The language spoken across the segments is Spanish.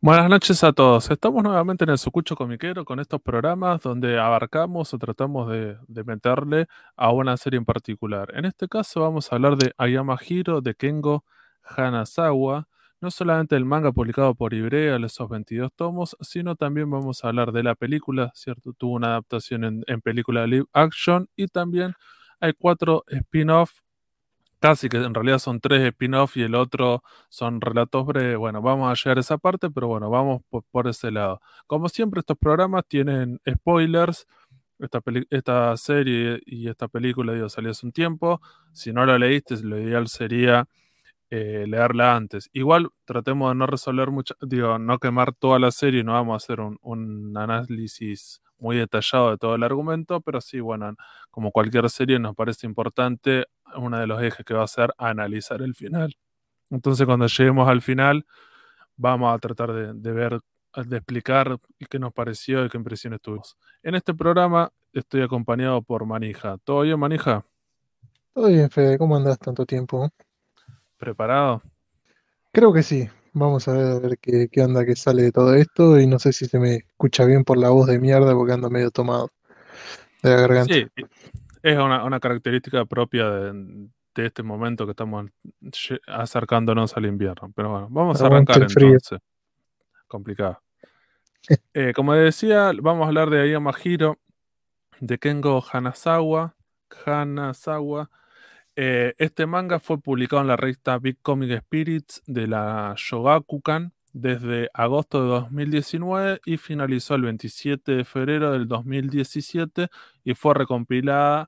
Buenas noches a todos. Estamos nuevamente en el Sucucho Comiquero con estos programas donde abarcamos o tratamos de meterle a una serie en particular. En este caso vamos a hablar de Ayama Hiro de Kengo Hanazawa, no solamente el manga publicado por Ibrea, esos 22 tomos, sino también vamos a hablar de la película, ¿cierto? Tuvo una adaptación en película live action y también hay 4 spin-off. Casi que en realidad son 3 spin-off y el otro son relatos breves. Bueno, vamos a llegar a esa parte, pero bueno, vamos por ese lado. Como siempre, estos programas tienen spoilers. Esta serie y esta película, digo, salió hace un tiempo. Si no la leíste, lo ideal sería leerla antes. Igual tratemos de no resolver mucho, digo, no quemar toda la serie, no vamos a hacer un análisis muy detallado de todo el argumento, pero sí, bueno, como cualquier serie nos parece importante, uno de los ejes que va a ser analizar el final. Entonces cuando lleguemos al final, vamos a tratar de ver, de explicar qué nos pareció y qué impresiones tuvimos. En este programa estoy acompañado por Manija. ¿Todo bien, Manija? Todo bien, Fede, ¿cómo andás tanto tiempo? ¿Preparado? Creo que sí. Vamos a ver qué onda que sale de todo esto y no sé si se me escucha bien por la voz de mierda porque ando medio tomado de la Sí, garganta. es una característica propia de este momento que estamos acercándonos al invierno. Pero bueno, vamos a Aguante arrancar el frío. entonces. Complicado. Como decía, vamos a hablar de Ayama Hiro, de Kengo Hanazawa. Este manga fue publicado en la revista Big Comic Spirits de la Shogakukan desde agosto de 2019 y finalizó el 27 de febrero del 2017 y fue recompilada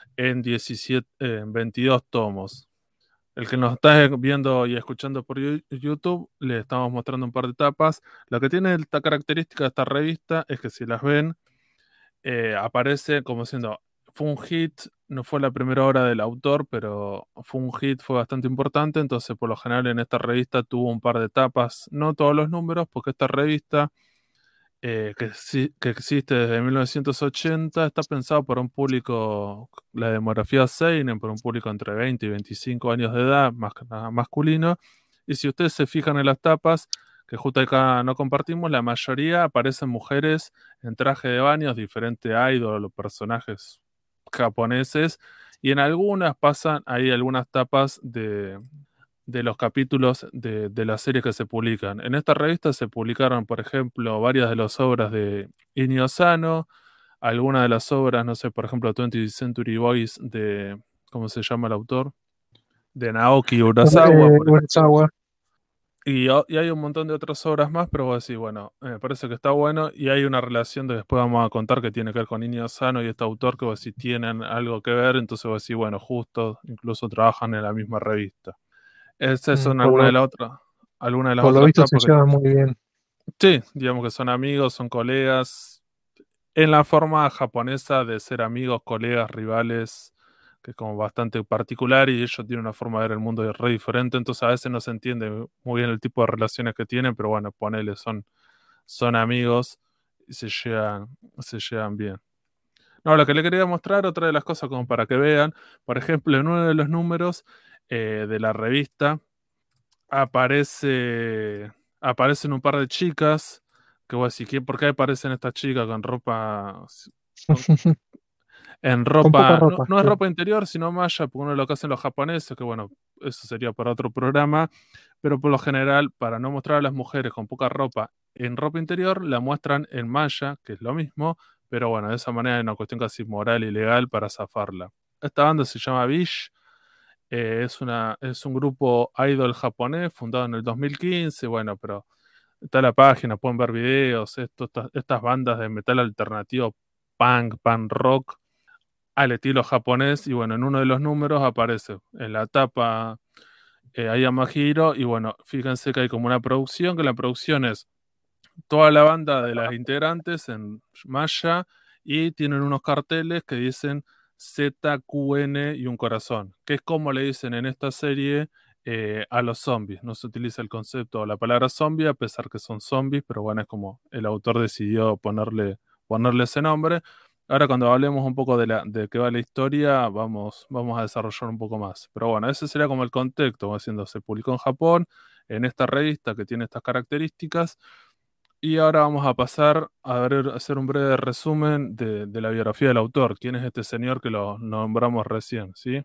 en 22 tomos. El que nos está viendo y escuchando por YouTube, le estamos mostrando un par de tapas. Lo que tiene esta característica de esta revista es que si las ven, aparece como siendo, fue un hit, no fue la primera obra del autor, pero fue un hit, fue bastante importante, entonces por lo general en esta revista tuvo un par de tapas, no todos los números, porque esta revista, que existe desde 1980, está pensado para un público, la demografía Seinen, por un público entre 20 y 25 años de edad, más que nada masculino, y si ustedes se fijan en las tapas, que justo acá no compartimos, la mayoría aparecen mujeres en traje de baños, diferentes idols o personajes japoneses, y en algunas pasan ahí algunas tapas de los capítulos de las series que se publican. En esta revista se publicaron, por ejemplo, varias de las obras de Inio Sano, algunas de las obras, no sé, por ejemplo, 20th Century Boys de, ¿cómo se llama el autor? De Naoki Urasawa, por ejemplo. Urasawa. Y hay un montón de otras obras más, pero voy a decir, bueno, me parece que está bueno y hay una relación de después vamos a contar que tiene que ver con Inio Sano y este autor que vos decís tienen algo que ver, entonces vos decís, bueno, justo, incluso trabajan en la misma revista. Esas Mm, son Por lo, algunas de las por lo otras visto se tapas que llevan muy bien. sí, digamos que son amigos, son colegas, en la forma japonesa de ser amigos, colegas, rivales, que es como bastante particular y ellos tienen una forma de ver el mundo re diferente, entonces a veces no se entiende muy bien el tipo de relaciones que tienen, pero bueno, ponele, son amigos y se llevan bien. No, lo que le quería mostrar, otra de las cosas como para que vean, por ejemplo, en uno de los números de la revista, aparece, aparecen un par de chicas, que voy a decir, ¿por qué aparecen estas chicas con ropa, con- en Con poca ropa, no, ropa, no es sí. ropa interior, sino malla, porque uno de lo que hacen los japoneses, que bueno, eso sería para otro programa, pero por lo general, para no mostrar a las mujeres con poca ropa en ropa interior, la muestran en malla, que es lo mismo, pero bueno, de esa manera hay una cuestión casi moral y legal para zafarla. Esta banda se llama Bish. Es un grupo idol japonés fundado en el 2015, bueno, pero está la página, pueden ver videos, estas bandas de metal alternativo, punk rock, al estilo japonés, y bueno, en uno de los números aparece en la tapa Ayama Hiro, y bueno, fíjense que hay como una producción, que la producción es toda la banda de las integrantes en malla y tienen unos carteles que dicen ZQN y un corazón, que es como le dicen en esta serie a los zombies. No se utiliza el concepto o la palabra zombie a pesar que son zombies, pero bueno, es como el autor decidió ponerle ese nombre. Ahora cuando hablemos un poco de qué va la historia, vamos a desarrollar un poco más. Pero bueno, ese sería como el contexto, como diciendo, se publicó en Japón, en esta revista que tiene estas características. Y ahora vamos a pasar a hacer un breve resumen de la biografía del autor. ¿Quién es este señor que lo nombramos recién? ¿Sí?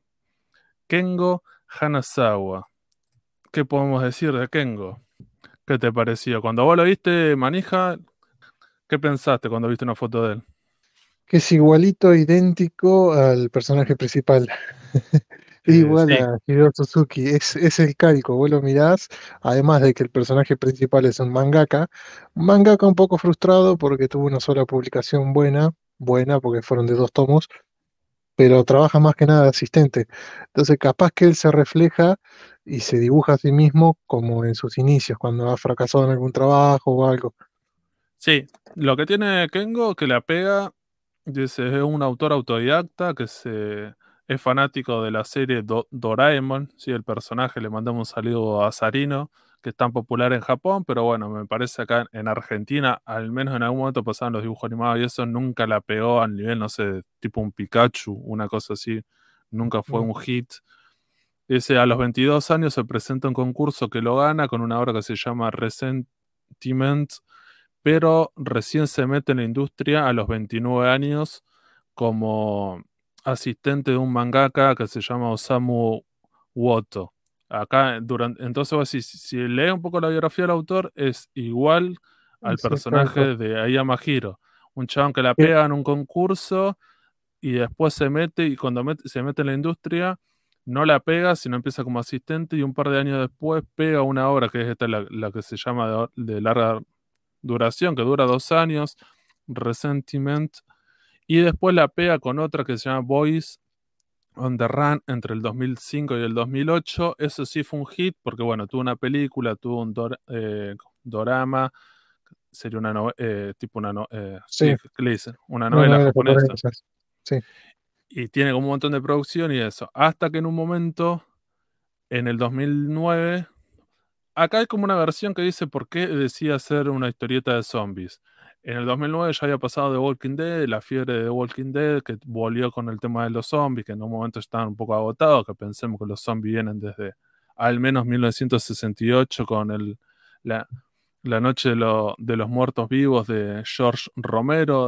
Kengo Hanazawa. ¿Qué podemos decir de Kengo? ¿Qué te pareció? Cuando vos lo viste, manija, ¿qué pensaste cuando viste una foto de él? Que es igualito, idéntico al personaje principal. Igual Sí, a Hideo Suzuki, es el calco, vos lo mirás, además de que el personaje principal es un mangaka un poco frustrado porque tuvo una sola publicación buena porque fueron de 2 tomos, pero trabaja más que nada de asistente. Entonces capaz que él se refleja y se dibuja a sí mismo como en sus inicios, cuando ha fracasado en algún trabajo o algo. sí. Lo que tiene Kengo que la pega, dice, es un autor autodidacta es fanático de la serie Doraemon, sí, el personaje, le mandamos un saludo a Sarino, que es tan popular en Japón, pero bueno, me parece acá en Argentina, al menos en algún momento pasaban los dibujos animados y eso nunca la pegó al nivel, no sé, tipo un Pikachu, una cosa así, nunca fue Mm, un hit. Dice, a los 22 años se presenta un concurso que lo gana con una obra que se llama Resentiment, pero recién se mete en la industria a los 29 años como asistente de un mangaka que se llama Osamu Woto. Acá, entonces, vos si lees un poco la biografía del autor, es igual al es el calco. personaje de Ayama Hiro, un chabón que la Que- pega en un concurso y después se mete y cuando se mete en la industria no la pega, sino empieza como asistente y un par de años después pega una obra que es esta la que se llama de larga duración, que dura 2 años, Resentiment, y después la pega con otra que se llama Boys on the Run entre el 2005 y el 2008. Eso sí fue un hit porque, bueno, tuvo una película, tuvo un dorama, sería una tipo una, Sí, sí, ¿qué le dicen? Una una novela novela japonesa. japonesa. Sí, Y tiene como un montón de producción y eso. Hasta que en un momento, en el 2009, acá hay como una versión que dice por qué decía hacer una historieta de zombies. En el 2009 ya había pasado The Walking Dead, la fiebre de The Walking Dead, que volvió con el tema de los zombies, que en un momento estaban un poco agotados, que pensemos que los zombies vienen desde al menos 1968 con la, la Noche de los Muertos Vivos de George Romero,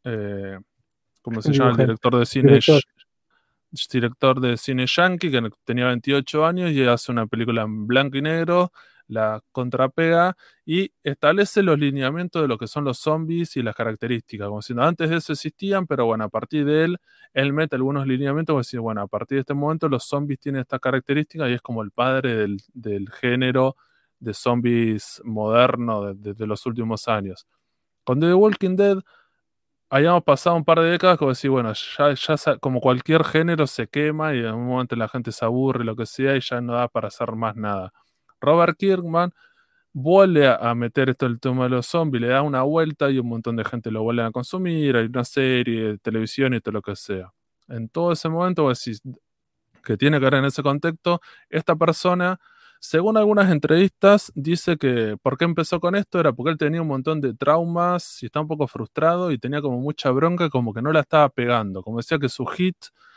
¿cómo se llama? El dibujante, director de cine director. director de cine yankee que tenía 28 años y hace una película en blanco y negro, la contrapega y establece los lineamientos de lo que son los zombies y las características, como si antes de eso existían, pero bueno, a partir de él mete algunos lineamientos, como decir, bueno, a partir de este momento los zombies tienen estas características y es como el padre del género de zombies moderno de los últimos años. Con The Walking Dead hayamos pasado un par de décadas como decir, bueno, como cualquier género se quema y en un momento la gente se aburre, lo que sea, y ya no da para hacer más nada. Robert Kirkman vuelve a meter esto el tema de los zombies, le da una vuelta y un montón de gente lo vuelve a consumir, hay una serie, televisión y todo lo que sea. En todo ese momento, vos decís, que tiene que ver en ese contexto, esta persona, según algunas entrevistas, dice que por qué empezó con esto era porque él tenía un montón de traumas y estaba un poco frustrado y tenía como mucha bronca, como que no la estaba pegando, como decía que su hit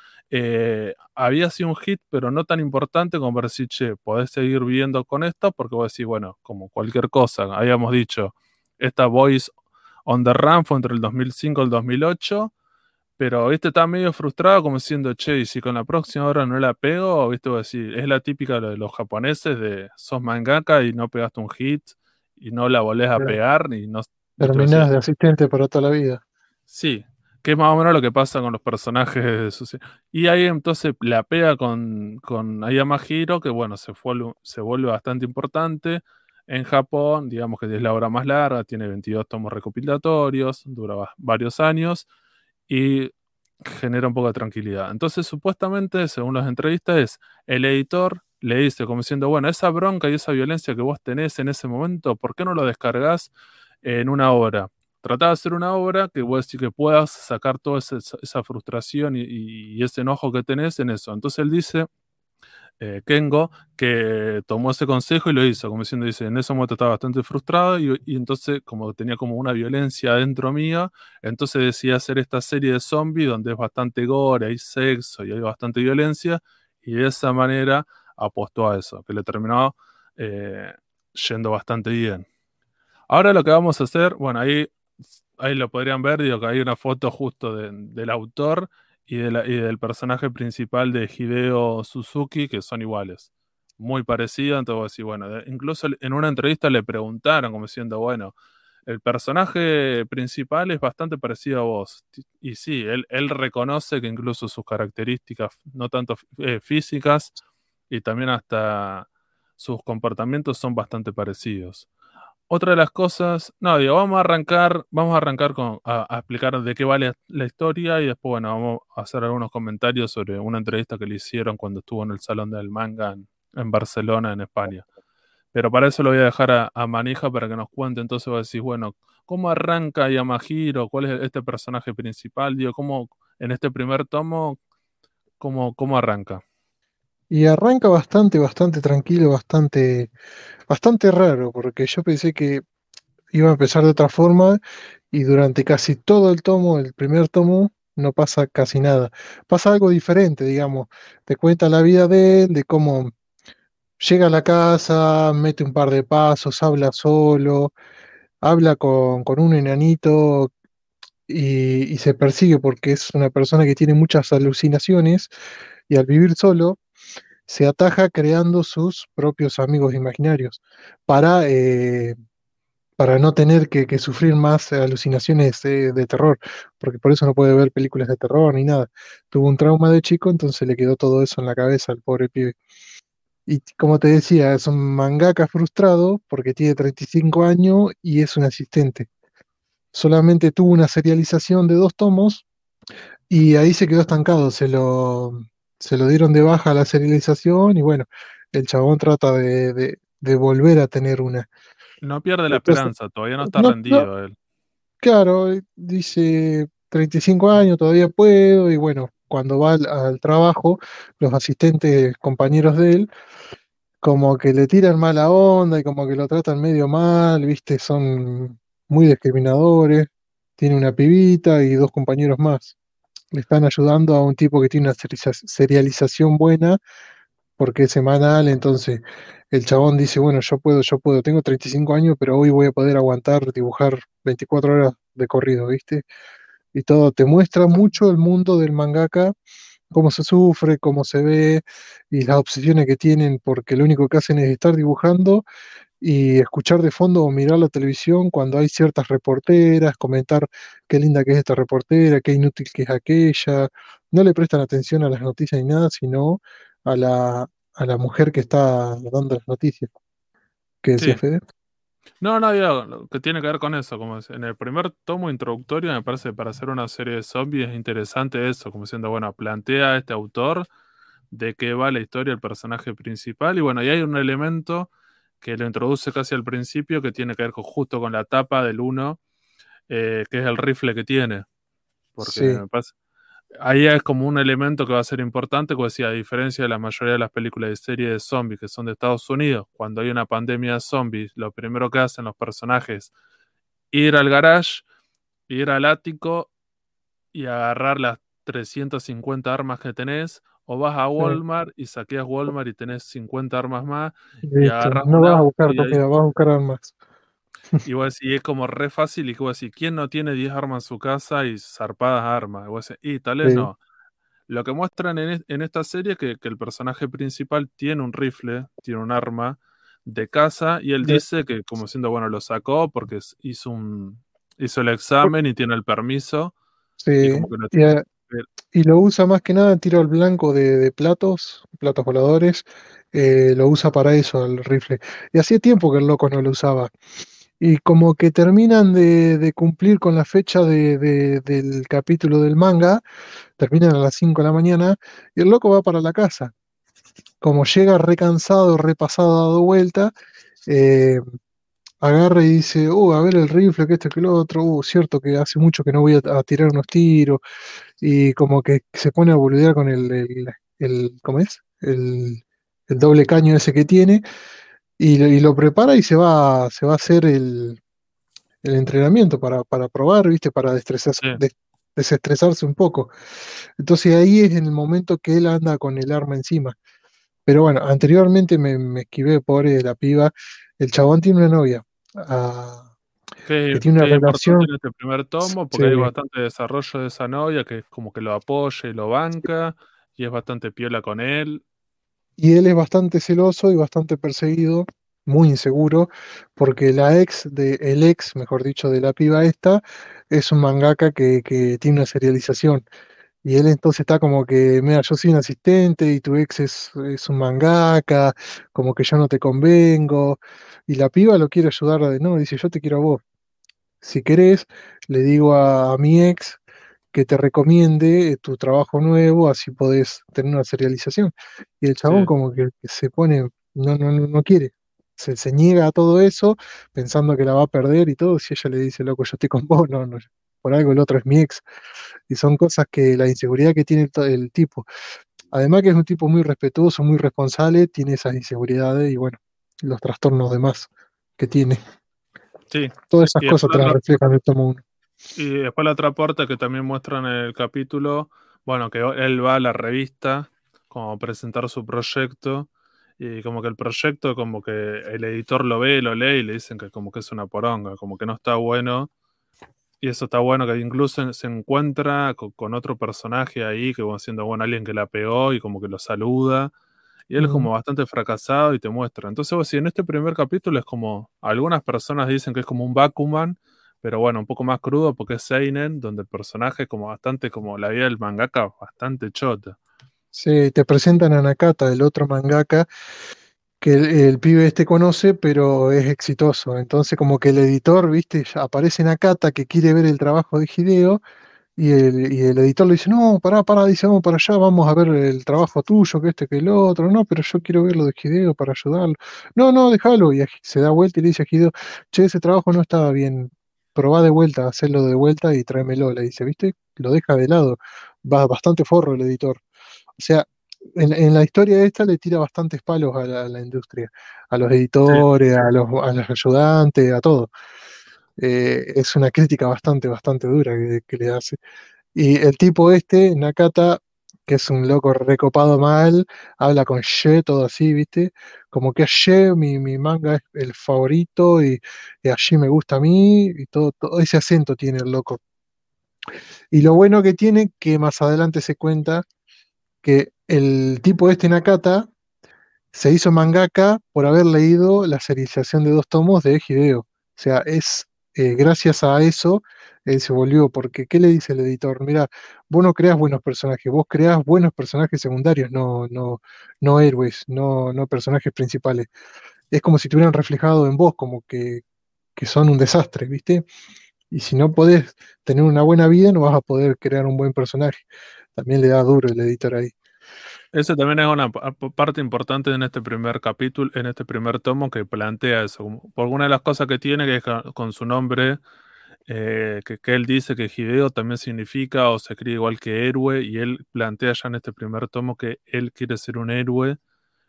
había sido un hit, pero no tan importante como para decir, che, podés seguir viviendo con esto, porque vos decís, bueno, como cualquier cosa, habíamos dicho, esta Voice on the Run fue entre el 2005 y el 2008, pero, viste, está medio frustrado como diciendo, che, y si con la próxima hora no la pego, viste, vos decís, es la típica de los japoneses de sos mangaka y no pegaste un hit y no la volvés a pegar y no, viste, vos decís, Terminás de asistente para toda la vida. sí, que es más o menos lo que pasa con los personajes de su y ahí entonces la pega con Ayama Hiro, que bueno, se vuelve bastante importante en Japón, digamos que es la obra más larga, tiene 22 tomos recopilatorios, dura varios años y genera un poco de tranquilidad. Entonces, supuestamente, según las entrevistas, el editor le dice como diciendo, bueno, esa bronca y esa violencia que vos tenés en ese momento, ¿por qué no lo descargas en una obra? Tratá de hacer una obra que vos decís que puedas sacar toda esa frustración y ese enojo que tenés en eso. Entonces él dice Kengo, que tomó ese consejo y lo hizo, como diciendo, dice, en ese momento estaba bastante frustrado y entonces como tenía como una violencia dentro mío, entonces decidí hacer esta serie de zombies donde es bastante gore, hay sexo y hay bastante violencia y de esa manera apostó a eso, que le terminó eh, yendo bastante bien. Ahora lo que vamos a hacer, bueno, ahí lo podrían ver, digo que hay una foto justo del autor y del personaje principal de Hideo Suzuki, que son iguales, muy parecidos, entonces vos decís, bueno, incluso en una entrevista le preguntaron como diciendo, bueno, el personaje principal es bastante parecido a vos. Y sí, él reconoce que incluso sus características, no tanto físicas, y también hasta sus comportamientos son bastante parecidos. Otra de las cosas, no, digo, vamos a arrancar a explicar de qué vale la historia y después, bueno, vamos a hacer algunos comentarios sobre una entrevista que le hicieron cuando estuvo en el Salón del Manga en Barcelona, en España. Pero para eso lo voy a dejar a Manija para que nos cuente, entonces va a decir, bueno, ¿cómo arranca Yamahiro? ¿Cuál es este personaje principal? Digo, ¿cómo en este primer tomo, cómo arranca? Y arranca bastante tranquilo, bastante raro, porque yo pensé que iba a empezar de otra forma y durante casi todo el tomo, el primer tomo, no pasa casi nada. Pasa algo diferente, digamos. Te cuenta la vida de él, de cómo llega a la casa, mete un par de pasos, habla solo, habla con un enanito y se persigue porque es una persona que tiene muchas alucinaciones y al vivir solo se ataja creando sus propios amigos imaginarios para, para no tener que sufrir más alucinaciones de terror, porque por eso no puede ver películas de terror ni nada. Tuvo un trauma de chico, entonces le quedó todo eso en la cabeza al pobre pibe. Y como te decía, es un mangaka frustrado porque tiene 35 años y es un asistente. Solamente tuvo una serialización de 2 tomos y ahí se quedó estancado. Se lo dieron de baja a la serialización y bueno, el chabón trata de volver a tener una. No pierde la Entonces, esperanza, todavía no está no, no, rendido él. claro, dice 35 años, todavía puedo y bueno, cuando va al trabajo, los asistentes, compañeros de él, como que le tiran mala onda y como que lo tratan medio mal, ¿viste? Son muy discriminadores. Tiene una pibita y 2 compañeros más. Le están ayudando a un tipo que tiene una serialización buena porque es semanal, entonces el chabón dice, bueno, yo puedo, tengo 35 años, pero hoy voy a poder aguantar dibujar 24 horas de corrido, ¿viste? Y todo te muestra mucho el mundo del mangaka, cómo se sufre, cómo se ve y las obsesiones que tienen, porque lo único que hacen es estar dibujando y escuchar de fondo o mirar la televisión cuando hay ciertas reporteras, comentar qué linda que es esta reportera, qué inútil que es aquella. No le prestan atención a las noticias ni nada, sino a la mujer que está dando las noticias. ¿Qué decía Sí. Fede? No, no, digo, lo que tiene que ver con eso, como en el primer tomo introductorio me parece para hacer una serie de zombies es interesante eso, como diciendo, bueno, plantea a este autor de qué va la historia del personaje principal y bueno, y hay un elemento que lo introduce casi al principio que tiene que ver justo con la tapa del uno, que es el rifle que tiene, porque Sí, me parece, ahí es como un elemento que va a ser importante, como decía, a diferencia de la mayoría de las películas de serie de zombies que son de Estados Unidos, cuando hay una pandemia de zombies, lo primero que hacen los personajes ir al garage, ir al ático y agarrar las 350 armas que tenés, o vas a sí, Walmart y saqueas Walmart y tenés 50 armas más, y listo. agarras No un vas a auto buscar comida, vas a buscar armas. y vos decís, es como re fácil, y que vos decís, ¿quién no tiene 10 armas en su casa y zarpadas armas? Y vos decís, y tal vez Sí, no. Lo que muestran en esta serie es que el personaje principal tiene un rifle, tiene un arma de casa, y él de- dice que como siendo, bueno, lo sacó porque hizo el por- examen y tiene el permiso, y sí. como que no Y, tiene. y lo usa más que nada en tiro al blanco de platos voladores. Lo usa para eso, el rifle. Y hacía tiempo que el loco no lo usaba. Y como que terminan de cumplir con la fecha del capítulo del manga, terminan a las 5 de la mañana, y el loco va para la casa. Como llega recansado, repasado, dado vuelta, eh, agarra y dice, a ver el rifle, que esto, que lo otro, cierto que hace mucho que no voy a tirar unos tiros, y como que se pone a boludear con ¿cómo es? el doble caño ese que tiene, y lo prepara y se va a hacer el entrenamiento para probar, ¿viste? Para Sí, desestresarse un poco. Entonces ahí es en el momento que él anda con el arma encima. Pero bueno, anteriormente me esquivé, pobre de la piba. El chabón tiene una novia, que tiene una qué importante relación. en este primer tomo, porque hay Sí, bastante desarrollo de esa novia que es como que lo apoya y lo banca, y es bastante piola con él. y él es bastante celoso y bastante perseguido, muy inseguro, porque el ex, mejor dicho, de la piba esta, es un mangaka que tiene una serialización. Y él entonces está como que, mira, yo soy un asistente y tu ex es un mangaka, como que yo no te convengo. Y la piba lo quiere ayudar de no, dice, yo te quiero a vos. Si querés, le digo a mi ex que te recomiende tu trabajo nuevo, así podés tener una serialización. Y el chabón Sí, como que se pone, no quiere. Se niega a todo eso, pensando que la va a perder y todo. Si ella le dice, loco, yo estoy con vos, no, por algo el otro es mi ex. Y son cosas que la inseguridad que tiene el tipo. Además que es un tipo muy respetuoso, muy responsable, tiene esas inseguridades y bueno, los trastornos demás que tiene. sí. Todas esas Y cosas después te las reflejan en el tomo uno. la otra parte que también muestran en el capítulo, bueno, que él va a la revista como a presentar su proyecto y como que el proyecto como que el editor lo ve, lo lee y le dicen que como que es una poronga, como que no está bueno. Y eso está bueno, que incluso se encuentra con otro personaje ahí, que va siendo, bueno, alguien que la pegó y como que lo saluda. Y él es Mm, como bastante fracasado y te muestra. Entonces, vos, si en este primer capítulo es como, algunas personas dicen que es como un Bakuman, pero bueno, un poco más crudo porque es Seinen, donde el personaje es como bastante como la vida del mangaka, bastante chota. sí, te presentan a Nakata, el otro mangaka que el pibe este conoce, pero es exitoso. Entonces como que el editor, viste, ya aparece Nakata que quiere ver el trabajo de Hideo. Y el editor le dice, no, pará, dice, vamos para allá, vamos a ver el trabajo tuyo, que este, que el otro, no, pero yo quiero ver lo de Hideo para ayudarlo. No, déjalo, y se da vuelta y le dice a Hideo, che, ese trabajo no estaba bien, probá de vuelta, hacerlo de vuelta y tráemelo, le dice, ¿viste? Lo deja de lado, va bastante forro el editor. O sea, en la historia esta le tira bastantes palos a la industria, a los Sí, editores, a los ayudantes, a todo. Es una crítica bastante dura que le hace. Y el tipo este, Nakata, que es un loco recopado mal, habla con She, todo así, ¿viste? Como que She, mi manga es el favorito y allí me gusta a mí, y todo ese acento tiene el loco. Y lo bueno que tiene, que más adelante se cuenta, que el tipo este, Nakata, se hizo mangaka por haber leído la serialización de dos tomos de Hideo. O sea, gracias a eso él se volvió, porque ¿qué le dice el editor? Mira, vos no creas buenos personajes, vos creás buenos personajes secundarios, no héroes, no personajes principales. Es como si tuvieran reflejado en vos, como que son un desastre, ¿viste? Y si no podés tener una buena vida, no vas a poder crear un buen personaje. También le da duro el editor ahí. ese también es una parte importante en este primer capítulo, en este primer tomo que plantea eso. Por alguna de las cosas que tiene, que es con su nombre, que él dice que Hideo también significa o se escribe igual que héroe, y él plantea ya en este primer tomo que él quiere ser un héroe,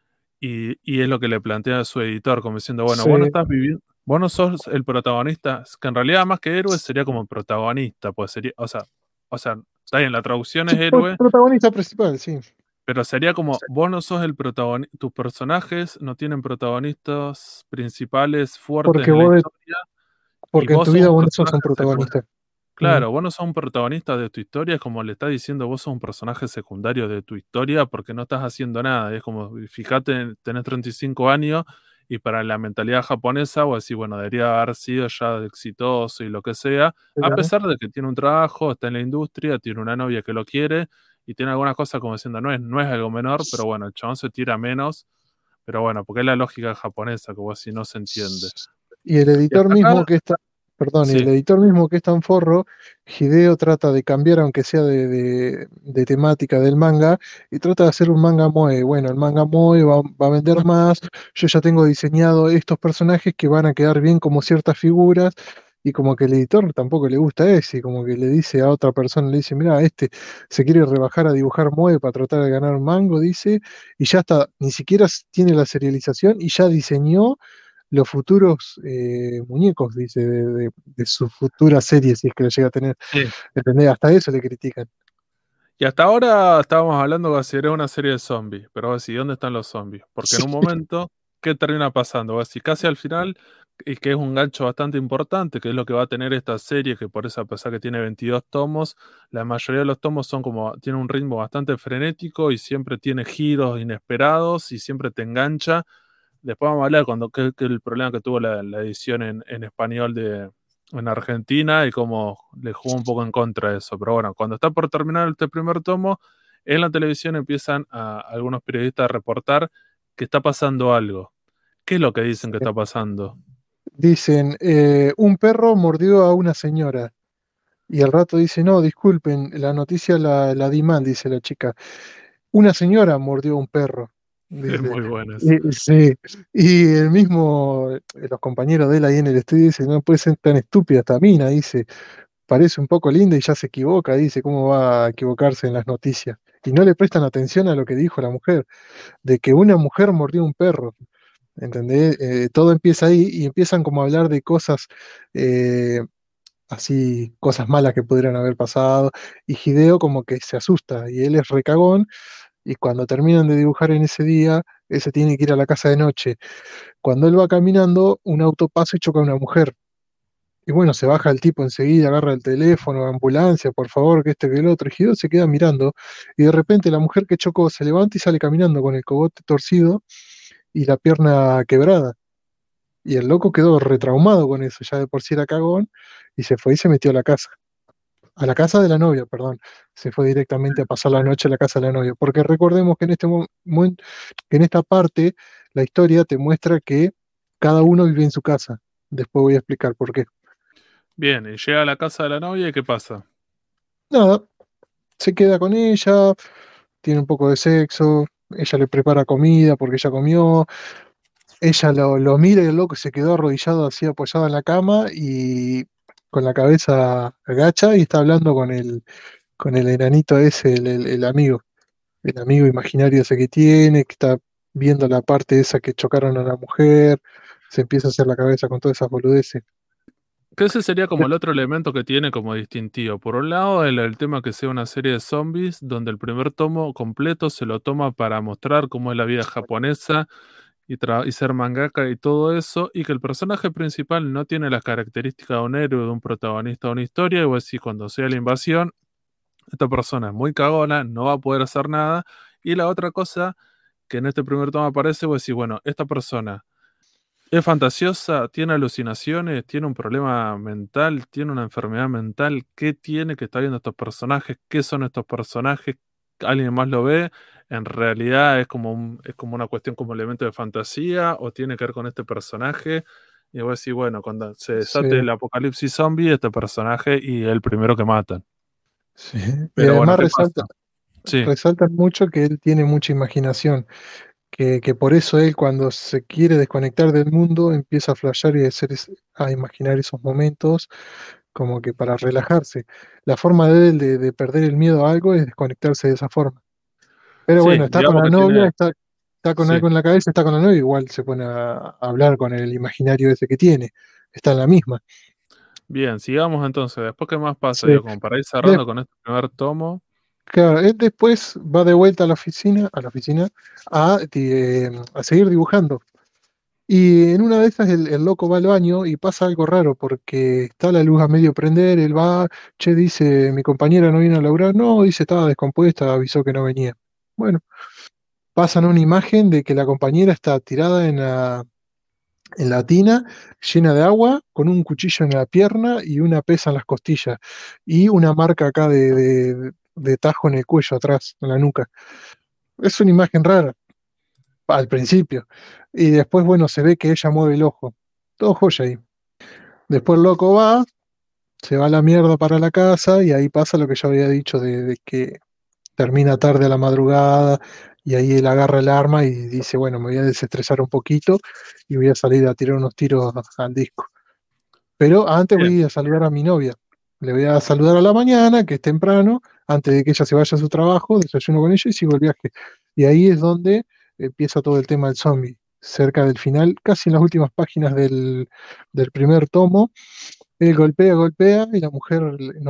y es lo que le plantea a su editor, como diciendo, bueno, Sí, vos no estás viviendo, vos no sos el protagonista, que en realidad más que héroe sería como protagonista, pues sería, o sea, está bien, la traducción sí, es héroe, protagonista principal, sí. pero sería como, vos no sos el protagonista, tus personajes no tienen protagonistas principales fuertes Porque en la vos, historia, y porque en vos tu sos vida un vos no sos personaje un protagonista. Mm, claro, vos no sos un protagonista de tu historia, es como le está diciendo, vos sos un personaje secundario de tu historia porque no estás haciendo nada. Es como, fíjate, tenés 35 años y para la mentalidad japonesa, vos decís, bueno, debería haber sido ya exitoso y lo que sea, a claro. pesar de que tiene un trabajo, está en la industria, tiene una novia que lo quiere y tiene algunas cosas como diciendo, no es algo menor, pero bueno, el chabón se tira menos, pero bueno, porque es la lógica japonesa, que vos así no se entiende. Y el Y editor hasta mismo acá, que está, perdón, y el sí, editor mismo que es tan forro, Hideo trata de cambiar, aunque sea de temática del manga, y trata de hacer un manga moe. Bueno, el manga moe va a vender más, yo ya tengo diseñado estos personajes que van a quedar bien como ciertas figuras, y como que el editor tampoco le gusta ese, y como que le dice a otra persona, le dice, mira, este se quiere rebajar a dibujar Moe para tratar de ganar mango, dice, y ya está, ni siquiera tiene la serialización y ya diseñó los futuros muñecos, dice, de su futura serie, si es que lo llega a tener. Sí. ¿Entendés? Hasta eso le critican. Y hasta ahora estábamos hablando que sería una serie de zombies, pero vos decís, ¿dónde están los zombies? Porque en un momento, ¿qué termina pasando? Vos decís, casi al final, y que es un gancho bastante importante, que es lo que va a tener esta serie, que por eso, a pesar que tiene 22 tomos, la mayoría de los tomos son como, tiene un ritmo bastante frenético y siempre tiene giros inesperados y siempre te engancha. Después vamos a hablar cuando que el problema que tuvo la edición en español en Argentina y cómo le jugó un poco en contra de eso. Pero bueno, cuando está por terminar este primer tomo, en la televisión empiezan algunos periodistas a reportar que está pasando algo. ¿Qué es lo que dicen que está pasando? Dicen, un perro mordió a una señora. Y al rato dice, no, disculpen, la noticia la di mal, dice la chica. Una señora mordió a un perro, Es dice. muy bueno eso. Sí. Y el mismo, los compañeros de él ahí en el estudio dicen, no puede ser tan estúpida esta mina, dice. Parece un poco linda y ya se equivoca, dice, ¿cómo va a equivocarse en las noticias? Y no le prestan atención a lo que dijo la mujer, de que una mujer mordió a un perro. ¿Entendés? Todo empieza ahí y empiezan como a hablar de cosas eh, así, cosas malas que pudieran haber pasado. Y Hideo como que se asusta y él es recagón y cuando terminan de dibujar en ese día, él se tiene que ir a la casa de noche. Cuando él va caminando, un auto pasa y choca a una mujer. Y bueno, se baja el tipo enseguida, agarra el teléfono, ambulancia, por favor, que este que el otro. Y Hideo se queda mirando y de repente la mujer que chocó se levanta y sale caminando con el cogote torcido y la pierna quebrada. Y el loco quedó retraumado con eso, ya de por sí era cagón, y se fue y se metió a la casa de la novia, perdón. Se fue directamente a pasar la noche a la casa de la novia. Porque recordemos que en este momento, que en esta parte, la historia te muestra que cada uno vive en su casa. Después voy a explicar por qué. Bien, y llega a la casa de la novia y ¿qué pasa? Nada, se queda con ella, tiene un poco de sexo, ella le prepara comida porque ella comió, ella lo mira y el loco se quedó arrodillado así apoyado en la cama y con la cabeza agacha y está hablando con el enanito ese, el amigo imaginario ese que tiene, que está viendo la parte esa que chocaron a la mujer, se empieza a hacer la cabeza con todas esas boludeces. Que ese sería como el otro elemento que tiene como distintivo. Por un lado, el tema que sea una serie de zombies, donde el primer tomo completo se lo toma para mostrar cómo es la vida japonesa y ser mangaka y todo eso, y que el personaje principal no tiene las características de un héroe, de un protagonista de una historia, y vos decís, cuando sea la invasión, esta persona es muy cagona, no va a poder hacer nada. Y la otra cosa que en este primer tomo aparece, vos decís, bueno, esta persona es fantasiosa, tiene alucinaciones, tiene un problema mental, tiene una enfermedad mental. ¿Qué tiene que está viendo estos personajes? ¿Qué son estos personajes? ¿Alguien más lo ve? ¿En realidad es como es como una cuestión como elemento de fantasía o tiene que ver con este personaje? Y vos decís, bueno, cuando se Sí, desate el apocalipsis zombie, este personaje y el primero que matan. sí. Y Pero bueno, además ¿qué pasa? Sí, resaltan mucho que él tiene mucha imaginación, que por eso él cuando se quiere desconectar del mundo empieza a flashear y a imaginar esos momentos como que para relajarse. La forma de él de perder el miedo a algo es desconectarse de esa forma. Pero sí, bueno, está con digamos la que novia, tiene, está con sí. algo en la cabeza, está con la novia, igual se pone a hablar con el imaginario ese que tiene. Está en la misma. Bien, sigamos entonces. Después, ¿qué más pasa? Sí. Digo, como para ir De- cerrando con este primer tomo. claro, él después va de vuelta a la oficina, a seguir dibujando. Y en una de esas el loco va al baño y pasa algo raro porque está la luz a medio prender, él va, che, dice, mi compañera no vino a laburar, no, dice, estaba descompuesta, avisó que no venía. Bueno, pasan una imagen de que la compañera está tirada en la tina, llena de agua, con un cuchillo en la pierna y una pesa en las costillas, y una marca acá de tajo en el cuello atrás, en la nuca. Es una imagen rara, al principio. Y después, bueno, se ve que ella mueve el ojo. Todo joya ahí. Después el loco va, se va a la mierda para la casa y ahí pasa lo que yo había dicho de que termina tarde a la madrugada y ahí él agarra el arma y dice, bueno, me voy a desestresar un poquito y voy a salir a tirar unos tiros al disco. Pero antes Bien, voy a saludar a mi novia. Le voy a saludar a la mañana, que es temprano, antes de que ella se vaya a su trabajo, desayuno con ella y sigo el viaje. Y ahí es donde empieza todo el tema del zombie. Cerca del final, casi en las últimas páginas del primer tomo, él golpea, golpea y la mujer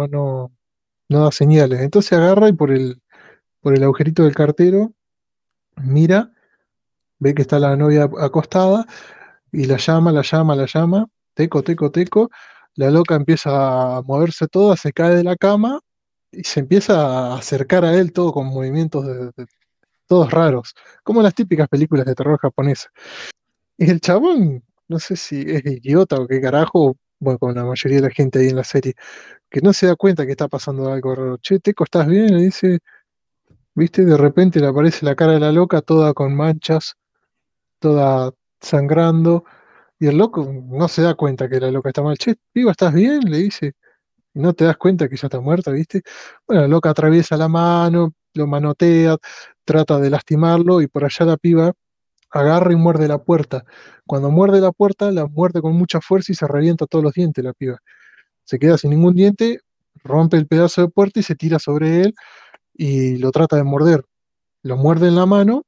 no da señales. Entonces agarra y por el agujerito del cartero mira, ve que está la novia acostada y la llama, la llama, la llama, teco, teco, teco. La loca empieza a moverse toda, se cae de la cama y se empieza a acercar a él todo con movimientos todos raros, como las típicas películas de terror japonesas. Y el chabón, no sé si es idiota o qué carajo, bueno, con la mayoría de la gente ahí en la serie, que no se da cuenta que está pasando algo raro. Che, Teco, ¿estás bien? Le dice, viste, de repente le aparece la cara de la loca toda con manchas, toda sangrando. Y el loco no se da cuenta que la loca está mal. Che, piba, ¿estás bien? Le dice. Y no te das cuenta que ya está muerta, ¿viste? Bueno, la loca atraviesa la mano, lo manotea, trata de lastimarlo y por allá la piba agarra y muerde la puerta. Cuando muerde la puerta, la muerde con mucha fuerza y se revienta todos los dientes la piba. Se queda sin ningún diente, rompe el pedazo de puerta y se tira sobre él y lo trata de morder. Lo muerde en la mano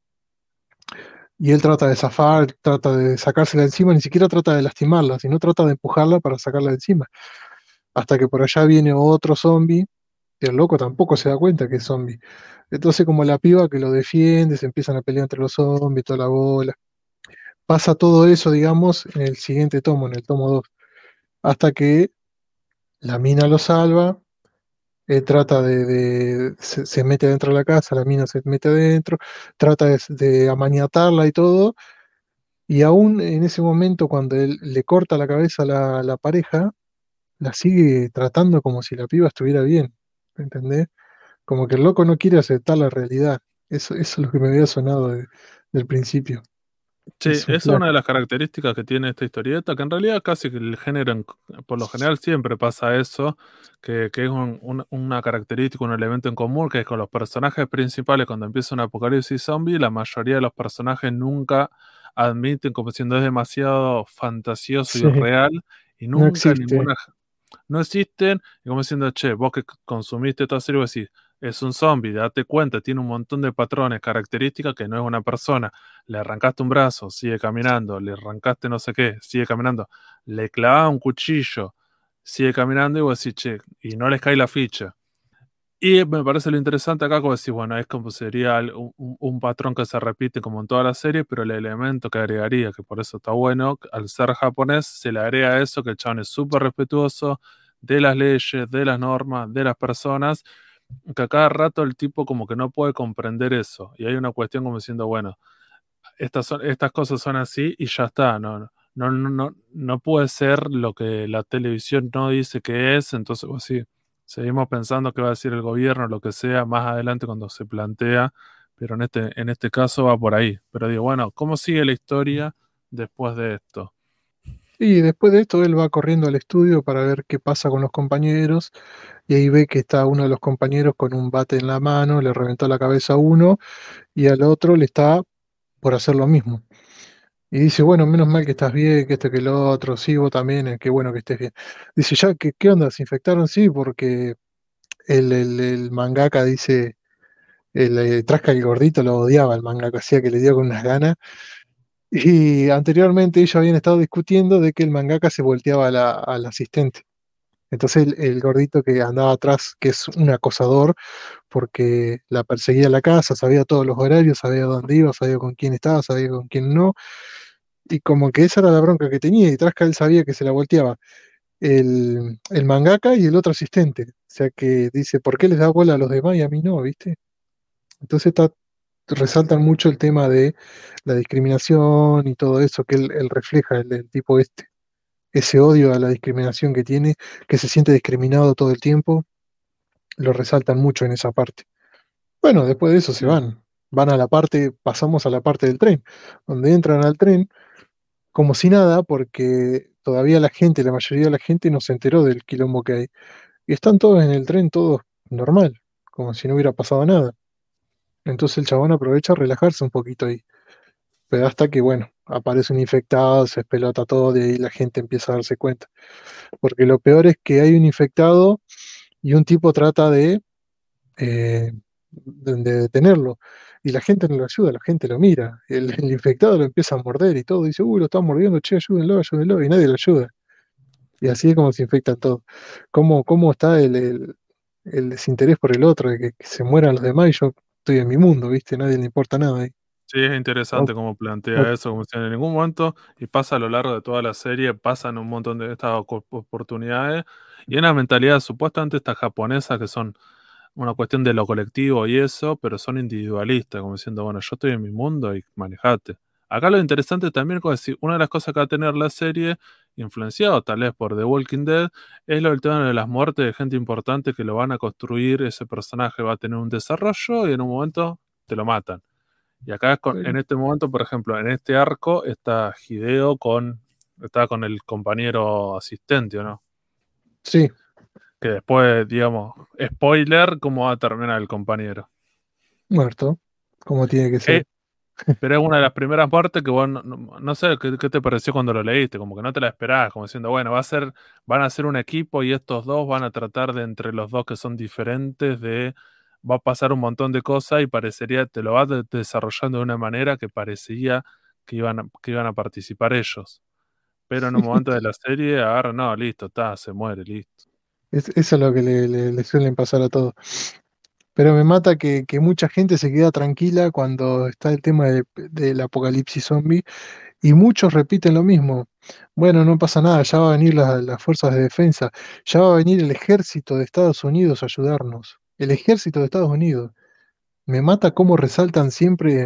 y él trata de zafar, trata de sacársela de encima, ni siquiera trata de lastimarla, sino trata de empujarla para sacarla de encima. Hasta que por allá viene otro zombie, y el loco tampoco se da cuenta que es zombie. Entonces, como la piba que lo defiende, se empiezan a pelear entre los zombies, toda la bola. Pasa todo eso, digamos, en el siguiente tomo, en el tomo 2 hasta que la mina lo salva, trata se mete dentro de la casa, la mina se mete adentro, trata de amaniatarla y todo. Y aún en ese momento, cuando él le corta la cabeza a la pareja, la sigue tratando como si la piba estuviera bien. ¿Entendés? Como que el loco no quiere aceptar la realidad. Eso es lo que me había sonado del principio. sí, Es un esa es una de flash. las características que tiene esta historieta, que en realidad casi que el género, por lo general siempre pasa eso, que es una característica, un elemento en común, que es con los personajes principales, cuando empieza un apocalipsis zombie, la mayoría de los personajes nunca admiten como siendo es demasiado fantasioso y Sí, real, y no nunca existe. ninguna no existen, y como diciendo, che, vos que consumiste esta serie, vos decís, es un zombie, date cuenta, tiene un montón de patrones, características que no es una persona. Le arrancaste un brazo, sigue caminando, le arrancaste no sé qué, sigue caminando, le clavaba un cuchillo, sigue caminando, y vos decís, che, y no les cae la ficha. Y me parece lo interesante acá, como decir, bueno, es como sería un patrón que se repite como en toda la serie, pero el elemento que agregaría, que por eso está bueno, al ser japonés, se le agrega eso, que el chabón es súper respetuoso de las leyes, de las normas, de las personas, que a cada rato el tipo como que no puede comprender eso. Y hay una cuestión como diciendo, bueno, estas cosas son así y ya está, no puede ser lo que la televisión no dice que es, entonces pues sí, seguimos pensando que va a decir el gobierno, lo que sea, más adelante cuando se plantea, pero en este caso va por ahí. Pero digo, bueno, ¿cómo sigue la historia después de esto? Y después de esto, él va corriendo al estudio para ver qué pasa con los compañeros. Y ahí ve que está uno de los compañeros con un bate en la mano, le reventó la cabeza a uno y al otro le está por hacer lo mismo. Y dice, bueno, menos mal que estás bien, que esto que lo otro, sí, vos también, qué bueno que estés bien. Dice, ya, ¿qué onda? ¿Se infectaron? Sí, porque el mangaka dice, Trasca el gordito lo odiaba, el mangaka, hacía que le dio con unas ganas. Y anteriormente ellos habían estado discutiendo de que el mangaka se volteaba al asistente. Entonces el gordito que andaba atrás, que es un acosador, porque la perseguía a la casa, sabía todos los horarios, sabía dónde iba, sabía con quién estaba, sabía con quién no, y como que esa era la bronca que tenía, y Trasca él sabía que se la volteaba el mangaka y el otro asistente. O sea que dice, ¿por qué les da bola a los demás y a mí no? ¿Viste? Entonces resaltan mucho el tema de la discriminación y todo eso que él refleja, el tipo este, ese odio a la discriminación que tiene, que se siente discriminado todo el tiempo, lo resaltan mucho en esa parte. Bueno, después de eso se Sí. van a la parte, pasamos a la parte del tren, donde entran al tren como si nada, porque todavía la gente, la mayoría de la gente no se enteró del quilombo que hay. Y están todos en el tren, todos normal, como si no hubiera pasado nada. Entonces el chabón aprovecha a relajarse un poquito ahí. pero hasta que, bueno, aparece un infectado, se pelota todo y ahí la gente empieza a darse cuenta. Porque lo peor es que hay un infectado y un tipo trata de detenerlo. Y la gente no lo ayuda, la gente lo mira. El infectado lo empieza a morder y todo. Dice, lo están mordiendo, che, ayúdenlo, ayúdenlo. Y nadie lo ayuda. Y así es como se infectan todos. ¿Cómo está el desinterés por el otro, de que se mueran los demás y yo estoy en mi mundo, ¿viste? Nadie le importa nada ahí. Sí, es O- interesante cómo o- plantea eso, como si en ningún momento, y pasa a lo largo de toda la serie, pasan un montón de estas oportunidades, y una mentalidad supuestamente estas japonesas que son una cuestión de lo colectivo y eso, pero son individualistas, como diciendo, bueno, yo estoy en mi mundo y manejate. Acá lo interesante también, como decir, una de las cosas que va a tener la serie, influenciado tal vez por The Walking Dead, es lo del tema de las muertes de gente importante que lo van a construir, ese personaje va a tener un desarrollo y en un momento te lo matan. Y acá en pero- este momento, por ejemplo, en este arco está Hideo está con el compañero asistente, ¿o no? sí, Que después, digamos, spoiler, cómo va a terminar el compañero. muerto, como tiene que Eh, ser. pero es una de las primeras partes que vos no sé qué te pareció cuando lo leíste, como que no te la esperabas, como diciendo, bueno, van a ser un equipo y estos dos van a tratar de entre los dos que son diferentes va a pasar un montón de cosas y parecería, te lo vas desarrollando de una manera que parecía que iban a participar ellos. Pero en un momento de la serie, agarra, no, listo, está, se muere, listo. Eso es lo que le suelen pasar a todos. Pero me mata que mucha gente se queda tranquila cuando está el tema del apocalipsis zombie y muchos repiten lo mismo. Bueno, no pasa nada, ya va a venir las fuerzas de defensa, ya va a venir el ejército de Estados Unidos a ayudarnos. El ejército de Estados Unidos. Me mata cómo resaltan siempre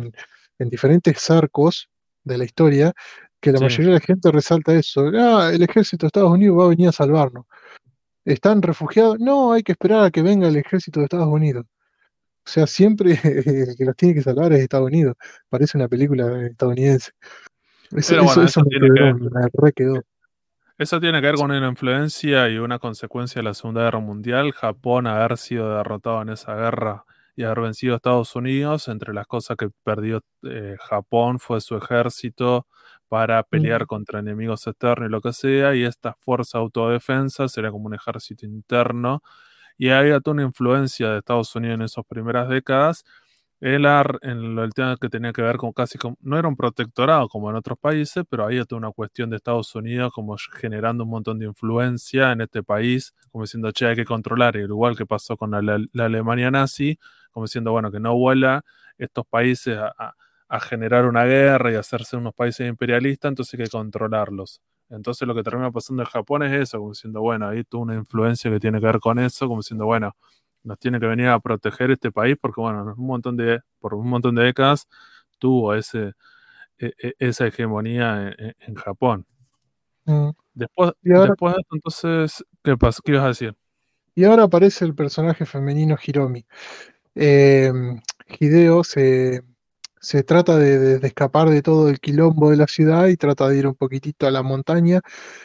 en diferentes arcos de la historia que la Sí. mayoría de la gente resalta eso. Ah, el ejército de Estados Unidos va a venir a salvarnos. ¿Están refugiados? No, hay que esperar a que venga el ejército de Estados Unidos. O sea, siempre el que los tiene que salvar es Estados Unidos. Parece una película estadounidense. Eso, Pero eso, bueno, eso me quedó, me re quedó. eso tiene que ver con una influencia y una consecuencia de la Segunda Guerra Mundial. Japón haber sido derrotado en esa guerra y haber vencido a Estados Unidos. Entre las cosas que perdió Japón fue su ejército para pelear Mm, contra enemigos externos y lo que sea. Y esta fuerza de autodefensa sería como un ejército interno. Y había toda una influencia de Estados Unidos en esas primeras décadas el tema que tenía que ver con no era un protectorado como en otros países, pero había toda una cuestión de Estados Unidos como generando un montón de influencia en este país, como diciendo, che, hay que controlar, y al igual que pasó con la Alemania nazi, como diciendo, bueno, que no vuela estos países a generar una guerra y hacerse unos países imperialistas, entonces hay que controlarlos. Entonces lo que termina pasando en Japón es eso, como diciendo, bueno, hay toda una influencia que tiene que ver con eso, como diciendo, bueno, nos tiene que venir a proteger este país porque, bueno, por un montón de décadas tuvo esa hegemonía en Japón. mm. Y ahora, Después de esto, entonces, ¿qué pasa? ¿Qué ibas a decir? y ahora aparece el personaje femenino Hiromi. Eh, Hideo se trata de escapar de todo el quilombo de la ciudad y trata de ir un poquitito a la montaña.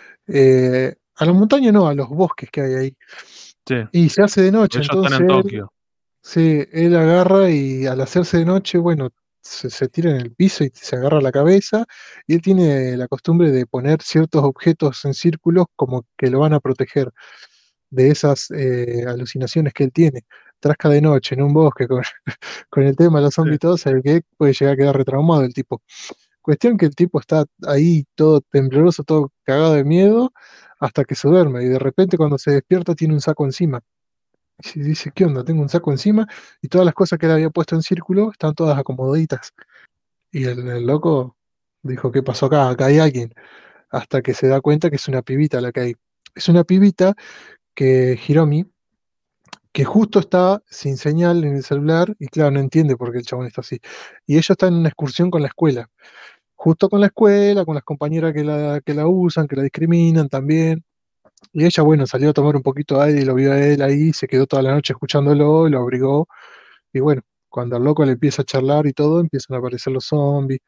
A la montaña no, a los bosques que hay ahí. Sí, Y se hace de noche, ellos están entonces en él, Tokio. sí, él agarra y al hacerse de noche, bueno, se tira en el piso y se agarra la cabeza. Y él tiene la costumbre de poner ciertos objetos en círculos como que lo van a proteger de esas alucinaciones que él tiene. Trasca de noche en un bosque con el tema de los Sí. zombies y todo, sabe que puede llegar a quedar retraumado el tipo. Cuestión que el tipo está ahí todo tembloroso, todo cagado de miedo, hasta que se duerme. Y de repente cuando se despierta tiene un saco encima. Y dice, ¿qué onda? Tengo un saco encima y todas las cosas que él había puesto en círculo están todas acomodaditas. Y el loco dijo, ¿qué pasó acá? Acá hay alguien. Hasta que se da cuenta que es una pibita la que hay. Es una pibita que Hiromi, que justo está sin señal en el celular y claro, no entiende por qué el chabón está así. Y ella está en una excursión con la escuela, justo con la escuela, con las compañeras que la usan, que la discriminan también. Y ella, bueno, salió a tomar un poquito de aire y lo vio a él ahí, se quedó toda la noche escuchándolo, lo abrigó. Y bueno, cuando al loco le empieza a charlar y todo, empiezan a aparecer los zombies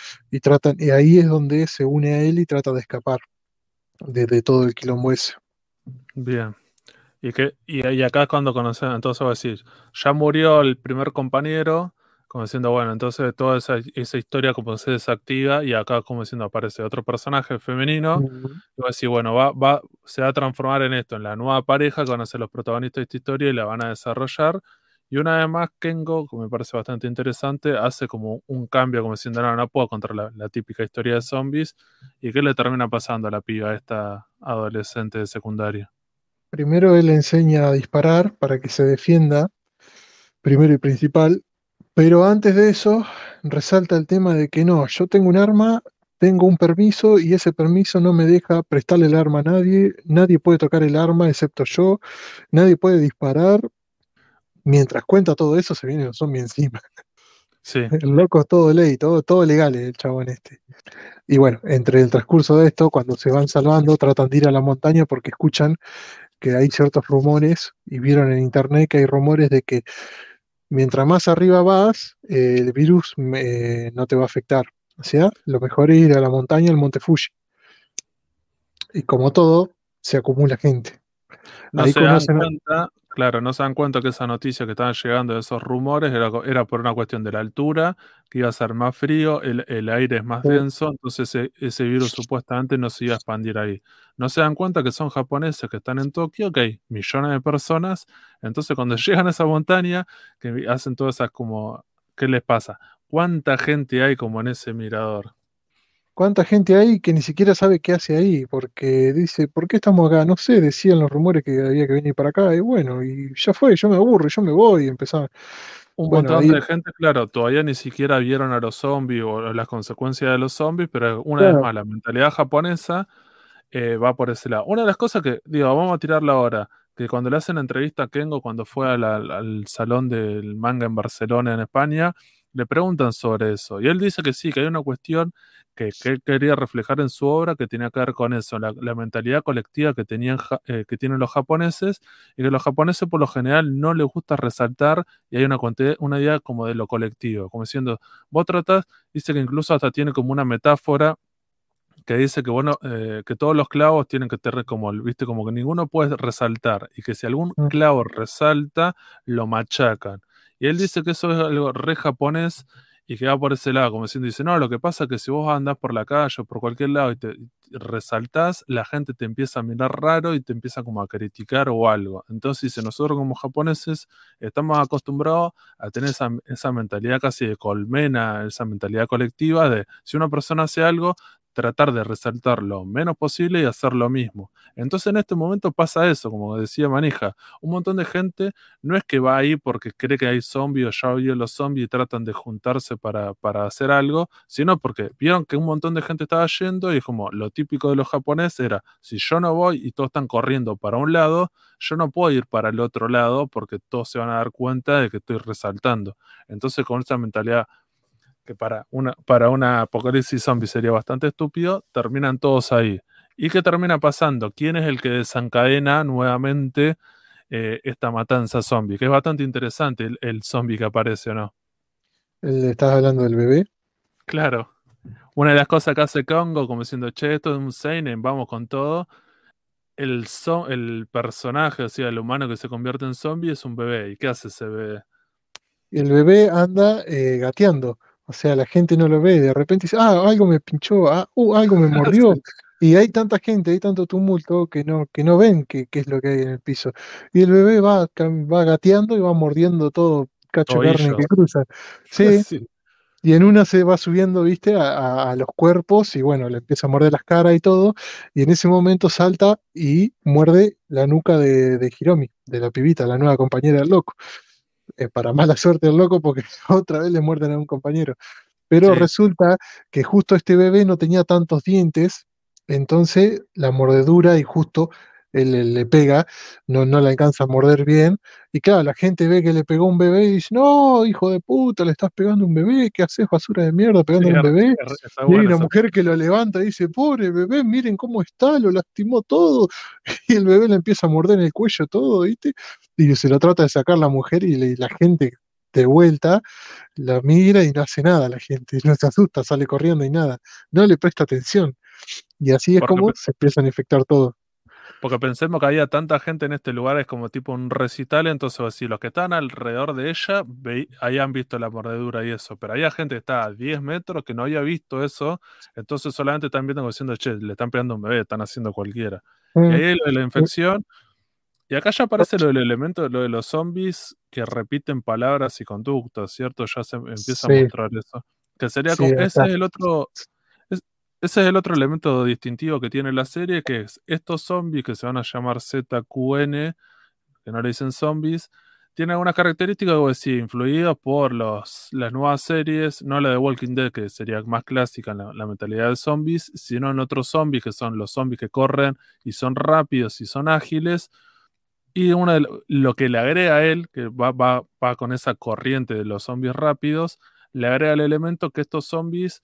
y ahí es donde se une a él y trata de escapar de todo el quilombo ese. Bien. Y acá es cuando conocen, entonces va a decir, ya murió el primer compañero, Como diciendo, bueno, entonces toda esa historia como se desactiva y acá como diciendo aparece otro personaje femenino Mm. y va a decir, bueno, se va a transformar en esto, en la nueva pareja que van a ser los protagonistas de esta historia y la van a desarrollar. Y una vez más, Kengo, que me parece bastante interesante, hace como un cambio, como diciendo, no, no puedo contar la típica historia de zombies. ¿Y qué le termina pasando a la piba, a esta adolescente de secundaria? Primero él le enseña a disparar para que se defienda, primero y principal, pero antes de eso resalta el tema de que no, yo tengo un arma, tengo un permiso y ese permiso no me deja prestarle el arma a nadie, nadie puede tocar el arma excepto yo, nadie puede disparar. Mientras cuenta todo eso, se viene los zombies encima. Sí, El loco es todo ley, todo legal el chabón este. Y bueno, entre el transcurso de esto, cuando se van salvando, tratan de ir a la montaña porque escuchan que hay ciertos rumores y vieron en internet que hay rumores de que mientras más arriba vas, el virus no te va a afectar. O sea, lo mejor es ir a la montaña, al Monte Fuji. Y como todo, se acumula gente. no Ahí se dan conocen, cuenta, claro, no se dan cuenta que esa noticia que estaban llegando de esos rumores era por una cuestión de la altura, que iba a ser más frío, el aire es más eh, denso, entonces ese virus supuestamente no se iba a expandir ahí. No se dan cuenta que son japoneses que están en Tokio, que hay millones de personas, entonces cuando llegan a esa montaña, que hacen todas esas como, ¿qué les pasa? ¿Cuánta gente hay como en ese mirador? ¿cuánta gente hay que ni siquiera sabe qué hace ahí? Porque dice, ¿por qué estamos acá? No sé, decían los rumores que había que venir para acá. Y bueno, y ya fue, yo me aburro, yo me voy. Y empezaron. Un Bueno, montón ahí, de gente, claro, todavía ni siquiera vieron a los zombies o las consecuencias de los zombies, pero una vez claro, más, la mentalidad japonesa va por ese lado. Una de las cosas que, digo, vamos a tirarla ahora, que cuando le hacen entrevista a Kengo cuando fue al salón del manga en Barcelona, en España, le preguntan sobre eso. Y él dice que sí, que hay una cuestión que él quería reflejar en su obra que tenía que ver con eso, la mentalidad colectiva que tienen los japoneses, y que los japoneses por lo general no les gusta resaltar, y hay una idea como de lo colectivo, como diciendo, vos tratás, dice que incluso hasta tiene como una metáfora que dice que bueno, que todos los clavos tienen que tener como, viste, como que ninguno puede resaltar y que si algún mm, clavo resalta, lo machacan. Y él dice que eso es algo re japonés y que va por ese lado, como diciendo, dice, no, lo que pasa es que si vos andás por la calle o por cualquier lado y resaltás, la gente te empieza a mirar raro y te empieza como a criticar o algo. Entonces dice, nosotros como japoneses estamos acostumbrados a tener esa mentalidad casi de colmena, esa mentalidad colectiva de si una persona hace algo, tratar de resaltar lo menos posible y hacer lo mismo. Entonces en este momento pasa eso, como decía Manija, un montón de gente no es que va ahí porque cree que hay zombies o ya oye los zombies y tratan de juntarse para hacer algo, sino porque vieron que un montón de gente estaba yendo y es como lo típico de los japoneses era, si yo no voy y todos están corriendo para un lado, yo no puedo ir para el otro lado porque todos se van a dar cuenta de que estoy resaltando. Entonces con esa mentalidad que para una apocalipsis zombie sería bastante estúpido, terminan todos ahí. ¿Y qué termina pasando? ¿Quién es el que desencadena nuevamente esta matanza zombie? Que es bastante interesante el zombie que aparece, ¿o no? estás hablando del bebé. Claro. Una de las cosas que hace Congo, como diciendo, che, esto es un seinen, vamos con todo. El personaje, o sea, el humano que se convierte en zombie es un bebé. ¿Y qué hace ese bebé? El bebé anda gateando, o sea, la gente no lo ve, de repente dice, ah, algo me pinchó, ah, algo me mordió, Sí, y hay tanta gente, hay tanto tumulto que no ven qué es lo que hay en el piso. Y el bebé va gateando y va mordiendo todo cacho de carne que tobillos. cruza. Sí, Sí, y en una se va subiendo, viste, a los cuerpos, y bueno, le empieza a morder las caras y todo, y en ese momento salta y muerde la nuca de Hiromi, de la pibita, la nueva compañera del loco para mala suerte del loco porque otra vez le muerden a un compañero. Pero sí, resulta que justo este bebé no tenía tantos dientes, entonces la mordedura y justo él le pega, no le alcanza a morder bien. Y claro, la gente ve que le pegó un bebé y dice, no, hijo de puta, le estás pegando a un bebé, ¿qué haces, basura de mierda, sí, pegándole a un bebé? está Y hay buena una esa mujer que lo levanta y dice, pobre bebé, miren cómo está, lo lastimó todo. Y el bebé le empieza a morder en el cuello todo, ¿viste? Y se lo trata de sacar la mujer y la gente de vuelta la mira y no hace nada la gente, no se asusta, sale corriendo y nada, no le presta atención. Y así es porque como se empiezan a infectar todos. Porque pensemos que había tanta gente en este lugar, es como tipo un recital, entonces si los que estaban alrededor de ella habían visto la mordedura y eso, pero había gente que estaba a 10 metros que no había visto eso, entonces solamente están viendo como diciendo, che, le están pegando a un bebé, están haciendo cualquiera. Y Mm, ahí lo de la mm, infección, y acá ya aparece lo del elemento, lo de los zombies que repiten palabras y conductas, ¿cierto? Ya se empieza a sí, mostrar eso. Que sería sí, como, ese acá. es el otro, ese es el otro elemento distintivo que tiene la serie, que es estos zombies que se van a llamar ZQN, que no le dicen zombies, tienen algunas características, como decía, influidas por las nuevas series, no la de Walking Dead, que sería más clásica en la mentalidad de zombies, sino en otros zombies, que son los zombies que corren y son rápidos y son ágiles. Y lo que le agrega a él, que va con esa corriente de los zombies rápidos, le agrega el elemento que estos zombies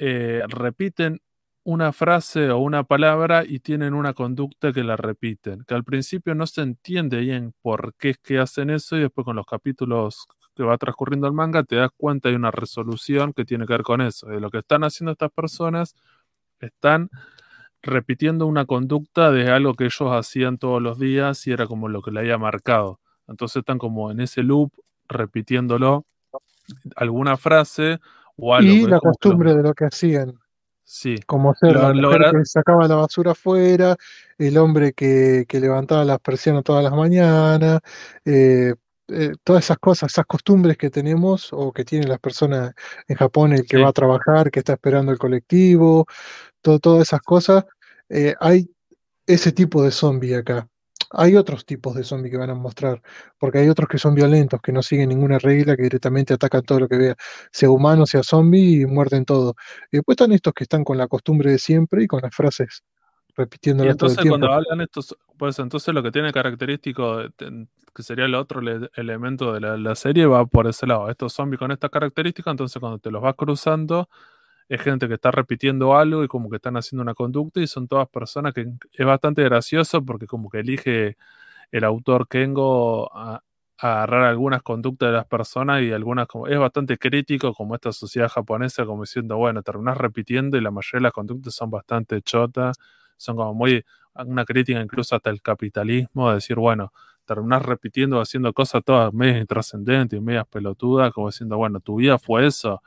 repiten una frase o una palabra y tienen una conducta que la repiten. Que al principio no se entiende bien por qué es que hacen eso y después con los capítulos que va transcurriendo el manga te das cuenta de una resolución que tiene que ver con eso. De lo que están haciendo estas personas, están repitiendo una conducta de algo que ellos hacían todos los días y era como lo que le había marcado. Entonces están como en ese loop repitiéndolo, alguna frase o algo, Y pero es la como que costumbre de lo que hacían, sí, como ser la mujer que sacaba la basura afuera, el hombre que levantaba las persianas todas las mañanas, eh, todas esas cosas, esas costumbres que tenemos o que tienen las personas en Japón, el que va sí. a trabajar, que está esperando el colectivo, todas esas cosas. Hay ese tipo de zombie acá. Hay otros tipos de zombie que van a mostrar, porque hay otros que son violentos, que no siguen ninguna regla, que directamente atacan todo lo que vea, sea humano, sea zombie, y muerden todo. Y después están estos que están con la costumbre de siempre y con las frases, Y repitiéndola todo el entonces cuando tiempo. hablan estos, pues entonces lo que tiene característico, que sería el otro elemento de la serie, va por ese lado. Estos zombies con estas características, entonces cuando te los vas cruzando, es gente que está repitiendo algo y como que están haciendo una conducta y son todas personas que es bastante gracioso porque como que elige el autor Kengo a agarrar algunas conductas de las personas y algunas como es bastante crítico como esta sociedad japonesa como diciendo bueno terminás repitiendo y la mayoría de las conductas son bastante chotas, son como muy una crítica incluso hasta el capitalismo de decir bueno terminás repitiendo haciendo cosas todas medias intrascendentes y medias pelotudas como diciendo bueno tu vida fue eso,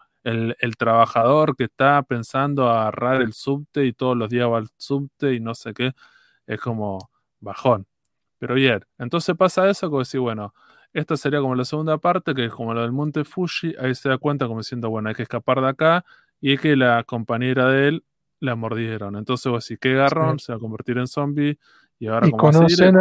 el trabajador que está pensando agarrar el subte y todos los días va al subte y no sé qué, es como bajón. Pero bien, entonces pasa eso, como decir, bueno, esta sería como la segunda parte, que es como lo del Monte Fuji, ahí se da cuenta como diciendo, bueno, hay que escapar de acá, y es que la compañera de él la mordieron. Entonces vos decís, qué garrón, Sí. se va a convertir en zombie, y ahora Y cómo va a seguir.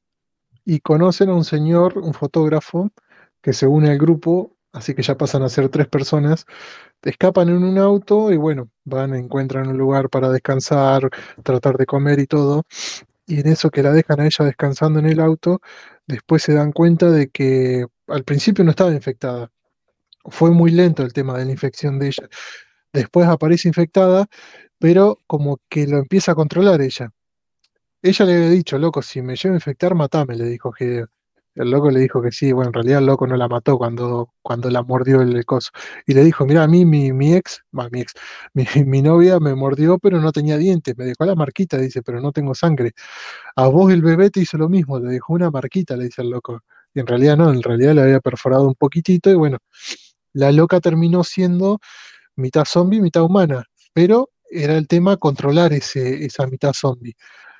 conocen a un señor, un fotógrafo, que se une al grupo, así que ya pasan a ser tres personas. Escapan en un auto y bueno, van, encuentran un lugar para descansar, tratar de comer y todo. Y en eso que la dejan a ella descansando en el auto, después se dan cuenta de que al principio no estaba infectada. Fue muy lento el tema de la infección de ella. Después aparece infectada, pero como que lo empieza a controlar ella. Ella le había dicho, loco, si me llevo a infectar, matame, le dijo Hideo. El loco le dijo que sí, bueno, en realidad el loco no la mató cuando la mordió el coso. Y le dijo, mira, a mí mi ex, va, mi ex, mi novia me mordió, pero no tenía dientes, me dejó la marquita, dice, pero no tengo sangre. A vos el bebé te hizo lo mismo, le dejó una marquita, le dice el loco. Y en realidad no, en realidad le había perforado un poquitito y bueno, la loca terminó siendo mitad zombie, mitad humana, pero era el tema controlar esa mitad zombie.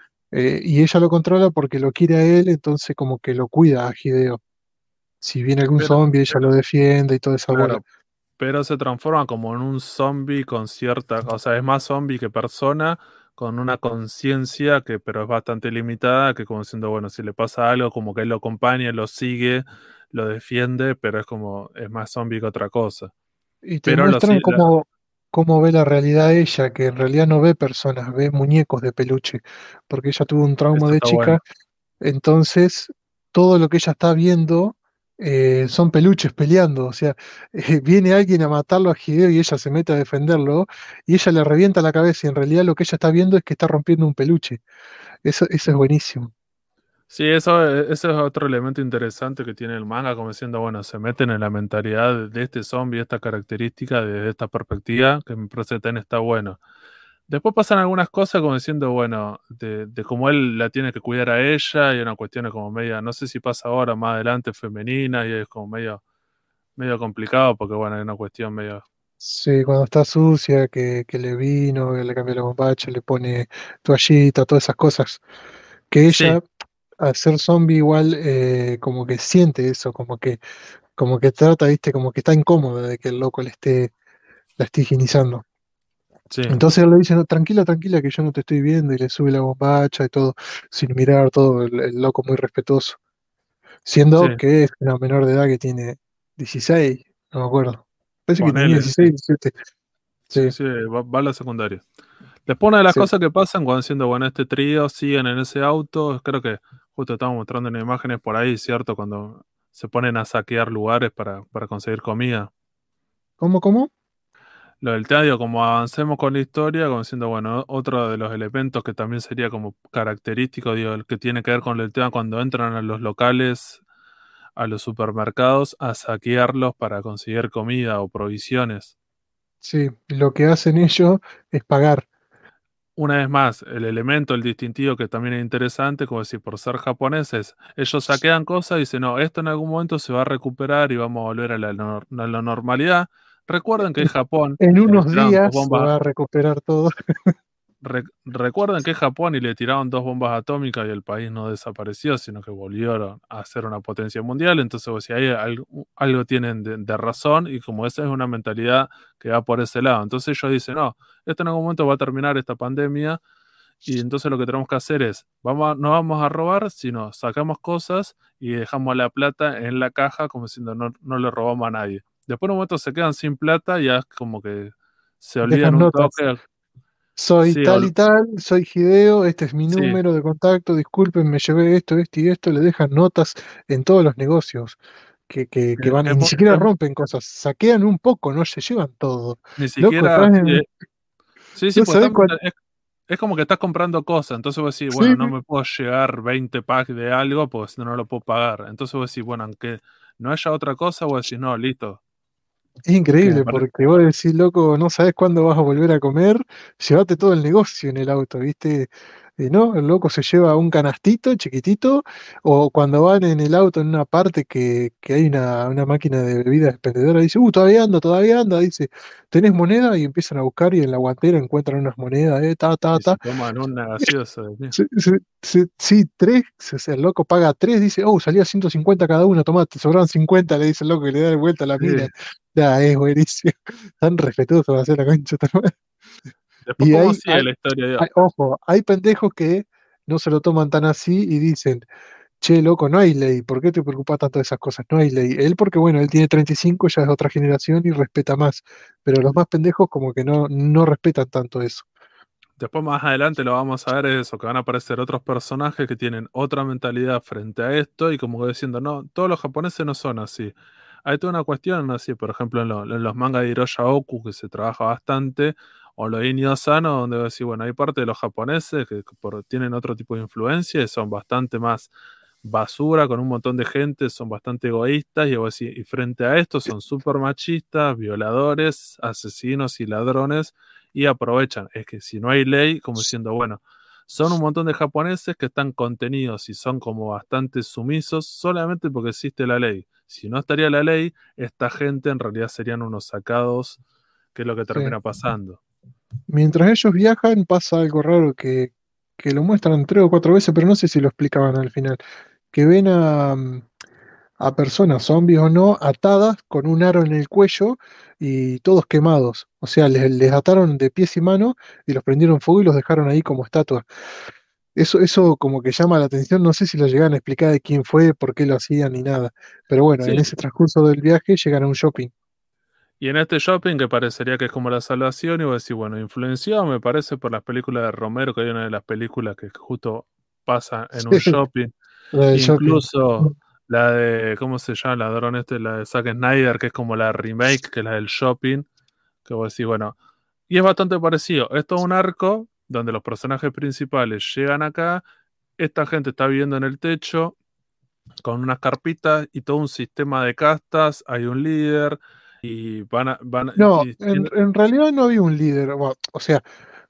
Y ella lo controla porque lo quiere a él, entonces como que lo cuida a Hideo. Si viene algún Pero, zombie, ella lo defiende y toda esa bola. claro, pero se transforma como en un zombie con cierta, o sea, es más zombie que persona, con una conciencia que, pero es bastante limitada, que como diciendo, bueno, si le pasa algo, como que él lo acompaña, lo sigue, lo defiende, pero es como, es más zombie que otra cosa. Y te Pero lo muestran sí, cómo ve la realidad ella, que en realidad no ve personas, ve muñecos de peluche, porque ella tuvo un trauma eso de está chica. bueno. Entonces, todo lo que ella está viendo son peluches peleando. O sea, viene alguien a matarlo a Hideo y ella se mete a defenderlo y ella le revienta la cabeza y en realidad lo que ella está viendo es que está rompiendo un peluche. Eso es buenísimo. Sí, eso es otro elemento interesante que tiene el manga, como diciendo, bueno, se meten en la mentalidad de este zombie, esta característica, desde esta perspectiva, que me parece que también está bueno. Después pasan algunas cosas como diciendo, bueno, de cómo él la tiene que cuidar a ella y una cuestión como media, no sé si pasa ahora, más adelante, femenina y es como medio complicado porque, bueno, hay una cuestión medio... Sí, cuando está sucia, que le vino, que le cambia la bombacha, le pone toallita, todas esas cosas. Que Sí, ella, al ser zombie, igual como que siente eso, como que trata, viste, como que está incómoda de que el loco la esté higienizando. sí, Entonces él le dice, no, tranquila, tranquila, que yo no te estoy viendo, y le sube la bombacha y todo, sin mirar, todo, el loco muy respetuoso. sí, Siendo que es una menor de edad que tiene 16, no me acuerdo. Parece que tenía ponele, sí, 16, 17. sí, Sí, sí, va a la secundaria. Después una de las sí. cosas que pasan cuando siendo, bueno, este trío siguen en ese auto, creo que justo estamos mostrando en imágenes por ahí, ¿cierto? Cuando se ponen a saquear lugares para conseguir comida. ¿Cómo, cómo? Lo del teatro, como avancemos con la historia, como siendo, bueno, otro de los elementos que también sería como característico, digo, el que tiene que ver con el tema cuando entran a los locales, a los supermercados, a saquearlos para conseguir comida o provisiones. Sí, lo que hacen ellos es pagar. Una vez más, el elemento, el distintivo que también es interesante, como decir, por ser japoneses, ellos saquean cosas y dicen, no, esto en algún momento se va a recuperar y vamos a volver a a la normalidad. Recuerden que Japón En le unos tiraron dos días se bombas. va a recuperar todo. Recuerden que es Japón y le tiraron dos bombas atómicas y el país no desapareció, sino que volvieron a ser una potencia mundial. Entonces, pues, si hay algo tienen de razón y como esa es una mentalidad que va por ese lado. Entonces ellos dicen, no, esto en algún momento va a terminar esta pandemia y entonces lo que tenemos que hacer es, no vamos a robar, sino sacamos cosas y dejamos la plata en la caja como diciendo, no, no le robamos a nadie. Después en un momento se quedan sin plata y ya es como que se olvidan Dejan un notas. toque. Soy Sí, tal y tal, soy Hideo, este es mi sí. número de contacto, disculpen, me llevé esto, esto y esto. Le dejan notas en todos los negocios que van, y Es ni mu- siquiera es mu- rompen cosas, saquean un poco, no se llevan todo. Ni Loco, siquiera, sí, traen, sí, sí, no porque sabés cuánto. es como que estás comprando cosas, entonces vos decís, Sí, bueno, no me puedo llegar 20 packs de algo porque si no, no lo puedo pagar. Entonces vos decís, bueno, aunque no haya otra cosa, vos decís, no, listo, es que me increíble parece. porque vos decís, loco, no sabés cuándo vas a volver a comer, llévate todo el negocio en el auto, ¿viste? Y no, el loco se lleva un canastito chiquitito, o cuando van en el auto en una parte que hay una máquina de bebidas expendedora, dice, todavía anda, dice, ¿tenés moneda? Y empiezan a buscar y en la guantera encuentran unas monedas, ta, ta, Y ta. se toman una gaseosa, Dios mío. Sí, tres, el loco paga tres, dice, oh, salía 150 cada uno, tomá, te sobraron 50, le dice el loco y le da de vuelta a la mina. Sí. Ya, es buenísimo. Tan respetuoso va a ser la concha. Después, Y ¿cómo sigue la historia? ojo, hay pendejos que no se lo toman tan así y dicen, che, loco, no hay ley, ¿por qué te preocupas tanto de esas cosas? No hay ley. Él porque, bueno, él tiene 35, ya es otra generación y respeta más, pero los más pendejos como que no respetan tanto eso. Después más adelante lo vamos a ver es eso, que van a aparecer otros personajes que tienen otra mentalidad frente a esto y como que diciendo, no, todos los japoneses no son así. Hay toda una cuestión así, por ejemplo, en los mangas de Hiroya Oku, que se trabaja bastante, o los Inio Asano, donde va a decir, bueno, hay parte de los japoneses que tienen otro tipo de influencia y son bastante más basura con un montón de gente, son bastante egoístas y, vos decís, y frente a esto son súper machistas, violadores, asesinos y ladrones y aprovechan. Es que si no hay ley, como diciendo, bueno, son un montón de japoneses que están contenidos y son como bastante sumisos solamente porque existe la ley. Si no estaría la ley, esta gente en realidad serían unos sacados, que es lo que Sí. termina pasando. Mientras ellos viajan, pasa algo raro que lo muestran 3 o 4 veces, pero no sé si lo explicaban al final. Que ven a personas, zombies o no, atadas con un aro en el cuello y todos quemados. O sea, les ataron de pies y manos y los prendieron fuego y los dejaron ahí como estatuas. Eso como que llama la atención, no sé si lo llegan a explicar de quién fue, por qué lo hacían ni nada. Pero bueno, Sí, en ese transcurso del viaje llegan a un shopping. y en este shopping, que parecería que es como la salvación, y vos decís, bueno, influenciado me parece por las películas de Romero, que hay una de las películas que justo pasa en un Sí, shopping, lo del shopping. incluso la de, ¿cómo se llama? Ladrón este, la de Zack Snyder, que es como la remake, que es la del shopping, que vos decís, bueno, y es bastante parecido. Esto es un arco donde los personajes principales llegan acá, esta gente está viviendo en el techo, con unas carpitas y todo un sistema de castas, hay un líder y No, en realidad no había un líder. O sea,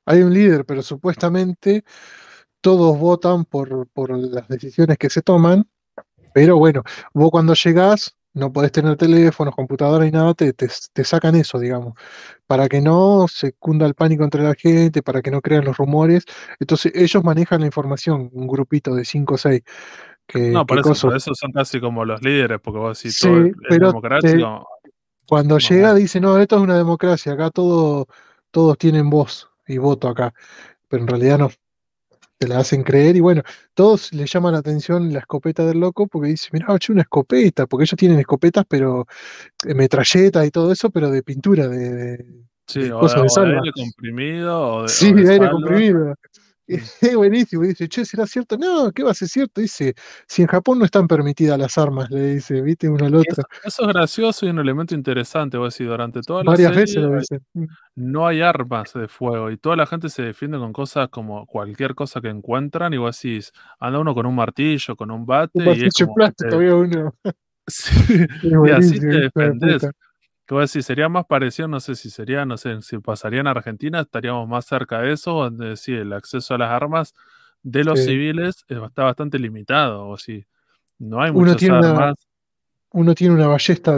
hay un líder, pero supuestamente todos votan por las decisiones que se toman, pero bueno, vos cuando llegás no podés tener teléfonos, computadora y nada, te sacan eso, digamos, para que no se cunda el pánico entre la gente, para que no crean los rumores. Entonces ellos manejan la información, un grupito de 5 o 6, No, que por coso. eso son casi como los líderes, porque vos decís todo Sí, es pero democrático, cuando más o llega menos. dice, no, esto es una democracia, acá todos tienen voz y voto acá, pero en realidad no. Te la hacen creer y bueno, todos le llaman la atención la escopeta del loco porque dice, mirá, che, una escopeta, porque ellos tienen escopetas, pero metralletas y todo eso, pero de pintura, Sí, de cosas de o de salva. aire comprimido Sí, o de de aire salva. comprimido. Mm. Es buenísimo. Y dice, che, ¿será cierto? No, ¿qué va a ser cierto? Dice, si en Japón no están permitidas las armas, le dice, viste, uno al Y otro. eso es gracioso y un elemento interesante, vos decís, durante toda la Varias veces serie lo dicen. no hay armas de fuego y toda la gente se defiende con cosas como cualquier cosa que encuentran y vos decís, anda uno con un martillo, con un Un bate y es martillo de como que plástico, había uno. sí, Es y así buenísimo, te hijo de defendés. puta. Que vos decís, sería más parecido, no sé si sería, no sé, si pasaría en Argentina, estaríamos más cerca de eso, donde sí, el acceso a las armas de los Sí. civiles está bastante limitado, o si no hay Uno muchas tiene una, armas, uno tiene una ballesta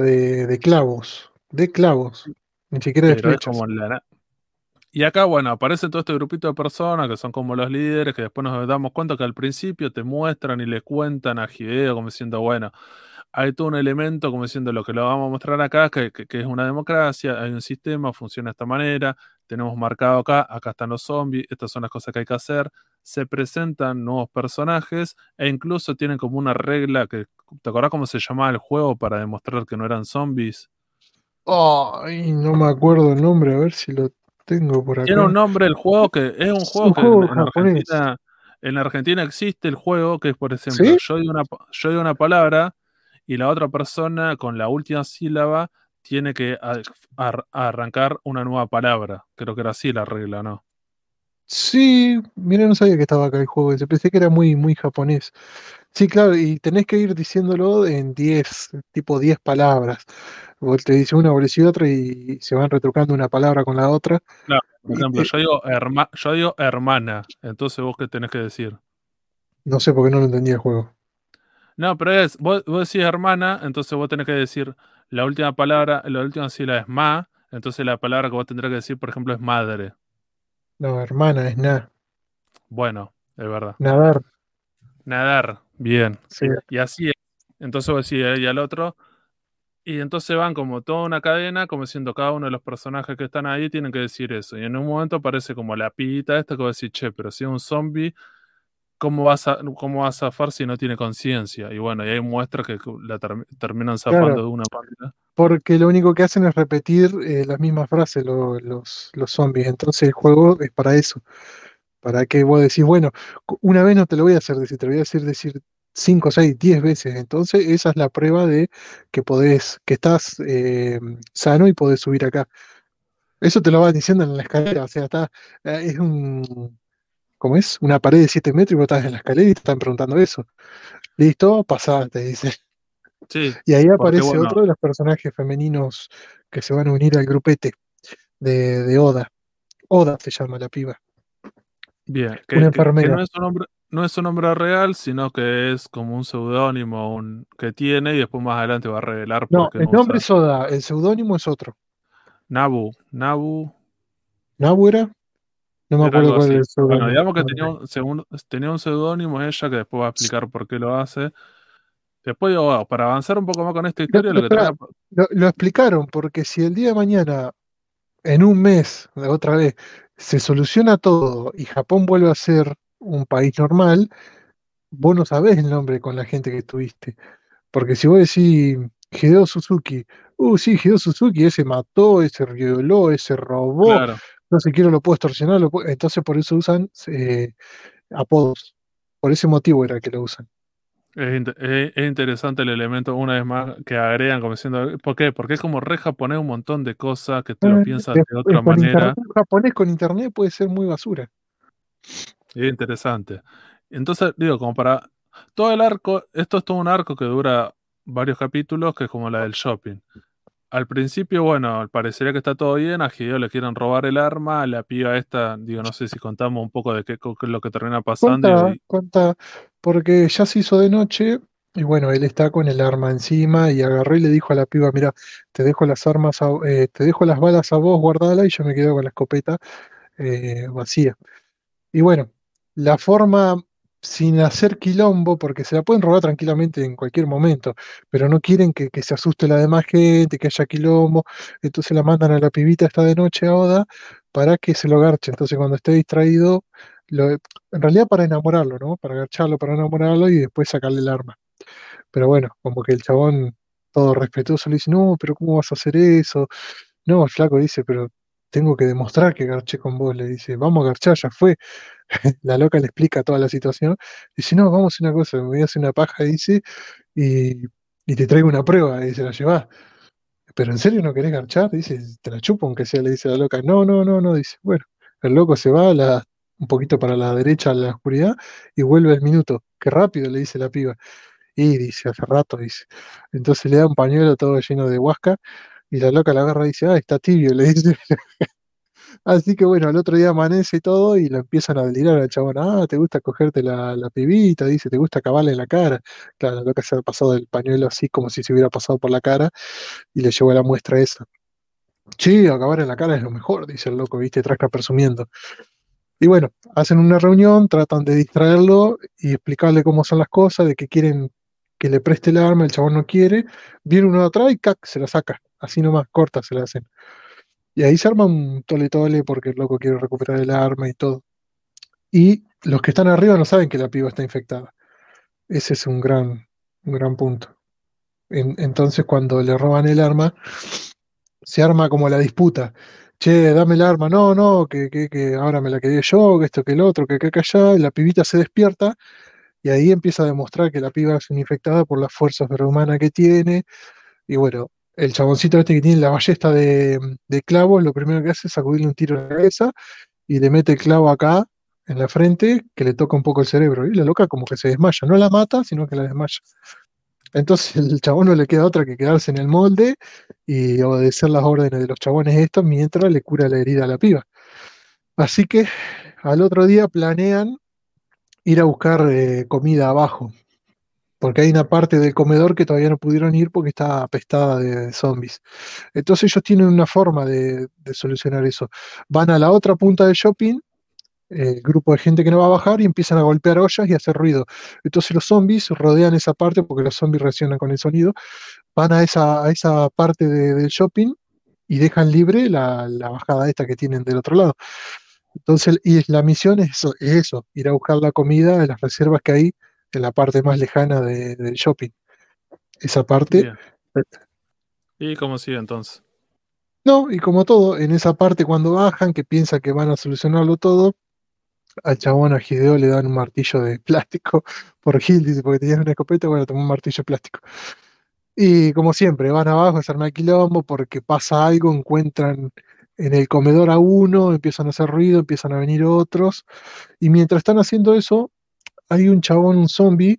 de clavos, ni siquiera de pero es flechas. como la. Y acá, bueno, aparece todo este grupito de personas que son como los líderes, que después nos damos cuenta que al principio te muestran y le cuentan a Hideo como diciendo, bueno, hay todo un elemento como diciendo lo que lo vamos a mostrar acá, que es una democracia, hay un sistema, funciona de esta manera, tenemos marcado acá, acá están los zombies, estas son las cosas que hay que hacer, se presentan nuevos personajes e incluso tienen como una regla que, ¿te acordás cómo se llamaba el juego para demostrar que no eran zombies? Ay, no me acuerdo el nombre, a ver si lo tengo por Tiene un acá. nombre el juego que es un Es juego un que juego japonés. En Argentina existe el juego que es, por ejemplo, ¿Sí? yo digo una palabra y la otra persona con la última sílaba tiene que arrancar una nueva palabra. Creo que era así la regla, ¿no? Sí, mira, no sabía que estaba acá el juego ese, pensé que era muy japonés. Sí, claro, y tenés que ir diciéndolo en 10 tipo 10 palabras. Vos te dice una, vos decís otra y se van retrucando una palabra con la otra. Claro, por Y ejemplo, yo digo hermana, entonces vos qué tenés que decir. no sé por qué no lo entendía el juego. No, pero vos decís hermana, entonces vos tenés que decir la última palabra, la última sílaba es ma, entonces la palabra que vos tendrás que decir, por ejemplo, es madre. No, hermana, es Bueno, es verdad. nadar. Nadar, bien. Sí, Y así es. Entonces vos decís, y al otro. Y entonces van como toda una cadena, como diciendo cada uno de los personajes que están ahí tienen que decir eso. Y en un momento aparece como la pibita esta que va a decir, che, pero si es un zombie, cómo va a zafar si no tiene conciencia? Y bueno, y ahí muestra que terminan zafando claro, de una manera. porque lo único que hacen es repetir las mismas frases los zombies. Entonces el juego es para eso. Para que vos decís, bueno, una vez no te lo voy a hacer decir, te lo voy a decir 5, 6, 10 veces. Entonces, esa es la prueba de que podés, que estás sano y podés subir acá. Eso te lo van diciendo en la escalera, o sea, es ¿cómo es? Una pared de 7 metros y vos estás en la escalera y te están preguntando eso. Listo, pasá, te dice. Sí, Y ahí porque aparece bueno, otro de los personajes femeninos que se van a unir al grupete de Oda. Oda se llama la piba, bien, una que enfermera. no es un nombre real, sino que es como un seudónimo que tiene y después más adelante va a revelar por No, qué el no nombre usa es Oda, el seudónimo es otro. Nabu. ¿Nabu era? No me Era acuerdo algo cuál así. era el Bueno, seudónimo. digamos que Bueno. tenía un seudónimo ella que después va a explicar por qué lo hace. Después, digo, bueno, para avanzar un poco más con esta historia, lo que Pará, tenía. lo explicaron, porque si el día de mañana, en un mes, de otra vez, se soluciona todo y Japón vuelve a ser un país normal, vos no sabés el nombre con la gente que tuviste. Porque si vos decís Hideo Suzuki, sí, Hideo Suzuki, ese mató, ese violó, ese robó, Claro, no sé quiero lo puedo extorsionar, entonces por eso usan apodos. Por ese motivo era que lo usan. es interesante el elemento, una vez más, que agregan como diciendo, ¿por qué? Porque es como re japonés un montón de cosas que te lo piensas de otra Con internet, manera. japonés con internet puede ser muy basura. Es interesante. Entonces, digo, como para todo el arco, esto es todo un arco que dura varios capítulos, que es como la del shopping. al principio, bueno, parecería que está todo bien, a Hideo le quieren robar el arma, a la piba esta, digo, no sé si contamos un poco de qué es lo que termina pasando Contá, y contá, porque ya se hizo de noche y bueno, él está con el arma encima y agarró y le dijo a la piba, mira, te dejo las armas, te dejo las balas a vos, guardala y yo me quedo con la escopeta vacía. Y bueno, la forma sin hacer quilombo, porque se la pueden robar tranquilamente en cualquier momento, pero no quieren que se asuste la demás gente, que haya quilombo, entonces la mandan a la pibita esta de noche a Oda para que se lo garche. Entonces cuando esté distraído, en realidad para enamorarlo, ¿no? Para garcharlo, para enamorarlo y después sacarle el arma. Pero bueno, como que el chabón, todo respetuoso, le dice, no, pero ¿cómo vas a hacer eso? No, el flaco dice, pero tengo que demostrar que garché con vos. Le dice, vamos a garchar, ya fue. La loca le explica toda la situación. Dice, no, vamos a hacer una cosa, me voy a hacer una paja, dice, y, y te traigo una prueba, y se la lleva. ¿Pero en serio no querés garchar? Dice, te la chupo aunque sea, le dice la loca. No, no, no, no, dice. Bueno, el loco se va un poquito para la derecha a la oscuridad y vuelve al minuto. Qué rápido, le dice la piba. Y dice, hace rato, dice. Entonces le da un pañuelo todo lleno de huasca y la loca la agarra y dice, ah, está tibio, le dice. Así que bueno, al otro día amanece y todo y lo empiezan a delirar al chabón. Ah, te gusta cogerte la pibita, dice, te gusta acabarle en la cara. Claro, la loca se ha pasado del pañuelo así como si se hubiera pasado por la cara y le llevó la muestra esa. Sí, acabar en la cara es lo mejor, dice el loco, viste, trasca presumiendo. Y bueno, hacen una reunión, tratan de distraerlo y explicarle cómo son las cosas, de que quieren que le preste el arma, el chabón no quiere. Viene uno de atrás y ¡cac! Se la saca. Así nomás, corta se la hacen. Y ahí se arma un tole tole porque el loco quiere recuperar el arma y todo. Y los que están arriba no saben que la piba está infectada. Ese es un gran punto. Entonces, cuando le roban el arma, se arma como la disputa. Che, dame el arma, no, no, que ahora me la quedé yo, que esto, que el otro, que allá. Y la pibita se despierta y ahí empieza a demostrar que la piba es una infectada por la fuerza sobrehumana que tiene. Y bueno, el chaboncito este que tiene la ballesta de clavos, lo primero que hace es sacudirle un tiro en la cabeza y le mete el clavo acá en la frente que le toca un poco el cerebro. Y la loca como que se desmaya, no la mata, sino que la desmaya. Entonces el chabón no le queda otra que quedarse en el molde y obedecer las órdenes de los chabones estos mientras le cura la herida a la piba. Así que al otro día planean ir a buscar comida abajo, porque hay una parte del comedor que todavía no pudieron ir porque está apestada de zombies. Entonces ellos tienen una forma de solucionar eso. Van a la otra punta del shopping, grupo de gente que no va a bajar y empiezan a golpear ollas y a hacer ruido. Entonces los zombies rodean esa parte porque los zombies reaccionan con el sonido, van a esa parte del shopping y dejan libre la bajada esta que tienen del otro lado. Entonces, y la misión es eso, ir a buscar la comida en las reservas que hay en la parte más lejana del shopping. Esa parte, bien. eh, ¿Y cómo sigue entonces? no, y como todo, en esa parte cuando bajan, que piensan que van a solucionarlo todo, al chabón a Hideo le dan un martillo de plástico por Gil, dice, porque tenías una escopeta, bueno, tomó un martillo de plástico. Y como siempre, van abajo, se arma el quilombo porque pasa algo, encuentran en el comedor a uno, empiezan a hacer ruido, empiezan a venir otros. Y mientras están haciendo eso, hay un chabón, un zombie,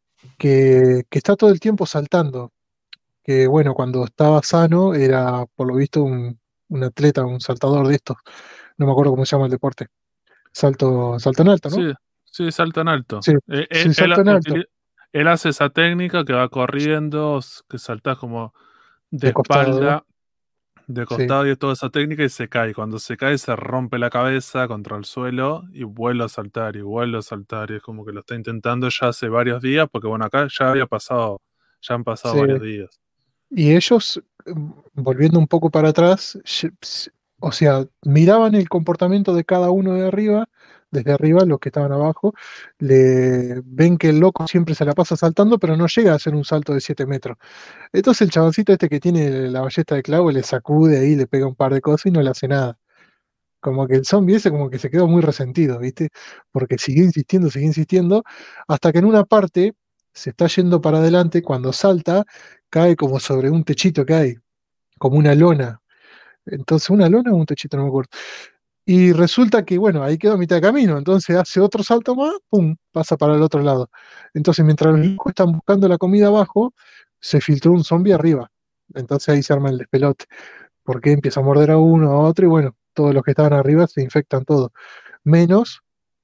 que está todo el tiempo saltando. Que bueno, cuando estaba sano era, por lo visto, un atleta, un saltador de estos. No me acuerdo cómo se llama el deporte. Salto en alto, ¿no? Sí, sí, salta en alto. Sí, sí, salto en alto, Él hace esa técnica que va corriendo, que saltas como de de costado, espalda, de sí. costado y toda esa técnica y se cae. Cuando se cae se rompe la cabeza contra el suelo y vuelve a saltar y vuelve a saltar. Y es como que lo está intentando ya hace varios días, porque bueno, acá ya han pasado Sí. varios días. Y ellos, volviendo un poco para atrás, o sea, miraban el comportamiento de cada uno de arriba, desde arriba, los que estaban abajo, le ven que el loco siempre se la pasa saltando, pero no llega a hacer un salto de 7 metros. Entonces el chaboncito este que tiene la ballesta de clavo le sacude ahí, le pega un par de cosas y no le hace nada. Como que el zombie ese como que se quedó muy resentido, ¿viste? Porque sigue insistiendo, hasta que en una parte se está yendo para adelante, cuando salta, cae como sobre un techito que hay, como una lona. Entonces, ¿una lona o un techito? No me acuerdo. Y resulta que, bueno, ahí quedó a mitad de camino, entonces hace otro salto más, ¡pum!, pasa para el otro lado. Entonces, mientras los locos están buscando la comida abajo, se filtró un zombie arriba. Entonces ahí se arma el despelote, porque empieza a morder a uno, a otro, y bueno, todos los que estaban arriba se infectan todos, menos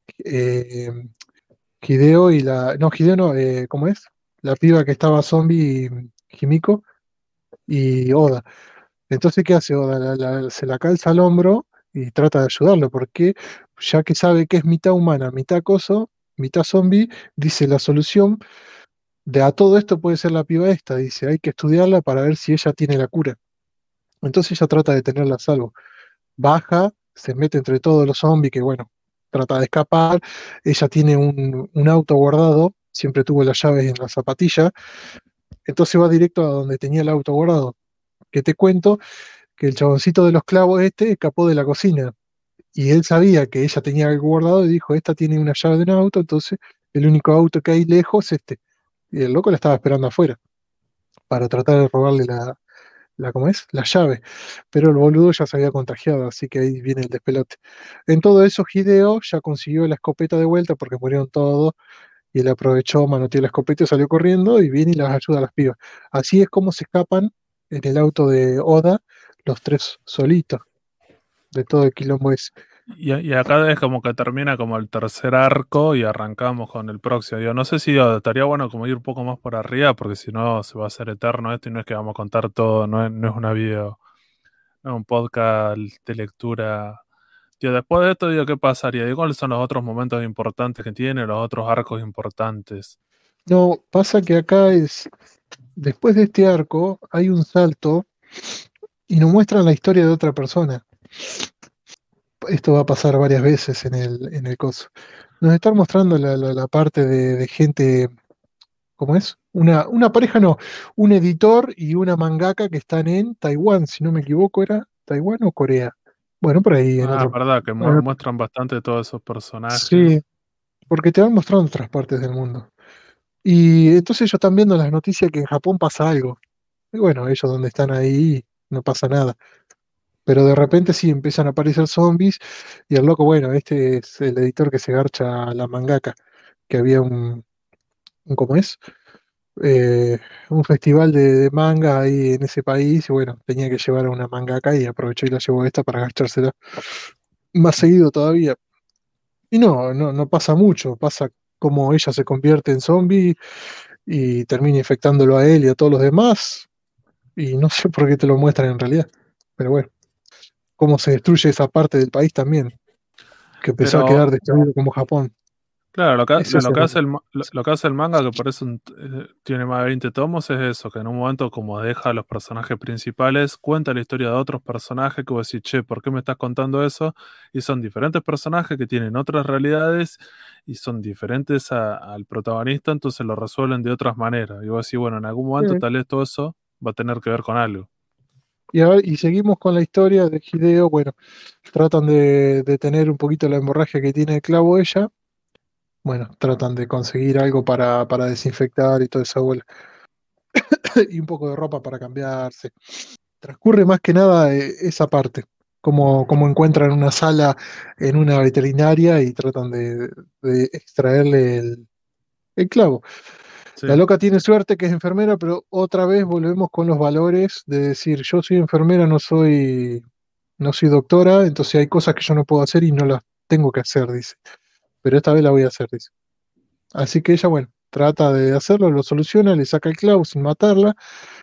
eh, Hideo y la... No, Hideo no, ¿cómo es? La piba que estaba zombie, Himiko, y Oda. Entonces, ¿qué hace Oda? Se la calza al hombro y trata de ayudarlo, porque ya que sabe que es mitad humana, mitad coso, mitad zombie, dice la solución de a todo esto puede ser la piba esta, dice, hay que estudiarla para ver si ella tiene la cura. Entonces ella trata de tenerla a salvo. Baja, se mete entre todos los zombies que, bueno, trata de escapar. Ella tiene un auto guardado, siempre tuvo las llaves en la zapatilla, entonces va directo a donde tenía el auto guardado. Que te cuento que el chaboncito de los clavos este escapó de la cocina y él sabía que ella tenía algo guardado y dijo, esta tiene una llave de un auto, entonces el único auto que hay lejos es este. Y el loco la estaba esperando afuera para tratar de robarle ¿cómo es? La llave. Pero el boludo ya se había contagiado, así que ahí viene el despelote. En todo eso, Hideo ya consiguió la escopeta de vuelta porque murieron todos y él aprovechó, manoteó la escopeta y salió corriendo y viene y las ayuda a las pibas. Así es como se escapan en el auto de Oda los tres solitos de todo el quilombo ese. Y acá es como que termina como el tercer arco y arrancamos con el próximo. Yo no sé si estaría bueno como ir un poco más por arriba, porque si no se va a hacer eterno esto y no es que vamos a contar todo, no es una video, no es un podcast de lectura. Tío, después de esto, digo, ¿qué pasaría? Digo, ¿cuáles son los otros momentos importantes que tiene, los otros arcos importantes? No, pasa que acá es, después de este arco, hay un salto y nos muestran la historia de otra persona. Esto va a pasar varias veces en el coso. Nos están mostrando la parte de gente, ¿cómo es? Una pareja, no, un editor y una mangaka que están en Taiwán, si no me equivoco, ¿era Taiwán o Corea? Bueno, por ahí, en Ah, otro. verdad, que Bueno, muestran bastante todos esos sí, personajes. porque te van mostrando otras partes del mundo. Y entonces ellos están viendo en las noticias que en Japón pasa algo. Y bueno, ellos donde están ahí no pasa nada. Pero de repente sí empiezan a aparecer zombies y el loco, bueno, este es el editor que se garcha a la mangaka, que había ¿cómo es? Un festival de manga ahí en ese país y bueno, tenía que llevar a una mangaka y aprovechó y la llevó a esta para garchársela más seguido todavía. Y no pasa mucho, pasa como ella se convierte en zombie y termina infectándolo a él y a todos los demás y no sé por qué te lo muestran en realidad. Pero bueno, cómo se destruye esa parte del país también, que empezó a Pero quedar destruido como Japón. claro, Eso es lo que hace hermoso. lo que hace el manga, que por eso tiene más de 20 tomos, es eso, que en un momento como deja a los personajes principales, cuenta la historia de otros personajes que vos decís, che, ¿por qué me estás contando eso? Y son diferentes personajes que tienen otras realidades y son diferentes al protagonista, entonces lo resuelven de otras maneras. Y vos decís, bueno, en algún momento Eh, tal vez todo eso va a tener que ver con algo. y seguimos con la historia de Hideo. Bueno, tratan de tener un poquito la hemorragia que tiene el clavo ella. Bueno, tratan de conseguir algo para desinfectar y toda esa bola. Y un poco de ropa para cambiarse. Transcurre más que nada esa parte. Como encuentran una sala en una veterinaria y tratan de extraerle el clavo. Sí, La loca tiene suerte que es enfermera, pero otra vez volvemos con los valores de decir, yo soy enfermera, no soy doctora, entonces hay cosas que yo no puedo hacer y no las tengo que hacer, dice. Pero esta vez la voy a hacer, dice. Así que ella, bueno, trata de hacerlo, lo soluciona, le saca el clavo sin matarla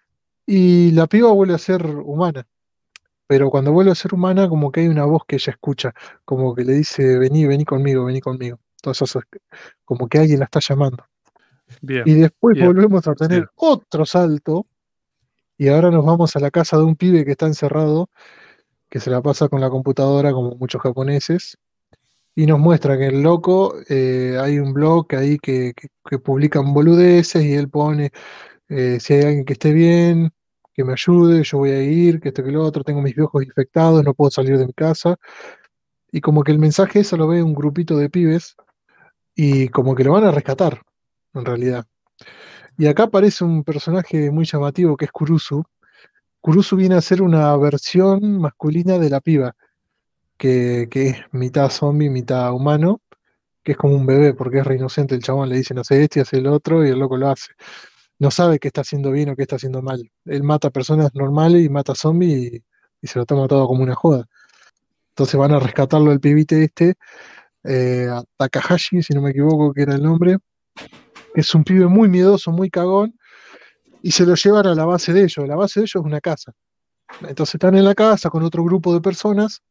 y la piba vuelve a ser humana. Pero cuando vuelve a ser humana, como que hay una voz que ella escucha, como que le dice, vení, vení conmigo, vení conmigo. Entonces, como que alguien la está llamando. Y bien. después Y volvemos a sí, tener otro salto. Y ahora nos vamos a la casa de un pibe que está encerrado, que se la pasa con la computadora como muchos japoneses, y nos muestra que el loco, hay un blog ahí que publican boludeces y él pone, si hay alguien que esté bien, que me ayude, yo voy a ir, que esto que lo otro, tengo mis viejos infectados, no puedo salir de mi casa, y como que el mensaje eso lo ve un grupito de pibes y como que lo van a rescatar, en realidad. Y acá aparece un personaje muy llamativo que es Kurusu. Kurusu viene a ser una versión masculina de la piba, que es mitad zombie, mitad humano, que es como un bebé, porque es re inocente el chabón, le dicen hace esto y hace el otro, y el loco lo hace. no sabe qué está haciendo bien o qué está haciendo mal. Él mata personas normales y mata zombies y se lo toma todo como una joda. Entonces van a rescatarlo el pibite este, a Takahashi, si no me equivoco, que era el nombre, que es un pibe muy miedoso, muy cagón, y se lo llevan a la base de ellos. La base de ellos es una casa. Entonces están en la casa con otro grupo de personas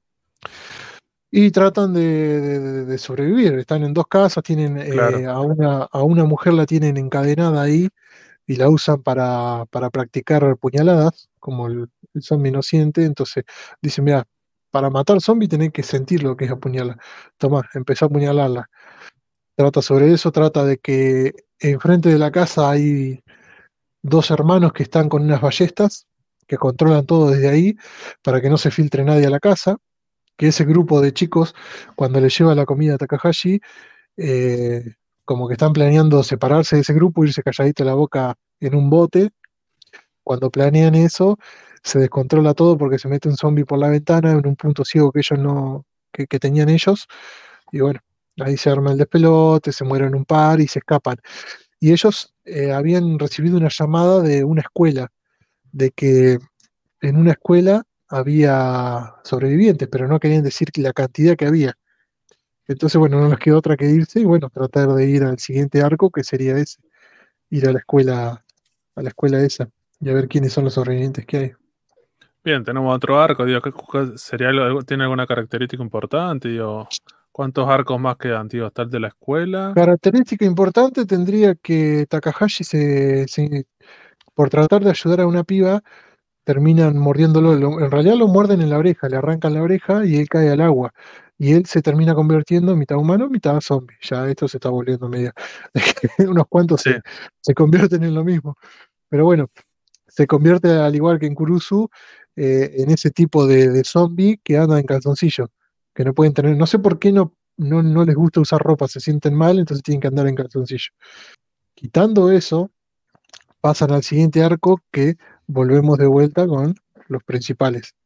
y tratan de sobrevivir. Están en dos casas, tienen Claro, a una mujer la tienen encadenada ahí y la usan para practicar puñaladas, como el zombie no siente. Entonces dicen, mira, para matar zombie tenés que sentir lo que es apuñalar. Tomá, empezá a apuñalarla. Trata sobre eso, trata de que enfrente de la casa hay dos hermanos que están con unas ballestas que controlan todo desde ahí para que no se filtre nadie a la casa, que ese grupo de chicos, cuando le lleva la comida a Takahashi, eh, como que están planeando separarse de ese grupo, irse calladito la boca en un bote. Cuando planean eso, se descontrola todo porque se mete un zombie por la ventana en un punto ciego que ellos no, que tenían ellos, y bueno, ahí se arma el despelote, se mueren un par y se escapan. Y ellos habían recibido una llamada de una escuela, de que en una escuela había sobrevivientes, pero no querían decir la cantidad que había. Entonces, bueno, no nos quedó otra que irse y bueno, tratar de ir al siguiente arco, que sería ese, ir a la escuela esa, y a ver quiénes son los sobrevivientes que hay. bien, tenemos otro arco, digo, sería tiene alguna característica importante? Digo, ¿cuántos arcos más quedan, tío? ¿Está el de la escuela? Característica importante tendría que Takahashi por tratar de ayudar a una piba, terminan mordiéndolo. En realidad lo muerden en la oreja, le arrancan la oreja y él cae al agua. Y él se termina convirtiendo en mitad humano, mitad zombie. Ya esto se está volviendo medio. Unos cuantos Sí, se convierten en lo mismo. Pero bueno, se convierte al igual que en Kurusu, en ese tipo de zombie que anda en calzoncillo. Que no pueden tener. No sé por qué no les gusta usar ropa, se sienten mal, entonces tienen que andar en calzoncillo. Quitando eso, pasan al siguiente arco que volvemos de vuelta con los principales,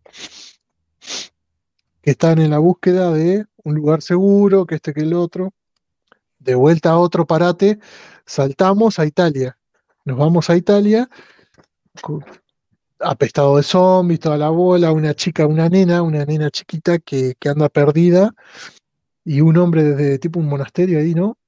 que están en la búsqueda de un lugar seguro, que este que el otro. De vuelta a otro parate, saltamos a Italia. Nos vamos a Italia, co- apestado de zombies, toda la bola, una chica, una nena chiquita que anda perdida, y un hombre desde tipo un monasterio ahí, ¿no?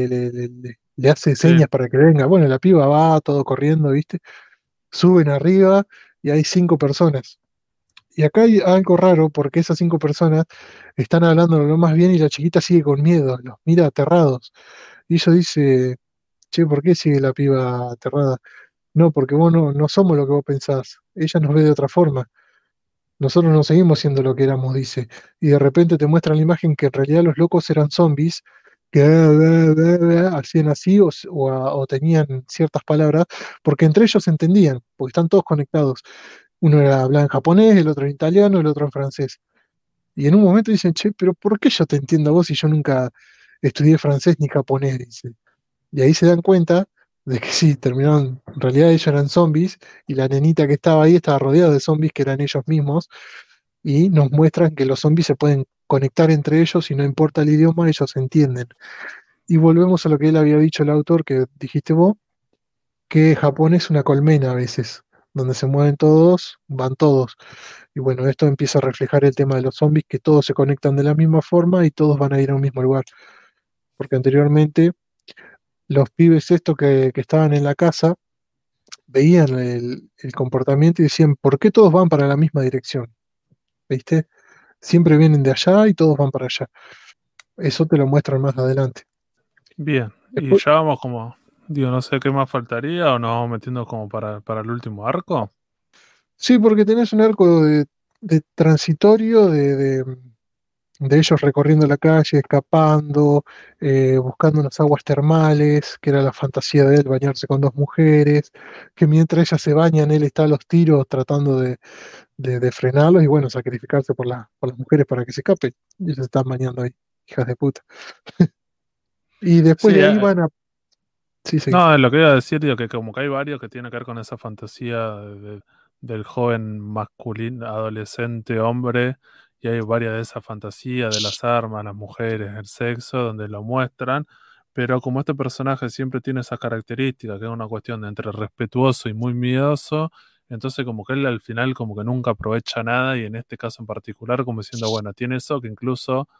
Le hace sí. señas para que venga. Bueno, la piba va todo corriendo, ¿viste? Suben arriba y hay 5 personas. Y acá hay algo raro porque esas 5 personas están hablando lo más bien y la chiquita sigue con miedo, los mira aterrados. Y ella dice, che, ¿por qué sigue la piba aterrada? No, porque vos no somos lo que vos pensás. Ella nos ve de otra forma. Nosotros no seguimos siendo lo que éramos, dice. Y de repente te muestran la imagen que en realidad los locos eran zombies que hacían así o tenían ciertas palabras, porque entre ellos se entendían, porque están todos conectados. Uno hablaba en japonés, el otro en italiano, el otro en francés. Y en un momento dicen, che, pero ¿por qué yo te entiendo a vos si yo nunca estudié francés ni japonés? Dice. Y ahí se dan cuenta de que sí, terminaron, en realidad ellos eran zombies y la nenita que estaba ahí estaba rodeada de zombies que eran ellos mismos y nos muestran que los zombies se pueden conectar entre ellos y no importa el idioma, ellos se entienden. Y volvemos a lo que él había dicho el autor, que dijiste vos, que Japón es una colmena a veces, donde se mueven todos, van todos. Y bueno, esto empieza a reflejar el tema de los zombies, que todos se conectan de la misma forma y todos van a ir a un mismo lugar. Porque anteriormente los pibes estos que estaban en la casa veían el comportamiento y decían, ¿por qué todos van para la misma dirección? ¿Viste? Siempre vienen de allá y todos van para allá. Eso te lo muestran más adelante. Bien, y Después, ya vamos como, digo, no sé qué más faltaría o nos vamos metiendo como para el último arco. sí, porque tenés un arco de transitorio de ellos recorriendo la calle, escapando, buscando unas aguas termales, que era la fantasía de él, bañarse con dos mujeres, que mientras ellas se bañan, él está a los tiros tratando de frenarlos y bueno, sacrificarse por las mujeres para que se escapen. Y ellos se están bañando ahí, hijas de puta. Y después Sí, de ahí van a... Sí, sí. no, lo que iba a decir, digo, que como que hay varios que tienen que ver con esa fantasía del joven masculino, adolescente, hombre, y hay varias de esas fantasías de las armas, las mujeres, el sexo, donde lo muestran, pero como este personaje siempre tiene esa característica, que es una cuestión de entre respetuoso y muy miedoso, entonces como que él al final como que nunca aprovecha nada y en este caso en particular como diciendo, bueno, tiene eso que incluso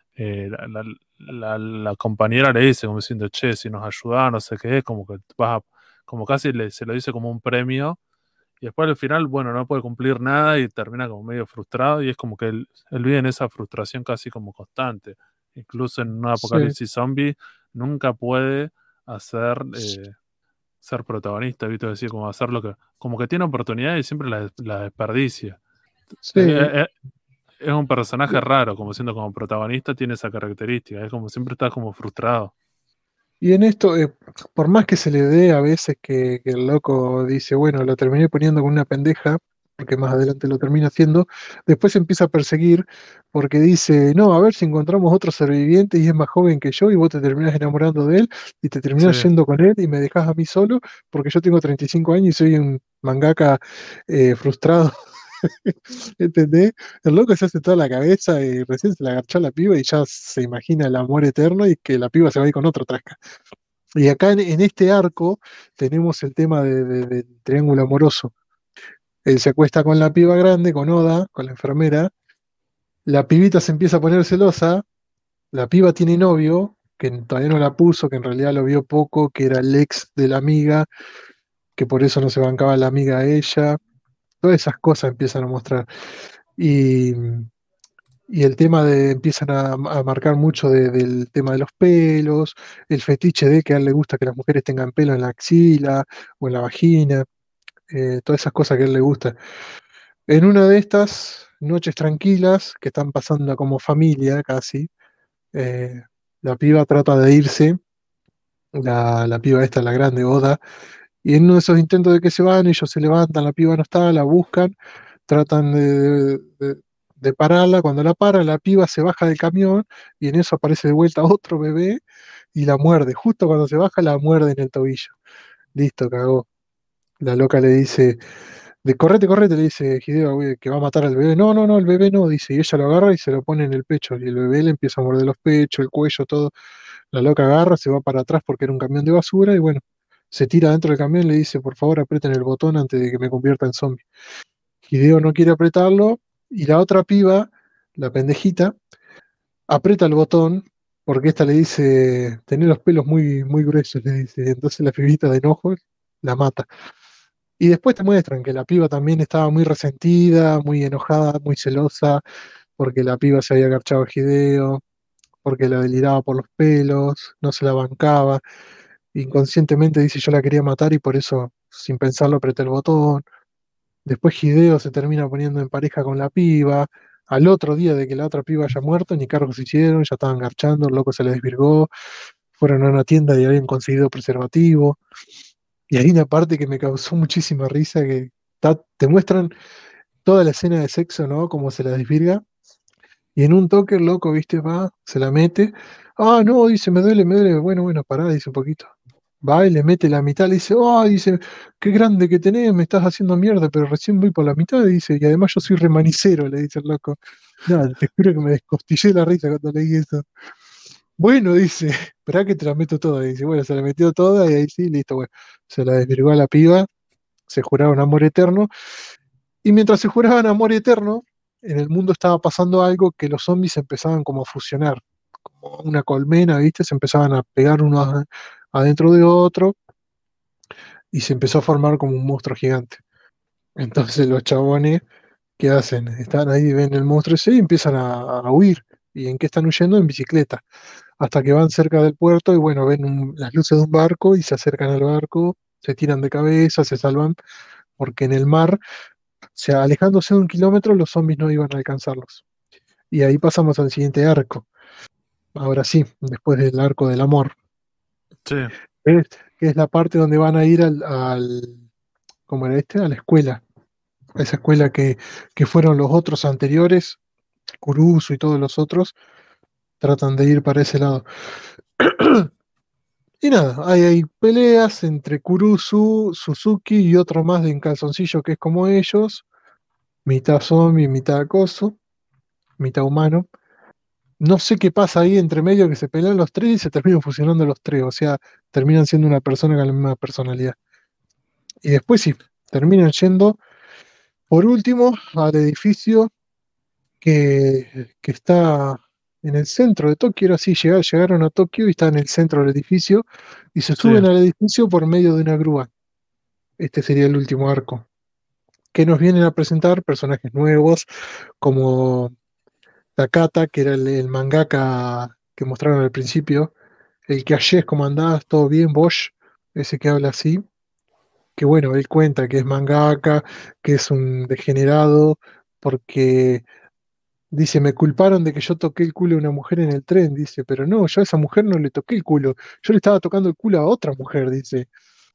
la compañera le dice como diciendo, che, si nos ayuda, no sé qué, como que como casi se lo dice como un premio y después al final, bueno, no puede cumplir nada y termina como medio frustrado y es como que él vive en esa frustración casi como constante. Incluso en un Sí, apocalipsis zombie nunca puede hacer ser protagonista, ¿viste? Decir, como hacer lo que, como que tiene oportunidad y siempre la desperdicia. sí. Es un personaje raro, como siendo como protagonista, tiene esa característica, es como siempre está como frustrado. Y en esto, por más que se le dé a veces que el loco dice, bueno, lo terminé poniendo con una pendeja, porque más adelante lo termina haciendo, después se empieza a perseguir porque dice, no, a ver si encontramos otro sobreviviente y es más joven que yo y vos te terminás enamorando de él y te Sí, terminás yendo con él y me dejás a mí solo porque yo tengo 35 años y soy un mangaka frustrado. ¿Entendés? El loco se hace toda la cabeza y recién se la agarchó a la piba y ya se imagina el amor eterno y que la piba se va a ir con otro trasca. Y acá en este arco tenemos el tema del triángulo amoroso. Él se acuesta con la piba grande, con Oda, con la enfermera. La pibita se empieza a poner celosa. La piba tiene novio, que todavía no la puso, que en realidad lo vio poco, que era el ex de la amiga, que por eso no se bancaba la amiga a ella. Todas esas cosas empiezan a mostrar. Y, y el tema de empiezan a marcar mucho del tema de los pelos, el fetiche de que a él le gusta que las mujeres tengan pelo en la axila o en la vagina. Todas esas cosas que a él le gusta. En una de estas noches tranquilas que están pasando como familia casi, eh, la piba trata de irse, la piba esta, la grande Oda, y en uno de esos intentos de que se van, ellos se levantan, la piba no está, la buscan, tratan de pararla, cuando la paran, la piba se baja del camión y en eso aparece de vuelta otro bebé y la muerde, justo cuando se baja la muerde en el tobillo. Listo, cagó. La loca le dice, de correte, correte, le dice Hideo güey, que va a matar al bebé. No, no, no, el bebé no, dice, y ella lo agarra y se lo pone en el pecho, y el bebé le empieza a morder los pechos, el cuello, todo. La loca agarra, se va para atrás porque era un camión de basura, y bueno, se tira dentro del camión y le dice, por favor, aprieten el botón antes de que me convierta en zombie. Hideo no quiere apretarlo, y la otra piba, la pendejita, aprieta el botón, porque esta le dice, tenés los pelos muy, muy gruesos, le dice, y entonces la pibita de enojo la mata. Y después te muestran que la piba también estaba muy resentida, muy enojada, muy celosa, porque la piba se había agarchado a Hideo, porque la deliraba por los pelos, no se la bancaba. Inconscientemente dice yo la quería matar y por eso, sin pensarlo, apreté el botón. Después Hideo se termina poniendo en pareja con la piba. Al otro día de que la otra piba haya muerto, ni cargos se hicieron, ya estaban garchando, el loco se les desvirgó, fueron a una tienda y habían conseguido preservativo. Y hay una parte que me causó muchísima risa que te muestran toda la escena de sexo, ¿no? Como se la desvirga. Y en un toque el loco, ¿viste? Va, se la mete. Ah, no, dice, me duele, me duele. Bueno, bueno, pará, dice un poquito. Va y le mete la mitad, le dice, ah, dice, qué grande que tenés, me estás haciendo mierda, pero recién voy por la mitad, dice, y además yo soy remanicero, le dice el loco. Nada, te juro que me descostillé la risa cuando leí eso. Bueno, dice, esperá que te la meto toda. Dice, bueno, se la metió toda y ahí sí, listo, bueno. Se la desvirgó a la piba, se juraron amor eterno. Y mientras se juraban amor eterno, en el mundo estaba pasando algo que los zombies empezaban como a fusionar, como una colmena, ¿viste? Se empezaban a pegar uno adentro de otro y se empezó a formar como un monstruo gigante. Entonces los chabones, ¿qué hacen? Están ahí, ven el monstruo ese y empiezan a huir. ¿Y en qué están huyendo? En bicicleta. Hasta que van cerca del puerto y bueno, ven las luces de un barco y se acercan al barco, se tiran de cabeza, se salvan, porque en el mar, o sea, alejándose de 1 kilómetro, los zombies no iban a alcanzarlos. Y ahí pasamos al siguiente arco. Ahora sí, después del arco del amor. sí, Es, que es la parte donde van a ir ¿cómo era este? A la escuela. A esa escuela que fueron los otros anteriores, Kurusu y todos los otros, tratan de ir para ese lado. Y nada, hay peleas entre Kurusu, Suzuki y otro más de en calzoncillo que es como ellos, mitad zombie, mitad acoso, mitad humano. no sé qué pasa ahí entre medio que se pelean los tres y se terminan fusionando los tres, o sea, terminan siendo una persona con la misma personalidad. Y después sí, terminan yendo, por último, al edificio que está en el centro de Tokio, era así, llegaron a Tokio y está en el centro del edificio, y se Sí, suben al edificio por medio de una grúa. Este sería el último arco, que nos vienen a presentar personajes nuevos, como Takata, que era el mangaka que mostraron al principio, el que ayer ¿cómo andás? ¿Todo bien? Bosch, ese que habla así, que bueno, él cuenta que es mangaka, que es un degenerado, porque dice, me culparon de que yo toqué el culo a una mujer en el tren, dice, pero no, yo a esa mujer no le toqué el culo, yo le estaba tocando el culo a otra mujer, dice,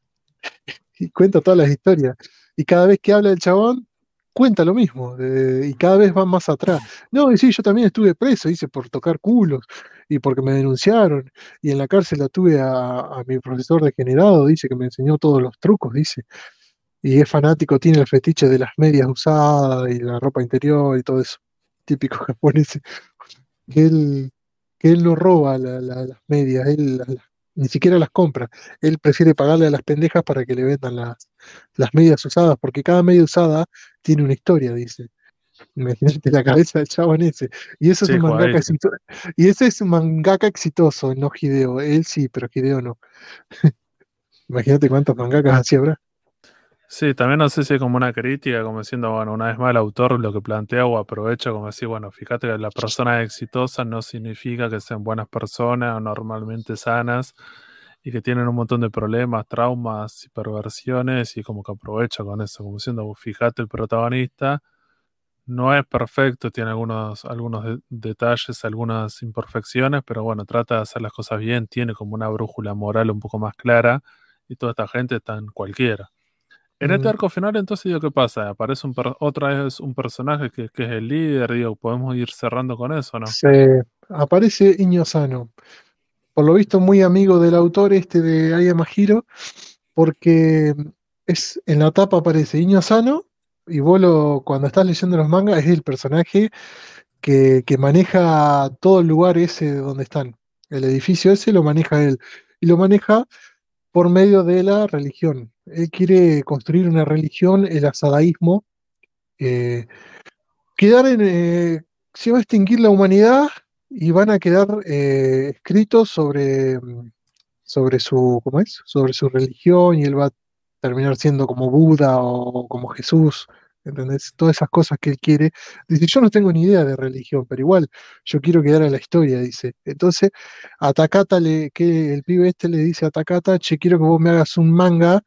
y cuenta todas las historias. Y cada vez que habla el chabón, cuenta lo mismo, y cada vez va más atrás. No, y sí, yo también estuve preso, dice, por tocar culos, y porque me denunciaron, y en la cárcel la tuve a mi profesor degenerado, dice, que me enseñó todos los trucos, dice, y es fanático, tiene el fetiche de las medias usadas y la ropa interior y todo eso, típico japonés que él, que él no roba las medias, ni siquiera las compra. Él prefiere pagarle a las pendejas para que le vendan las medias usadas, porque cada media usada tiene una historia, dice. Imagínate la cabeza del chabón ese. Y eso es sí, un mangaka jugadísimo. exitoso. Y ese es un mangaka exitoso, no Hideo. Él sí, pero Hideo no. Imagínate cuántos mangakas así habrá. Sí, también no sé si es como una crítica, como diciendo, bueno, una vez más el autor lo que plantea o aprovecha como decir, bueno, fíjate que la persona exitosa no significa que sean buenas personas o normalmente sanas y que tienen un montón de problemas, traumas y perversiones y como que aprovecha con eso, como diciendo, fíjate el protagonista, no es perfecto, tiene algunos detalles, algunas imperfecciones, pero bueno, trata de hacer las cosas bien, tiene como una brújula moral un poco más clara y toda esta gente está en cualquiera. En este Mm, arco final, entonces, digo, ¿qué pasa? Aparece otra vez un personaje que es el líder, digo, podemos ir cerrando con eso, ¿no? se aparece Iño Sano. Por lo visto, muy amigo del autor este de Aya Hiro, porque en la tapa aparece Iño Sano, y cuando estás leyendo los mangas, es el personaje que maneja todo el lugar ese donde están. El edificio ese lo maneja él. Y lo maneja por medio de la religión. Él quiere construir una religión, el asadaísmo, eh, quedar se va a extinguir la humanidad y van a quedar escritos sobre su, ¿cómo es? Sobre su religión, y él va a terminar siendo como Buda o como Jesús, ¿entendés? Todas esas cosas que él quiere. Dice, yo no tengo ni idea de religión, pero igual yo quiero quedar en la historia, dice. Entonces, a Takata, que el pibe este le dice a Takata, che, quiero que vos me hagas un manga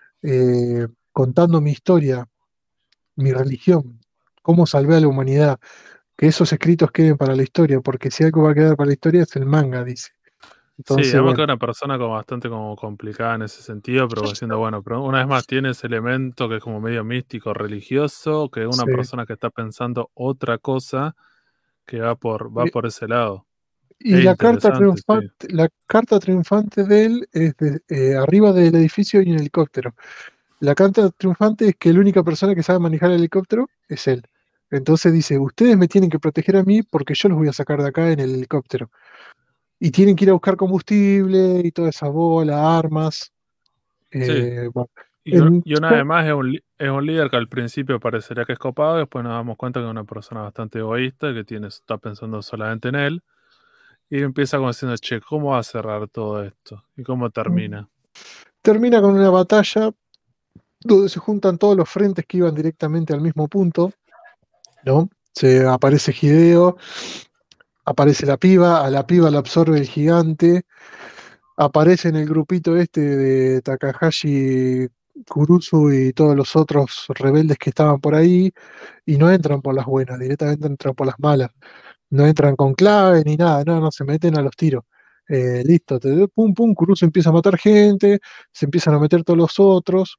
contando mi historia, mi religión, cómo salvé a la humanidad, que esos escritos queden para la historia, porque si algo va a quedar para la historia es el manga, dice. Sí, Entonces, además que bueno, es una persona como bastante como complicada en ese sentido, pero diciendo, bueno, pero una vez más tiene ese elemento que es como medio místico, religioso, que es una sí. persona que está pensando otra cosa que va por ese lado. Y Es interesante, sí. la carta triunfante de él es arriba del edificio y un helicóptero. La carta triunfante es que la única persona que sabe manejar el helicóptero es él. Entonces dice, ustedes me tienen que proteger a mí porque yo los voy a sacar de acá en el helicóptero. Y tienen que ir a buscar combustible y toda esa bola, armas. Sí. Bueno. Y una vez más es un líder que al principio parecería que es copado, después nos damos cuenta que es una persona bastante egoísta, que está pensando solamente en él. Y empieza como diciendo, che, ¿cómo va a cerrar todo esto? ¿Y cómo termina? Termina con una batalla donde se juntan todos los frentes que iban directamente al mismo punto, ¿no? Se aparece Hideo, aparece la piba, a la piba la absorbe el gigante, aparece en el grupito este de Takahashi Kurusu y todos los otros rebeldes que estaban por ahí, y no entran por las buenas, directamente entran por las malas. No entran con clave ni nada, no, no, se meten a los tiros. Listo, pum, pum, Kurusu empieza a matar gente, se empiezan a meter todos los otros,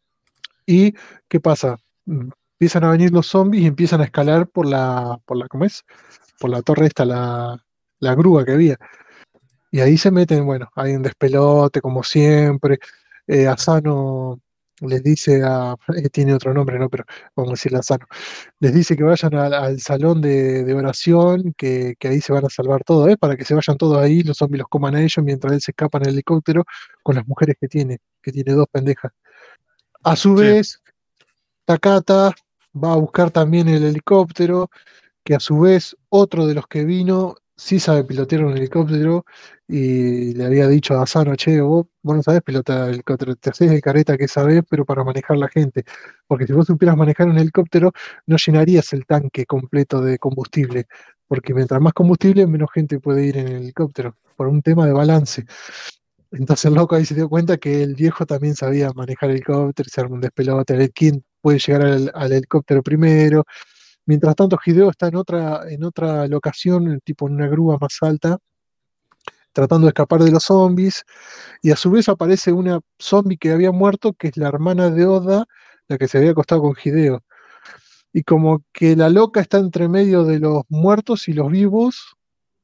y ¿qué pasa? Empiezan a venir los zombies y empiezan a escalar ¿cómo es? Por la torre esta, la grúa que había. Y ahí se meten, bueno, hay un despelote como siempre. Asano les dice a, tiene otro nombre, ¿no? Pero vamos a decirle a Sano, les dice que vayan al salón de oración, que ahí se van a salvar todos, ¿eh? Para que se vayan todos ahí, los zombies los coman a ellos mientras él se escapa en el helicóptero con las mujeres que tiene dos pendejas. A su Sí, vez, Takata va a buscar también el helicóptero, que a su vez otro de los que vino sí sabe pilotear un helicóptero y le había dicho a Asano, che, vos no sabés pilotar el helicóptero, te haces el careta que sabés, pero para manejar la gente. Porque si vos supieras manejar un helicóptero, no llenarías el tanque completo de combustible, porque mientras más combustible, menos gente puede ir en el helicóptero, por un tema de balance. Entonces el loco ahí se dio cuenta que el viejo también sabía manejar el helicóptero, se arma un despelote, a ver quién puede llegar al helicóptero primero. Mientras tanto, Hideo está en otra locación, tipo en una grúa más alta, tratando de escapar de los zombies, y a su vez aparece una zombie que había muerto, que es la hermana de Oda, la que se había acostado con Hideo. Y como que la loca está entre medio de los muertos y los vivos,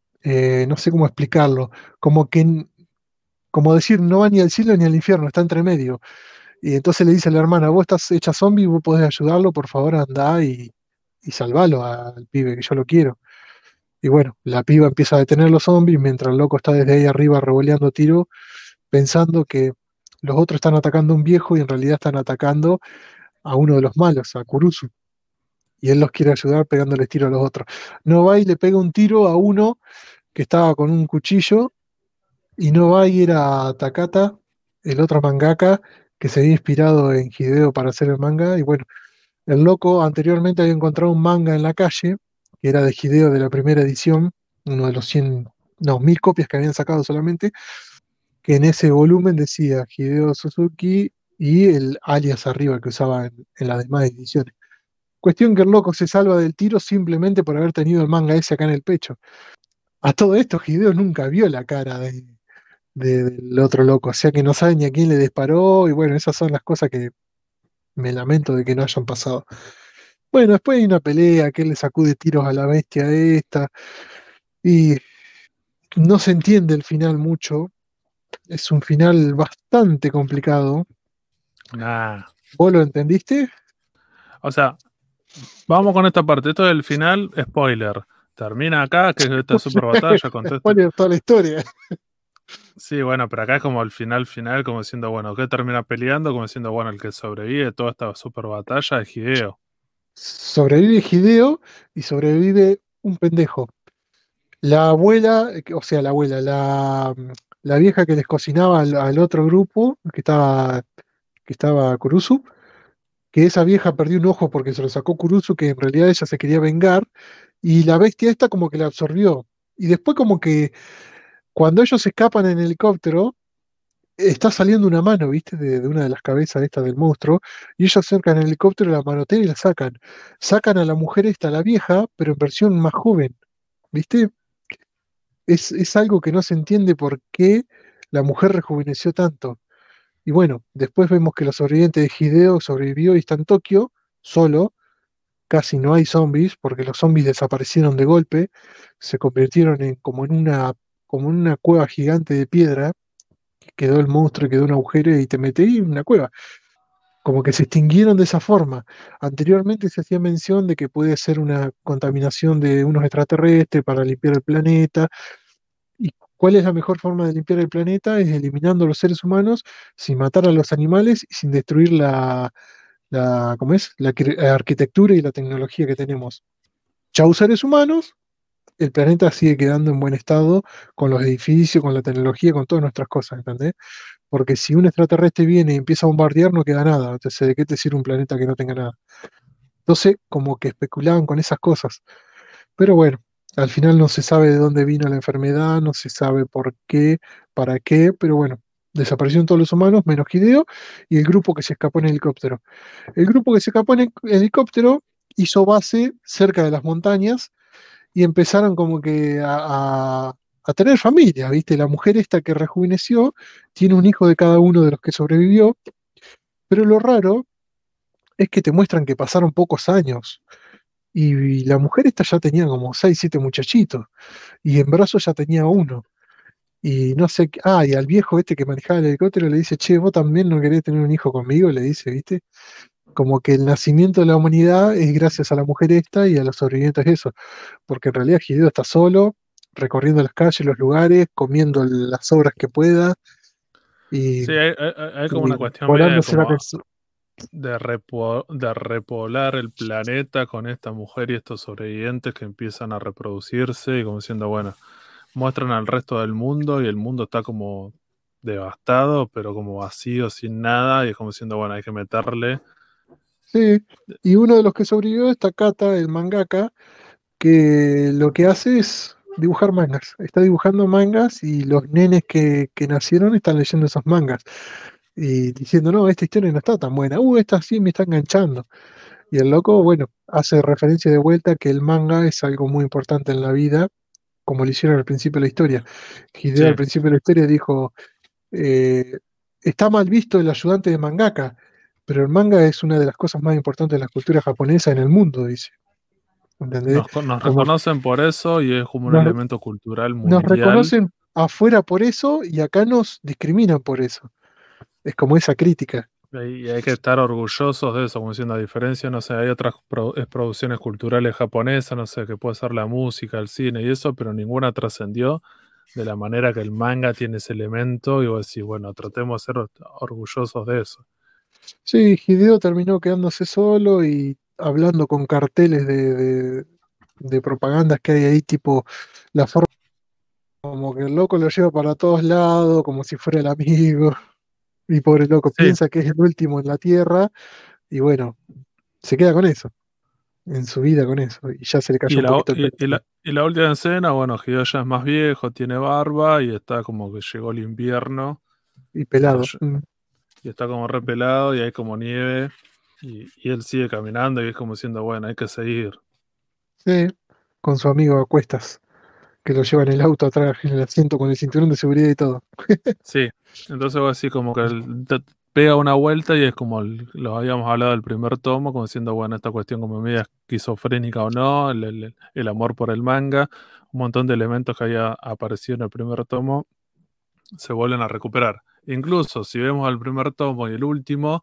no sé cómo explicarlo, como que, como decir, no va ni al cielo ni al infierno, está entre medio. Y entonces le dice a la hermana, vos estás hecha zombie, vos podés ayudarlo, por favor andá y salvalo al pibe, que yo lo quiero. Y bueno, la piba empieza a detener los zombies mientras el loco está desde ahí arriba revoleando tiro, pensando que los otros están atacando a un viejo y en realidad están atacando a uno de los malos, a Kurusu. Y él los quiere ayudar pegándoles tiro a los otros. No va y le pega un tiro a uno que estaba con un cuchillo y no va y era Takata, el otro mangaka que se había inspirado en Hideo para hacer el manga. Y bueno, el loco anteriormente había encontrado un manga en la calle, que era de Hideo de la primera edición, uno de los 100, no, 1000 copias que habían sacado solamente, que en ese volumen decía Hideo Suzuki y el alias arriba que usaba en las demás ediciones. Cuestión que el loco se salva del tiro simplemente por haber tenido el manga ese acá en el pecho. A todo esto, Hideo nunca vio la cara del otro loco, o sea que no sabe ni a quién le disparó, y bueno, esas son las cosas que me lamento de que no hayan pasado. Bueno, después hay una pelea que él le sacude tiros a la bestia esta y no se entiende el final mucho. Es un final bastante complicado. nada. ¿Vos lo entendiste? O sea, vamos con esta parte. Esto del final, spoiler. Termina acá, que es esta super batalla con todo este. Spoiler toda la historia. Sí, bueno, pero acá es como el final final, como diciendo, bueno, ¿qué termina peleando? Como diciendo, bueno, el que sobrevive toda esta super batalla es Hideo. Sobrevive Hideo y sobrevive un pendejo. La abuela, o sea, la abuela, la vieja que les cocinaba al otro grupo, que estaba Kurusu, que esa vieja perdió un ojo porque se lo sacó Kurusu, que en realidad ella se quería vengar, y la bestia esta como que la absorbió. Y después como que cuando ellos escapan en helicóptero, está saliendo una mano, ¿viste? De una de las cabezas estas del monstruo, y ellos acercan el helicóptero, la manotean y la sacan. Sacan a la mujer esta, la vieja, pero en versión más joven, ¿viste? Es algo que no se entiende por qué la mujer rejuveneció tanto. Y bueno, después vemos que los sobrevivientes de Hideo sobrevivió y está en Tokio, solo, casi no hay zombies, porque los zombies desaparecieron de golpe, se convirtieron en como en una cueva gigante de piedra, quedó el monstruo, quedó un agujero y te metí en una cueva. Como que se extinguieron de esa forma. Anteriormente se hacía mención de que puede ser una contaminación de unos extraterrestres para limpiar el planeta. ¿Y cuál es la mejor forma de limpiar el planeta? Es eliminando a los seres humanos sin matar a los animales y sin destruir ¿cómo es? La arquitectura y la tecnología que tenemos. Chau seres humanos, el planeta sigue quedando en buen estado con los edificios, con la tecnología, con todas nuestras cosas, ¿entendés? Porque si un extraterrestre viene y empieza a bombardear, no queda nada. Entonces, ¿de qué te sirve un planeta que no tenga nada? Entonces, como que especulaban con esas cosas. Pero bueno, al final no se sabe de dónde vino la enfermedad, no se sabe por qué, para qué, pero bueno, desaparecieron todos los humanos, menos Hideo y el grupo que se escapó en helicóptero. El grupo que se escapó en helicóptero hizo base cerca de las montañas y empezaron como que a tener familia, ¿viste? La mujer esta que rejuveneció tiene un hijo de cada uno de los que sobrevivió, pero lo raro es que te muestran que pasaron pocos años y la mujer esta ya tenía como 6 7 muchachitos y en brazos ya tenía uno. y no sé, y al viejo este que manejaba el helicóptero le dice, che, vos también no querés tener un hijo conmigo, le dice, ¿viste? Como que el nacimiento de la humanidad es gracias a la mujer esta y a los sobrevivientes de eso, porque en realidad Hideo está solo, recorriendo las calles, los lugares, comiendo las sobras que pueda y, Sí, hay como y una cuestión media volándose la como cabeza. de repoblar el planeta con esta mujer y estos sobrevivientes que empiezan a reproducirse y como diciendo, bueno, muestran al resto del mundo y el mundo está como devastado, pero como vacío, sin nada, y es como diciendo, bueno, hay que meterle. Sí, y uno de los que sobrevivió es Takata, el mangaka, que lo que hace es dibujar mangas. Está dibujando mangas y los nenes que nacieron están leyendo esos mangas y diciendo, no, esta historia no está tan buena, esta sí me está enganchando. Y el loco, bueno, hace referencia de vuelta que el manga es algo muy importante en la vida, como lo hicieron al principio de la historia. Hideo al Sí, principio de la historia dijo, eh, está mal visto el ayudante de mangaka, pero el manga es una de las cosas más importantes de la cultura japonesa en el mundo, dice. ¿Entendés? nos Como reconocen por eso y es como un nos, elemento cultural nos mundial. reconocen afuera por eso y acá nos discriminan por eso. Es como esa crítica. Y hay que estar orgullosos de eso, como diciendo, a diferencia, no sé, hay otras producciones culturales japonesas, no sé, que puede ser la música, el cine y eso, pero ninguna trascendió de la manera que el manga tiene ese elemento y vos decís, bueno, tratemos de ser orgullosos de eso. Sí, Hideo terminó quedándose solo y hablando con carteles de propagandas que hay ahí, tipo la forma como que el loco lo lleva para todos lados, como si fuera el amigo. Y pobre loco Sí, piensa que es el último en la Tierra y bueno, se queda con eso, en su vida con eso. Y ya se le cayó y un poquito el pelo. y la última escena, bueno, Hideo ya es más viejo, tiene barba y está como que llegó el invierno Y y, pelado. y está como repelado y hay como nieve y él sigue caminando y es como diciendo, bueno, hay que seguir. Sí, con su amigo a cuestas, que lo lleva en el auto atrás, en el asiento con el cinturón de seguridad y todo. Sí, entonces vos así como que pega una vuelta y es como lo habíamos hablado del primer tomo, como diciendo, bueno, esta cuestión como media esquizofrénica o no, el amor por el manga, un montón de elementos que había aparecido en el primer tomo se vuelven a recuperar. Incluso si vemos el primer tomo y el último,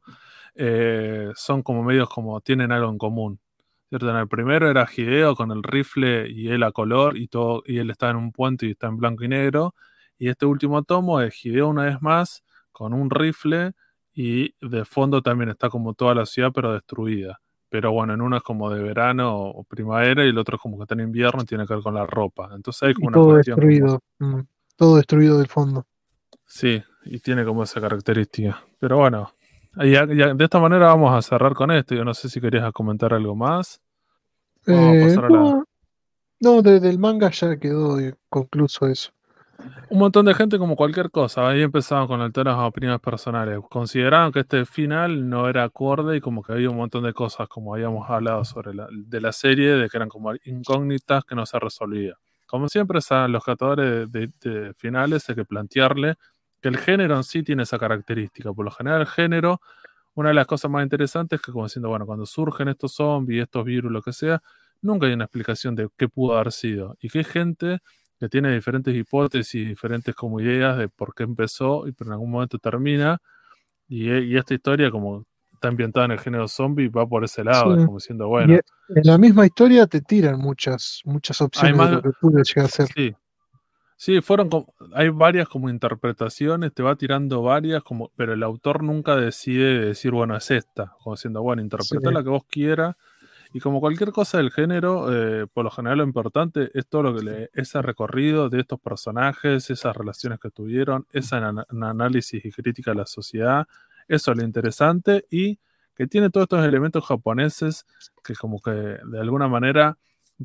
son como medios como tienen algo en común. ¿Cierto? En el primero era Hideo con el rifle y él a color y todo, y él está en un puente y está en blanco y negro. Y este último tomo es Hideo una vez más con un rifle y de fondo también está como toda la ciudad pero destruida. Pero bueno, en uno es como de verano o primavera y el otro es como que está en invierno y tiene que ver con la ropa. Entonces hay como Y una todo cuestión como, destruido. Todo destruido del fondo. sí, y tiene como esa característica. Pero bueno, de esta manera vamos a cerrar con esto. Yo no sé si querías comentar algo más. Vamos a pasar a la... No, no, desde el manga ya quedó concluso eso. Un montón de gente como cualquier cosa. Ahí empezamos con el tema de las opiniones personales. Consideraron que este final no era acorde y como que había un montón de cosas, como habíamos hablado sobre de la serie, de que eran como incógnitas que no se resolvían. Como siempre, a los creadores de finales hay que plantearle que el género en sí tiene esa característica. Por lo general, el género, una de las cosas más interesantes es que como diciendo, bueno, cuando surgen estos zombies, estos virus, lo que sea, nunca hay una explicación de qué pudo haber sido. Y que hay gente que tiene diferentes hipótesis, diferentes como ideas de por qué empezó, y pero en algún momento termina, y esta historia como está ambientada en el género zombie, va por ese Sí. lado, es como diciendo, Y bueno, en la misma historia te tiran muchas hay opciones de lo más, que pudo llegar a ser. sí, sí, hay varias como interpretaciones, te va tirando varias, como, pero el autor nunca decide decir, bueno, es esta, como diciendo, bueno, Sí, interpreta la que vos quieras. Y como cualquier cosa del género, por lo general lo importante es todo lo que ese recorrido de estos personajes, esas relaciones que tuvieron, ese análisis y crítica a la sociedad, eso es lo interesante y que tiene todos estos elementos japoneses que como que de alguna manera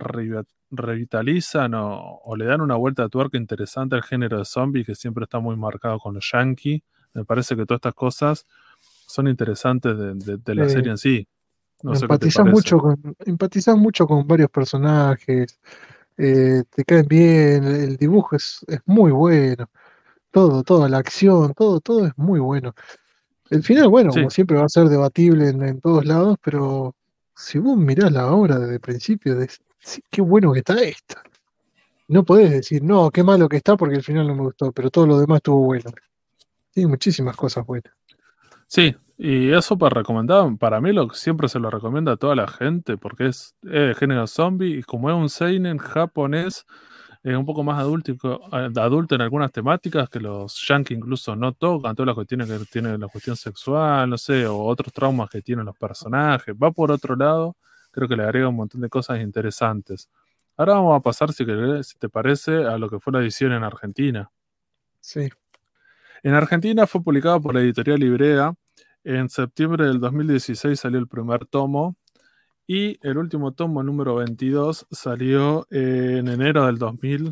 revitalizan o le dan una vuelta de tuerca interesante al género de zombie que siempre está muy marcado con los yankees. Me parece que todas estas cosas son interesantes de la eh, serie en sí. No sé qué te parece. empatizás mucho con varios personajes, te caen bien, el dibujo es muy bueno, toda la acción, todo es muy bueno. El final, bueno, como Sí, siempre va a ser debatible en todos lados, pero si vos mirás la obra desde el principio, sí, qué bueno que está esto. no podés decir, no, qué malo que está porque el final no me gustó, pero todo lo demás estuvo bueno. Tiene muchísimas cosas buenas. Sí, y es súper recomendado. Para mí siempre se lo recomienda a toda la gente porque es de género zombie y como es un seinen japonés, es un poco más adulto en algunas temáticas que los yankees incluso no tocan, todas las cuestiones que tiene la cuestión sexual, no sé, o otros traumas que tienen los personajes. Va por otro lado, creo que le agrega un montón de cosas interesantes. Ahora vamos a pasar, si querés, si te parece, a lo que fue la edición en Argentina. Sí, En Argentina fue publicado por la editorial Ibrea. En septiembre del 2016 salió el primer tomo y el último tomo, número 22, salió en enero del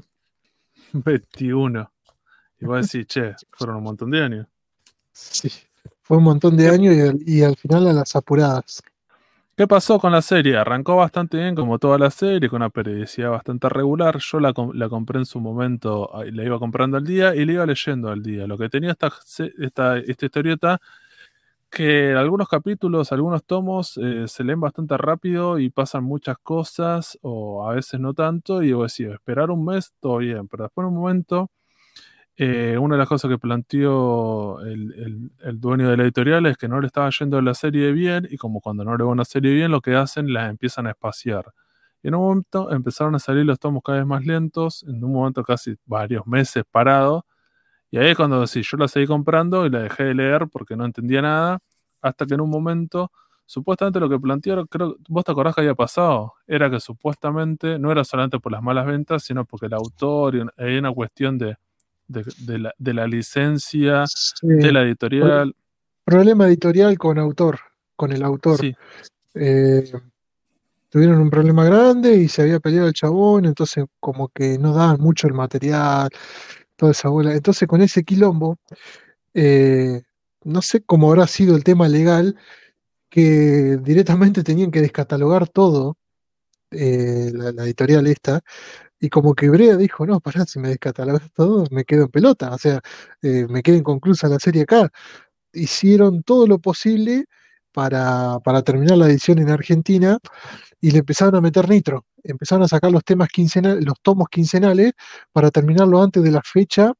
2021. Y vos decís, che, fueron un montón de años. sí. Fue un montón de ¿Qué, años y al final a las apuradas. qué pasó con la serie? Arrancó bastante bien, como toda la serie, con una periodicidad bastante regular. Yo la compré en su momento, la iba comprando al día y la iba leyendo al día. Lo que tenía esta historieta que algunos capítulos, algunos tomos se leen bastante rápido y pasan muchas cosas, o a veces no tanto, y vos decís, esperar un mes, todo bien, pero después en un momento, una de las cosas que planteó el dueño de la editorial es que no le estaba yendo la serie bien, y como cuando no le va una serie bien, lo que hacen, la empiezan a espaciar. Y en un momento empezaron a salir los tomos cada vez más lentos, en un momento casi varios meses parados, y ahí es cuando sí, yo la seguí comprando y la dejé de leer porque no entendía nada, hasta que en un momento, supuestamente lo que plantearon, creo, vos te acordás que había pasado, era que supuestamente no era solamente por las malas ventas, sino porque el autor, y hay una cuestión de la licencia Sí. de la Pro- editorial. Problema editorial con el autor. Sí, Eh, Tuvieron un problema grande y se había peleado el chabón, entonces como que no daban mucho el material, toda esa bola. Entonces con ese quilombo, eh, no sé cómo habrá sido el tema legal, que directamente tenían que descatalogar todo, la editorial esta, y como que Brea dijo, no, pará, si me descatalogas todo, me quedo en pelota, o sea, me queda inconclusa la serie acá. Hicieron todo lo posible para terminar la edición en Argentina y le empezaron a meter nitro. Empezaron a sacar los temas quincenales, los tomos quincenales para terminarlo antes de la fecha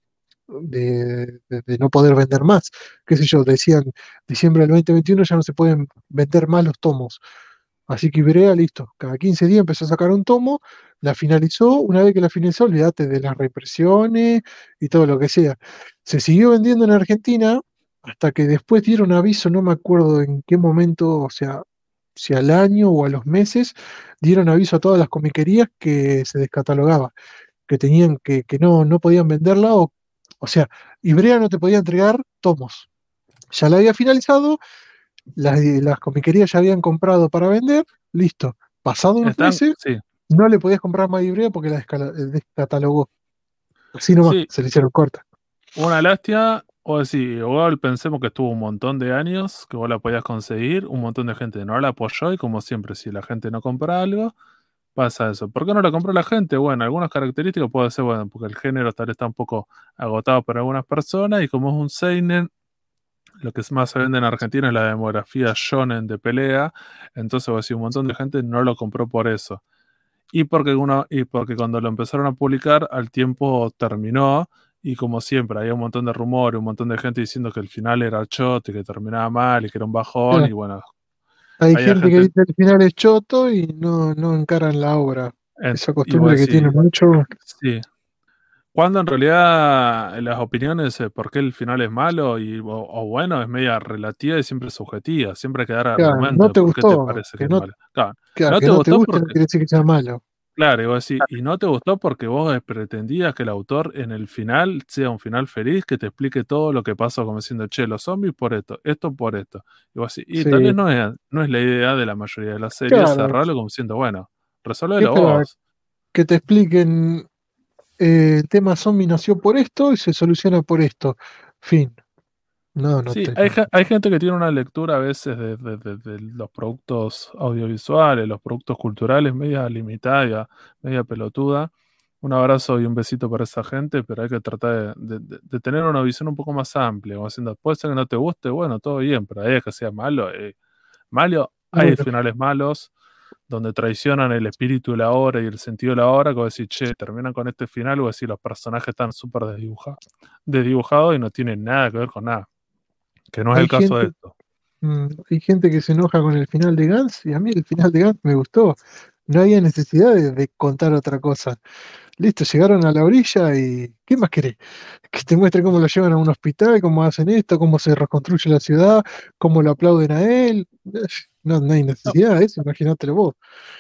de no poder vender más. Qué sé yo, decían diciembre del 2021 ya no se pueden vender más los tomos. Así que Ibrea, listo, cada 15 días empezó a sacar un tomo, la finalizó, una vez que la finalizó, olvídate de las represiones y todo lo que sea. Se siguió vendiendo en Argentina hasta que después dieron aviso, no me acuerdo en qué momento, o sea, si al año o a los meses, dieron aviso a todas las comiquerías que se descatalogaba, que tenían que no podían venderla, o sea, Ibrea no te podía entregar tomos. Ya la había finalizado, las comiquerías ya habían comprado para vender, listo. Pasado unos están, meses, sí, no le podías comprar más Ibrea porque descatalogó. Así nomás, sí, se le hicieron corta. una lástima. O sí, igual pensemos que estuvo un montón de años que vos la podías conseguir, un montón de gente no la apoyó y como siempre, si la gente no compra algo, pasa eso. ¿Por qué no la compró la gente? Bueno, algunas características puede ser, bueno, porque el género tal vez está un poco agotado para algunas personas y como es un seinen, lo que más se vende en Argentina es la demografía shonen de pelea, entonces va a decir, un montón de gente no lo compró por eso. Y porque cuando lo empezaron a publicar, al tiempo terminó. Y como siempre, había un montón de rumores, un montón de gente diciendo que el final era chote, que terminaba mal y que era un bajón. Claro, Y bueno, hay había gente que gente. dice el final es choto y no encaran la obra. Esa Y vos costumbre que tiene decís, mucho. sí. Cuando en realidad las opiniones por qué el final es malo o bueno es media relativa y siempre subjetiva. Siempre hay que dar Claro, argumentos no de te por qué te gustó, parece que es malo. Claro, claro, no que te no te gustó guste no porque, quiere decir que sea malo. claro, y vos decís, y no te gustó porque vos pretendías que el autor en el final sea un final feliz, que te explique todo lo que pasó, como diciendo, che, los zombies por esto por esto. Y vos decís, y tal vez Sí, no es la idea de la mayoría de las series claro, cerrarlo como diciendo, bueno, ¿qué resolvelo esperaba? vos. Que te expliquen el tema zombie nació por esto y se soluciona por esto. Fin. No, no Sí, te. hay gente que tiene una lectura a veces de los productos audiovisuales, los productos culturales, media limitada, media pelotuda. Un abrazo y un besito para esa gente, pero hay que tratar de tener una visión un poco más amplia, como diciendo, puede ser que no te guste, bueno, todo bien, pero ahí es que sea malo. Malo, hay Bueno, finales malos, donde traicionan el espíritu de la obra y el sentido de la obra, que vos decís, che, terminan con este final, vos decís, los personajes están súper desdibujados y no tienen nada que ver con nada, que no es Hay el caso de gente, esto. hay gente que se enoja con el final de Gantz y a mí el final de Gantz me gustó. No había necesidad de contar otra cosa. Listo, llegaron a la orilla y ¿qué más querés? Que te muestre cómo lo llevan a un hospital, cómo hacen esto, cómo se reconstruye la ciudad, cómo lo aplauden a él. No, no hay No, necesidad de eso, imagínatelo vos.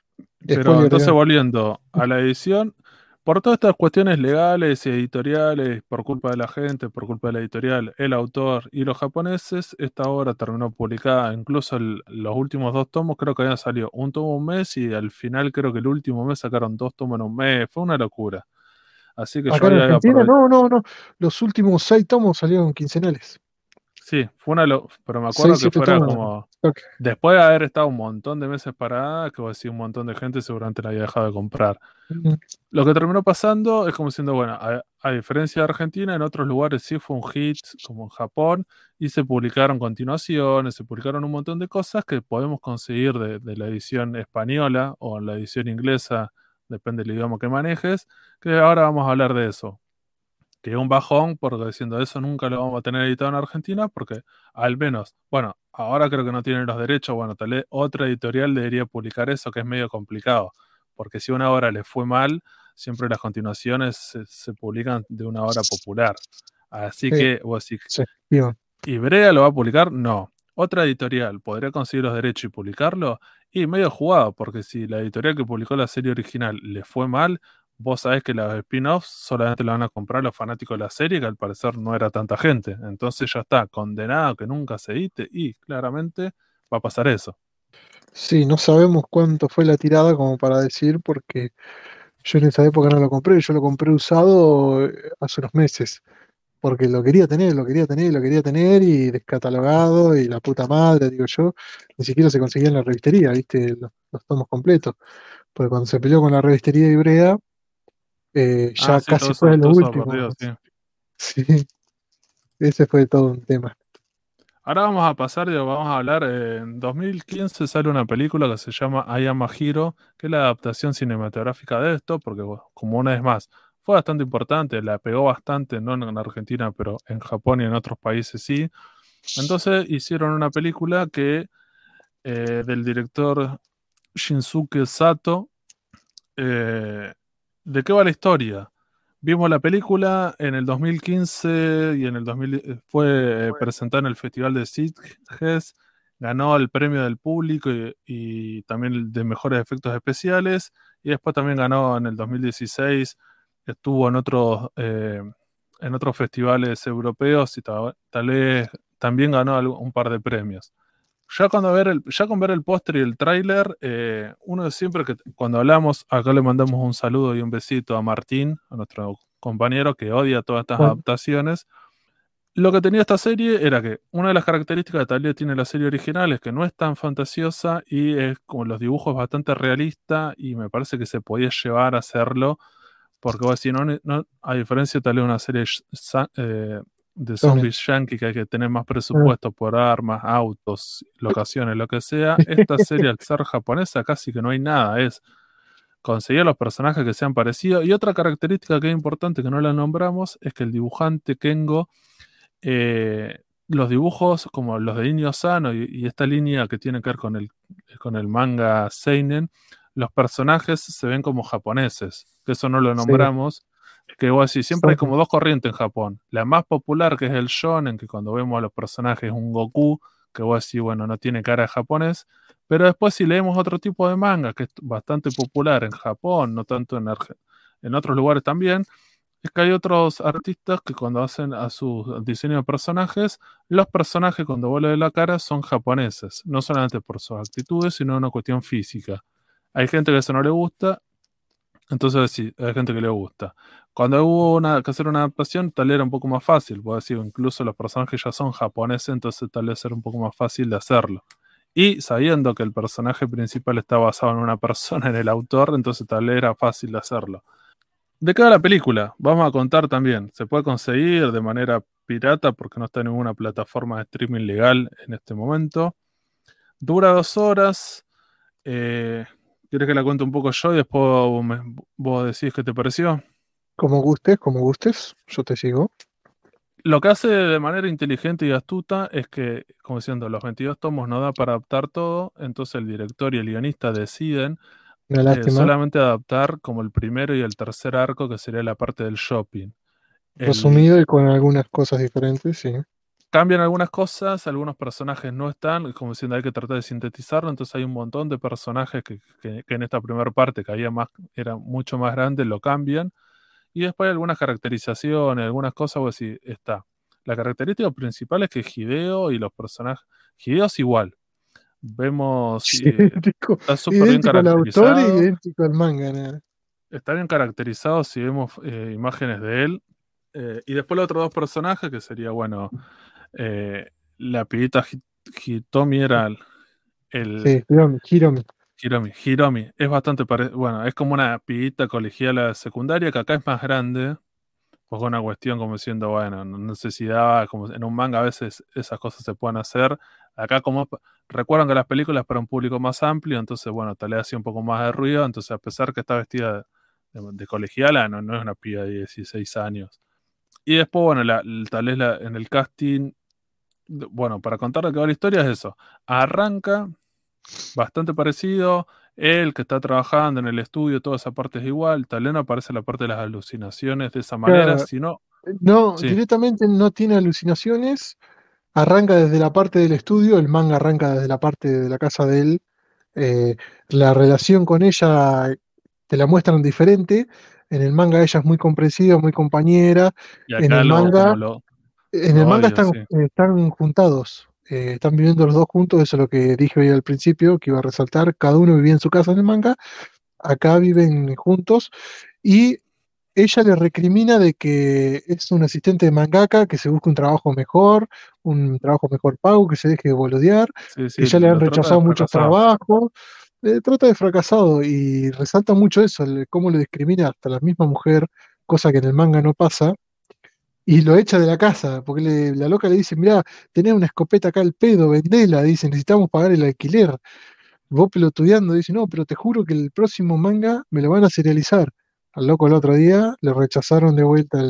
pero Spoiler de entonces Gantz. volviendo a la edición, por todas estas cuestiones legales y editoriales, por culpa de la gente, por culpa de la editorial, el autor y los japoneses, esta obra terminó publicada, incluso los últimos dos tomos creo que habían salido un tomo un mes y al final creo que el último mes sacaron dos tomos en un mes, fue una locura. Así que yo Acá en ahí había Argentina, aprovechado. no, no, no. Los últimos 6 tomos salieron quincenales. Sí, pero me acuerdo Seis, que siete fuera tomos. como, Ok. después de haber estado un montón de meses parada, que vos decís un montón de gente seguramente la había dejado de comprar. Mm. Lo que terminó pasando es como diciendo, bueno, a diferencia de Argentina, en otros lugares sí fue un hit, como en Japón, y se publicaron continuaciones, se publicaron un montón de cosas que podemos conseguir de la edición española o en la edición inglesa, depende del idioma que manejes, que ahora vamos a hablar de eso. Que es un bajón, porque diciendo eso nunca lo vamos a tener editado en Argentina, porque al menos, bueno, ahora creo que no tienen los derechos, bueno, tal vez otra editorial debería publicar eso, que es medio complicado, porque si una obra le fue mal, siempre las continuaciones se publican de una obra popular. Así Eh, que, vos decís, sí, bien. ¿Ibrea lo va a publicar? No. Otra editorial podría conseguir los derechos y publicarlo. Y medio jugado, porque si la editorial que publicó la serie original le fue mal, vos sabés que los spin-offs solamente lo van a comprar los fanáticos de la serie, que al parecer no era tanta gente. Entonces ya está, condenado que nunca se edite y claramente va a pasar eso. Sí, no sabemos cuánto fue la tirada como para decir, porque yo en esa época no lo compré, yo lo compré usado hace unos meses, porque lo quería tener, lo quería tener, lo quería tener y descatalogado y la puta madre, digo yo, ni siquiera se conseguía en la revistería, ¿viste? Los tomos completos, porque cuando se peleó con la revistería de Ibrea, Ah, ya sí, casi fue lo todo eso último. perdido, sí. Sí, ese fue todo un tema. Ahora vamos a pasar, digo, vamos a hablar. En 2015 sale una película que se llama I Am a Hero, que es la adaptación cinematográfica de esto, porque bueno, como una vez más, fue bastante importante, la pegó bastante, no en Argentina, pero en Japón y en otros países sí. Entonces hicieron una película que del director Shinsuke Sato. eh, ¿De qué va la historia? Vimos la película en el 2015 y en el 2000 fue presentada en el Festival de Sitges, ganó el premio del público y también el de mejores efectos especiales y después también ganó en el 2016, estuvo en otros festivales europeos y tal vez también ganó un par de premios. Ya con ver el póster y el tráiler, uno siempre que cuando hablamos, acá le mandamos un saludo y un besito a Martín, a nuestro compañero que odia todas estas Bueno, adaptaciones. Lo que tenía esta serie era que una de las características que tal vez tiene la serie original es que no es tan fantasiosa y es como los dibujos bastante realista y me parece que se podía llevar a hacerlo porque vos decís, a diferencia tal vez de una serie de Shonen. zombies yankee que hay que tener más Ah. presupuesto por armas, autos, locaciones, lo que sea, esta serie al ser japonesa casi que no hay nada, es conseguir los personajes que sean parecidos. Y otra característica que es importante que no la nombramos es que el dibujante Kengo, los dibujos como los de Inyo Sano y esta línea que tiene que ver con el manga Seinen, los personajes se ven como japoneses, que eso no lo Sí, nombramos, que vos decís, siempre hay son- como dos corrientes en Japón. La más popular que es el shonen, que cuando vemos a los personajes es un Goku, que vos decís, bueno, no tiene cara de japonés, pero después si leemos otro tipo de manga, que es bastante popular en Japón, no tanto en otros lugares también, es que hay otros artistas que cuando hacen a sus diseños de personajes, los personajes cuando vos le ves la cara son japoneses, no solamente por sus actitudes, sino una cuestión física. Hay gente que eso no le gusta, entonces sí, hay gente que le gusta. Cuando hubo que hacer una adaptación, tal vez era un poco más fácil, puedo decir, incluso los personajes ya son japoneses, entonces tal vez era un poco más fácil de hacerlo. Y sabiendo que el personaje principal está basado en una persona, en el autor, entonces tal vez era fácil de hacerlo. De cada la película, vamos a contar también. Se puede conseguir de manera pirata porque no está en ninguna plataforma de streaming legal en este momento. Dura 2 horas. eh, ¿Quieres que la cuente un poco yo y después vos decís qué te pareció? Como gustes, yo te sigo. Lo que hace de manera inteligente y astuta es que, como diciendo, los 22 tomos no da para adaptar todo, entonces el director y el guionista deciden Una lástima. solamente adaptar como el primero y el tercer arco, que sería la parte del shopping. El, Resumido y con algunas cosas diferentes, sí. cambian algunas cosas, algunos personajes no están, como diciendo, hay que tratar de sintetizarlo, entonces hay un montón de personajes que en esta primera parte, que había más, era mucho más grande, lo cambian. Y después hay algunas caracterizaciones, algunas cosas, pues sí, está. La característica principal es que Hideo y los personajes. Hideo es igual. Vemos, Idéntico, está súper bien idéntico al autor y caracterizado. idéntico al manga, nada. Está bien caracterizado si vemos imágenes de él. Y después los otros dos personajes, que sería, bueno, la pibita Hitomi era el Sí, Hiromi. Hiromi. Hiromi. Es bastante bueno, es como una pibita colegiala secundaria que acá es más grande. Pues una cuestión como diciendo, bueno, no sé si daba, como en un manga a veces esas cosas se pueden hacer. Acá como recuerdan que las películas para un público más amplio, entonces bueno, tal vez hacía un poco más de ruido, entonces a pesar que está vestida de colegiala, no es una piba de 16 años. Y después, bueno, tal vez en el casting, bueno, para contar de qué va la historia es eso. Arranca bastante parecido, él que está trabajando en el estudio, toda esa parte es igual, tal vez no aparece la parte de las alucinaciones de esa manera, Claro, sino... no, Sí, directamente no tiene alucinaciones. Arranca desde la parte del estudio, el manga arranca desde la parte de la casa de él. Eh, la relación con ella te la muestran diferente. En el manga ella es muy comprensiva, muy compañera. y En acá el manga, en el lo manga odio, están, sí. están juntados, están viviendo los dos juntos, eso es lo que dije hoy al principio, que iba a resaltar. Cada uno vivía en su casa en el manga, acá viven juntos. Y ella le recrimina de que es un asistente de mangaka, que se busque un trabajo mejor pago, que se deje de boludear, Sí, que sí, ya le han lo trata de rechazado muchos fracasado. trabajos. Trata de fracasado y resalta mucho eso, cómo lo discrimina hasta la misma mujer, cosa que en el manga no pasa, y lo echa de la casa, porque la loca le dice, mirá, tenés una escopeta acá al pedo, vendela, dice, necesitamos pagar el alquiler. Vos pelotudeando, dice, no, pero te juro que el próximo manga me lo van a serializar. Al loco el otro día le rechazaron de vuelta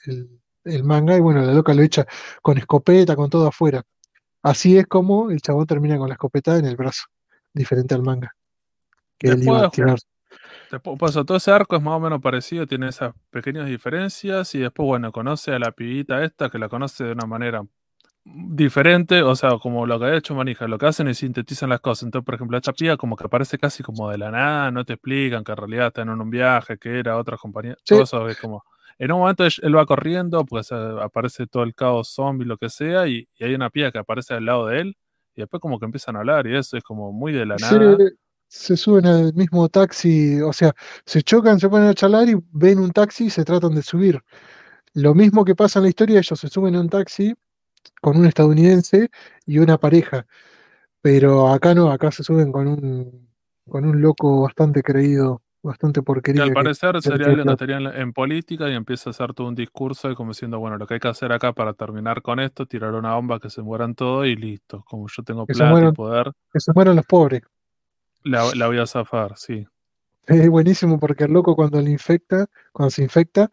el manga y bueno, la loca lo echa con escopeta, con todo afuera. Así es como el chabón termina con la escopeta en el brazo, diferente al manga, que él iba a Después, tirar. después pasa, todo ese arco es más o menos parecido, tiene esas pequeñas diferencias y después, bueno, conoce a la pibita esta que la conoce de una manera diferente, o sea, como lo que ha hecho Manija, lo que hacen es sintetizan las cosas. Entonces, por ejemplo, esta piba como que aparece casi como de la nada, no te explican que en realidad están en un viaje, que era otra compañía, todo Sí, eso es como... En un momento él va corriendo, pues aparece todo el caos zombie, lo que sea, y hay una piba que aparece al lado de él, y después como que empiezan a hablar, y eso es como muy de la se, nada. se suben al mismo taxi, o sea, se chocan, se ponen a charlar y ven un taxi y se tratan de subir. Lo mismo que pasa en la historia, ellos se suben a un taxi con un estadounidense y una pareja. Pero acá no, acá se suben con un loco bastante creído, bastante Que al porquería que parecer se sería metió alguien que plata. estaría en política y empieza a hacer todo un discurso y como diciendo, bueno, lo que hay que hacer acá para terminar con esto, tirar una bomba que se mueran todos y listo. Como yo tengo Que se plata y mueran, poder, que se mueran los pobres. la voy a zafar, sí. Es buenísimo porque el loco cuando le infecta, cuando se infecta,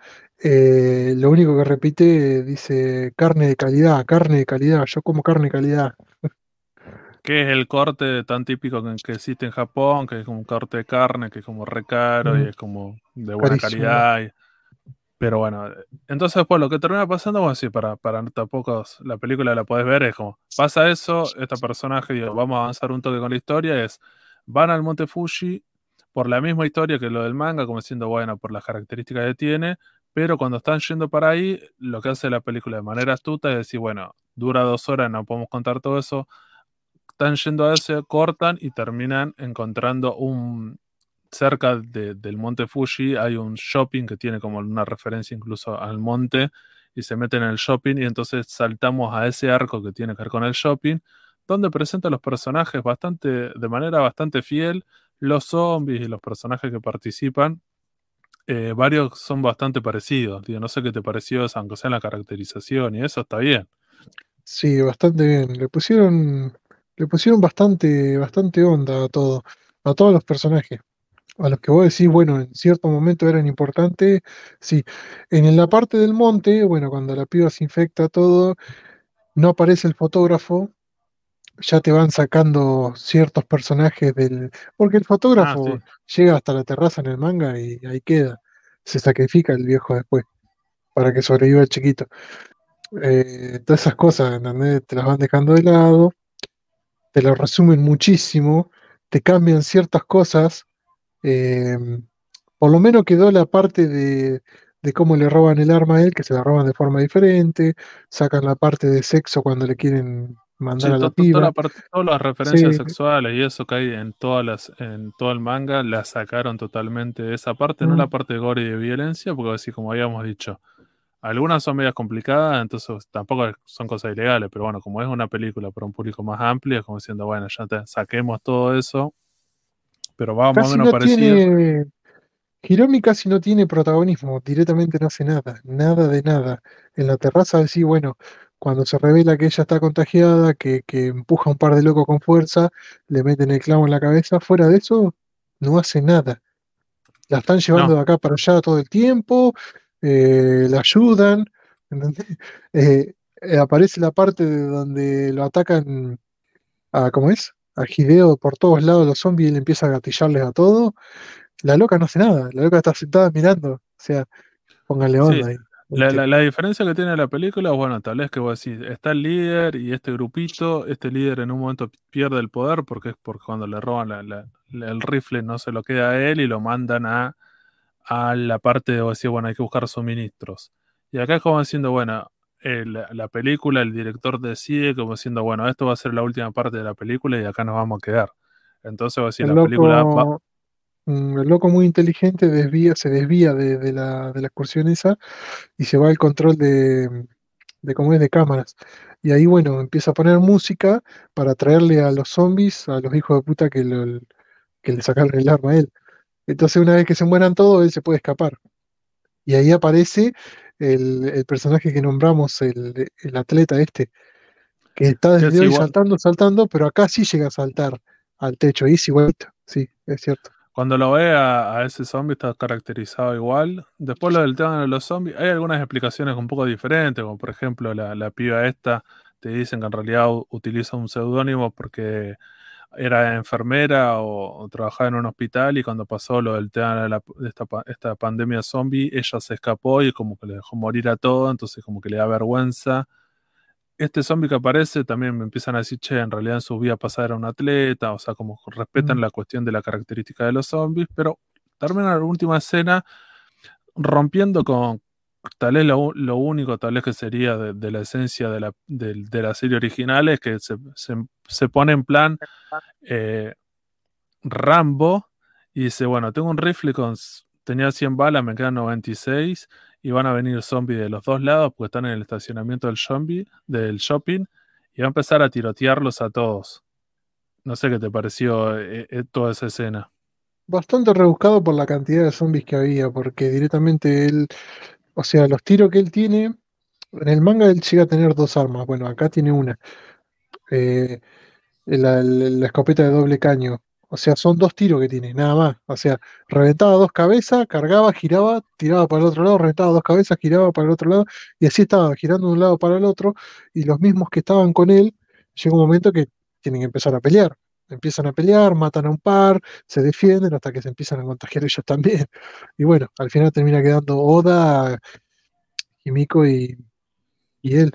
lo único que repite dice carne de calidad, yo como carne de calidad. Que es el corte tan típico que existe en Japón, que es como un corte de carne, que es como re caro y Mm, es como de buena carísimo. calidad. Pero bueno, entonces pues lo que termina pasando, bueno, sí, para tampoco la película la podés ver, es como, pasa eso, este personaje, digo, vamos a avanzar un toque con la historia, es, van al Monte Fuji por la misma historia que lo del manga, como diciendo, bueno, por las características que tiene, pero cuando están yendo para ahí, lo que hace la película de manera astuta es decir, bueno, dura 2 horas, no podemos contar todo eso, están yendo a ese, cortan y terminan encontrando cerca del monte Fuji hay un shopping que tiene como una referencia incluso al monte y se meten en el shopping y entonces saltamos a ese arco que tiene que ver con el shopping, donde presenta a los personajes de manera bastante fiel, los zombies y los personajes que participan, varios son bastante parecidos, digo, no sé qué te pareció, aunque sea en la caracterización y eso está bien. Sí, bastante bien. Le pusieron bastante onda a todo, a todos los personajes. A los que vos decís, bueno, en cierto momento eran importantes, sí. En la parte del monte, bueno, cuando la piba se infecta todo, no aparece el fotógrafo, ya te van sacando ciertos personajes del... Porque el Ah, fotógrafo sí. llega hasta la terraza en el manga y ahí queda. Se sacrifica el viejo después para que sobreviva el chiquito. Todas esas cosas, ¿entendés? Te las van dejando de lado, te lo resumen muchísimo, te cambian ciertas cosas. eh, por lo menos quedó la parte de cómo le roban el arma a él, que se la roban de forma diferente, sacan la parte de sexo cuando le quieren mandar Sí, a la toda piba. la parte, todas las referencias Sí, sexuales y eso que hay en en todo el manga, la sacaron totalmente de esa parte, no mm, la parte de gore y de violencia, porque así como habíamos dicho, algunas son medias complicadas, entonces tampoco son cosas ilegales, pero bueno, como es una película para un público más amplio, es como diciendo, bueno, saquemos todo eso, pero va más o casi menos no parecido. tiene, Hiromi casi no tiene protagonismo, directamente no hace nada, nada de nada. En la terraza sí, bueno, cuando se revela que ella está contagiada, que empuja a un par de locos con fuerza, le meten el clavo en la cabeza, fuera de eso, no hace nada. La están llevando No, de acá para allá todo el tiempo, la ayudan, ¿entendés? Aparece la parte de donde lo atacan a, ¿cómo es? A Hideo por todos lados los zombies y él empieza a gatillarles a todo. La loca no hace nada, la loca está sentada mirando. O sea, póngale sí, onda ahí, ¿viste? la diferencia que tiene la película es, bueno, tal vez que vos decís, está el líder y este grupito, este líder en un momento pierde el poder porque es porque cuando le roban el rifle no se lo queda a él y lo mandan a la parte de vos decís, bueno, hay que buscar suministros. Y acá es como diciendo, bueno, la película, el director decide como diciendo, bueno, esto va a ser la última parte de la película y acá nos vamos a quedar. Entonces, vos decís, El la película va, loco, el loco muy inteligente se desvía de la excursión esa y se va al control de cómo es de cámaras. Y ahí, bueno, empieza a poner música para traerle a los zombies, a los hijos de puta que le sacaron el arma a él. Entonces, una vez que se mueran todos, él se puede escapar. Y ahí aparece el personaje que nombramos, el atleta este, que está que es desde hoy igual. saltando, saltando, pero acá sí llega a saltar al techo. Y es igualito, sí, es cierto. Cuando lo ve a ese zombie está caracterizado igual. Después lo del tema de los zombies, hay algunas explicaciones un poco diferentes, como por ejemplo la piba esta, te dicen que en realidad utiliza un seudónimo porque era enfermera o trabajaba en un hospital y cuando pasó lo del tema de esta pandemia zombie, ella se escapó y como que le dejó morir a todo, entonces como que le da vergüenza. Este zombie que aparece también me empiezan a decir, che, en realidad en su vida pasada era un atleta, o sea, como respetan Mm, la cuestión de la característica de los zombies, pero termina la última escena rompiendo con tal vez lo único, tal vez que sería de la esencia de la serie original, es que se pone en plan eh, Rambo y dice, bueno, tengo un rifle tenía 100 balas, me quedan 96 y van a venir zombies de los dos lados porque están en el estacionamiento del shopping y va a empezar a tirotearlos a todos. No sé qué te pareció toda esa escena. Bastante rebuscado por la cantidad de zombies que había, porque directamente él, o sea, los tiros que él tiene, en el manga él llega a tener dos armas, bueno, acá tiene una. Eh, la escopeta de doble caño. O sea, son dos tiros que tiene, nada más. O sea, reventaba dos cabezas, cargaba, giraba, tiraba para el otro lado, reventaba dos cabezas, giraba para el otro lado, y así estaba, girando de un lado para el otro, y los mismos que estaban con él, llega un momento que tienen que empezar a pelear. Empiezan a pelear, matan a un par, se defienden hasta que se empiezan a contagiar ellos también. Y bueno, al final termina quedando Oda, Himiko y él.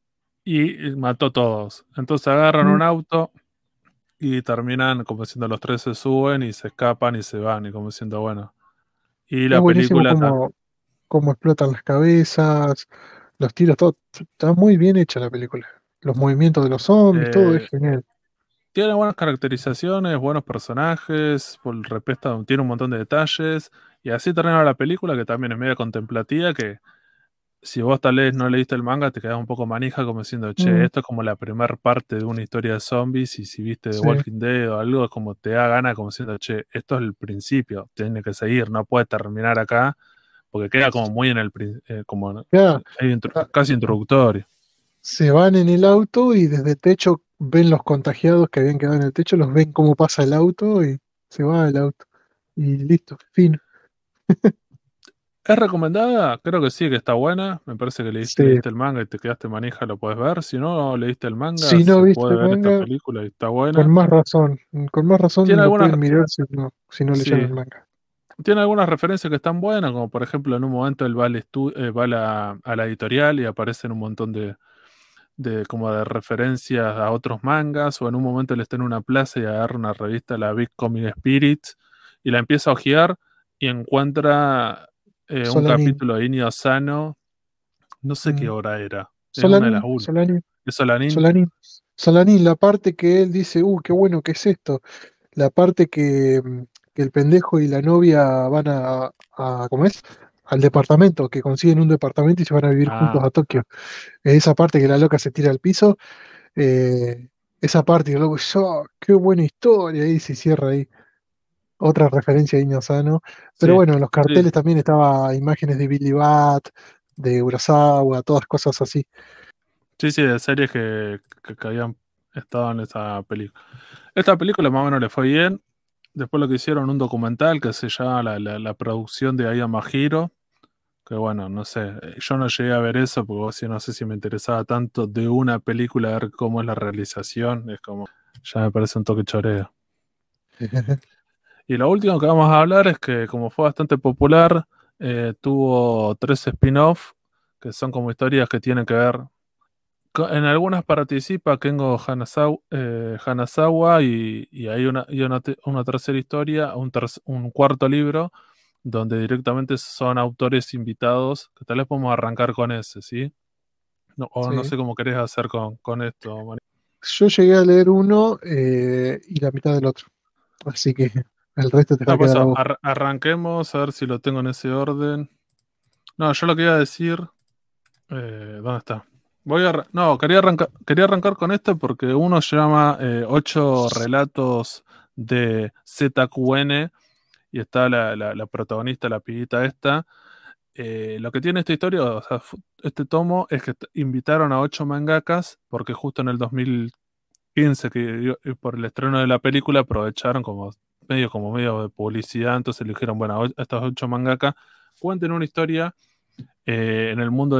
Y mató a todos. Entonces agarran Mm. un auto y terminan como diciendo los tres se suben y se escapan y se van y como diciendo, bueno. Y Es la buenísimo película cómo explotan las cabezas, los tiros, todo. Está muy bien hecha la película. Los movimientos de los zombies, todo es eh, genial. tiene buenas caracterizaciones, buenos personajes, tiene un montón de detalles. Y así termina la película, que también es media contemplativa, que si vos tal vez no leíste el manga, te quedas un poco manija como diciendo, che, Mm, esto es como la primera parte de una historia de zombies, y si viste The sí, Walking Dead o algo, es como te da gana como diciendo, che, esto es el principio, tiene que seguir, no puede terminar acá, porque queda como muy en como ya, casi introductorio. se van en el auto y desde el techo ven los contagiados que habían quedado en el techo, los ven cómo pasa el auto y se va el auto. y listo, fin. ¿Es recomendada? Creo que sí, que está buena. Me parece que Sí. leíste el manga y te quedaste manija, lo puedes ver. Si no leíste el manga, Si no se viste puede el ver esta manga, película y está buena. con más razón Tiene lo algunas, pueden mirar si no leyeron sí, el manga. tiene algunas referencias que están buenas, como por ejemplo en un momento él va, va a la editorial y aparecen un montón de como de referencias a otros mangas, o en un momento él está en una plaza y agarra una revista, la Big Comic Spirits, y la empieza a hojear y encuentra un Solanin. capítulo de Inio Asano, no sé qué Mm. hora era, es una de las Solanin, últimas. Solanin, ¿Es Solanin? Solanin. Solanin, la parte que él dice, qué bueno que es esto. La parte que el pendejo y la novia van ¿cómo es? Al departamento, que consiguen un departamento y se van a vivir juntos Ah, a Tokio. Esa parte que la loca se tira al piso, eh, esa parte que luego, qué buena historia, y se cierra ahí. Otra referencia a Iño Sano. Pero sí, bueno, en los sí, carteles también estaba imágenes de Billy Bat, de Urasawa, todas cosas así. sí, sí, de series que habían estado en esa película. Esta película más o menos le fue bien. Después lo que hicieron un documental que se llama la producción de Aya Mahiro. Que bueno, no sé, yo no llegué a ver eso porque vos sí no sé si me interesaba tanto de una película ver cómo es la realización, es como, ya me parece un toque choreo. Y lo último que vamos a hablar es que como fue bastante popular, tuvo tres spin-off que son como historias que tienen que ver, en algunas participa Kengo Hanazawa y hay una tercera historia, un cuarto libro donde directamente son autores invitados, que tal vez podemos arrancar con ese, ¿sí? No, o no Sí. sé cómo querés hacer con esto, Mari. Yo llegué a leer uno y la mitad del otro. Así que el resto te va No, a por quedar a eso, vos. arranquemos a ver si lo tengo en ese orden. No, yo lo que iba a decir, ¿dónde está? No, quería arrancar con esto porque uno se llama Ocho relatos de ZQN y está la protagonista, la pibita esta. Lo que tiene esta historia, o sea, este tomo, es que invitaron a ocho mangakas porque justo en el 2015, por el estreno de la película, aprovecharon como medio de publicidad, entonces le dijeron, bueno, estos ocho mangakas cuenten una historia en el mundo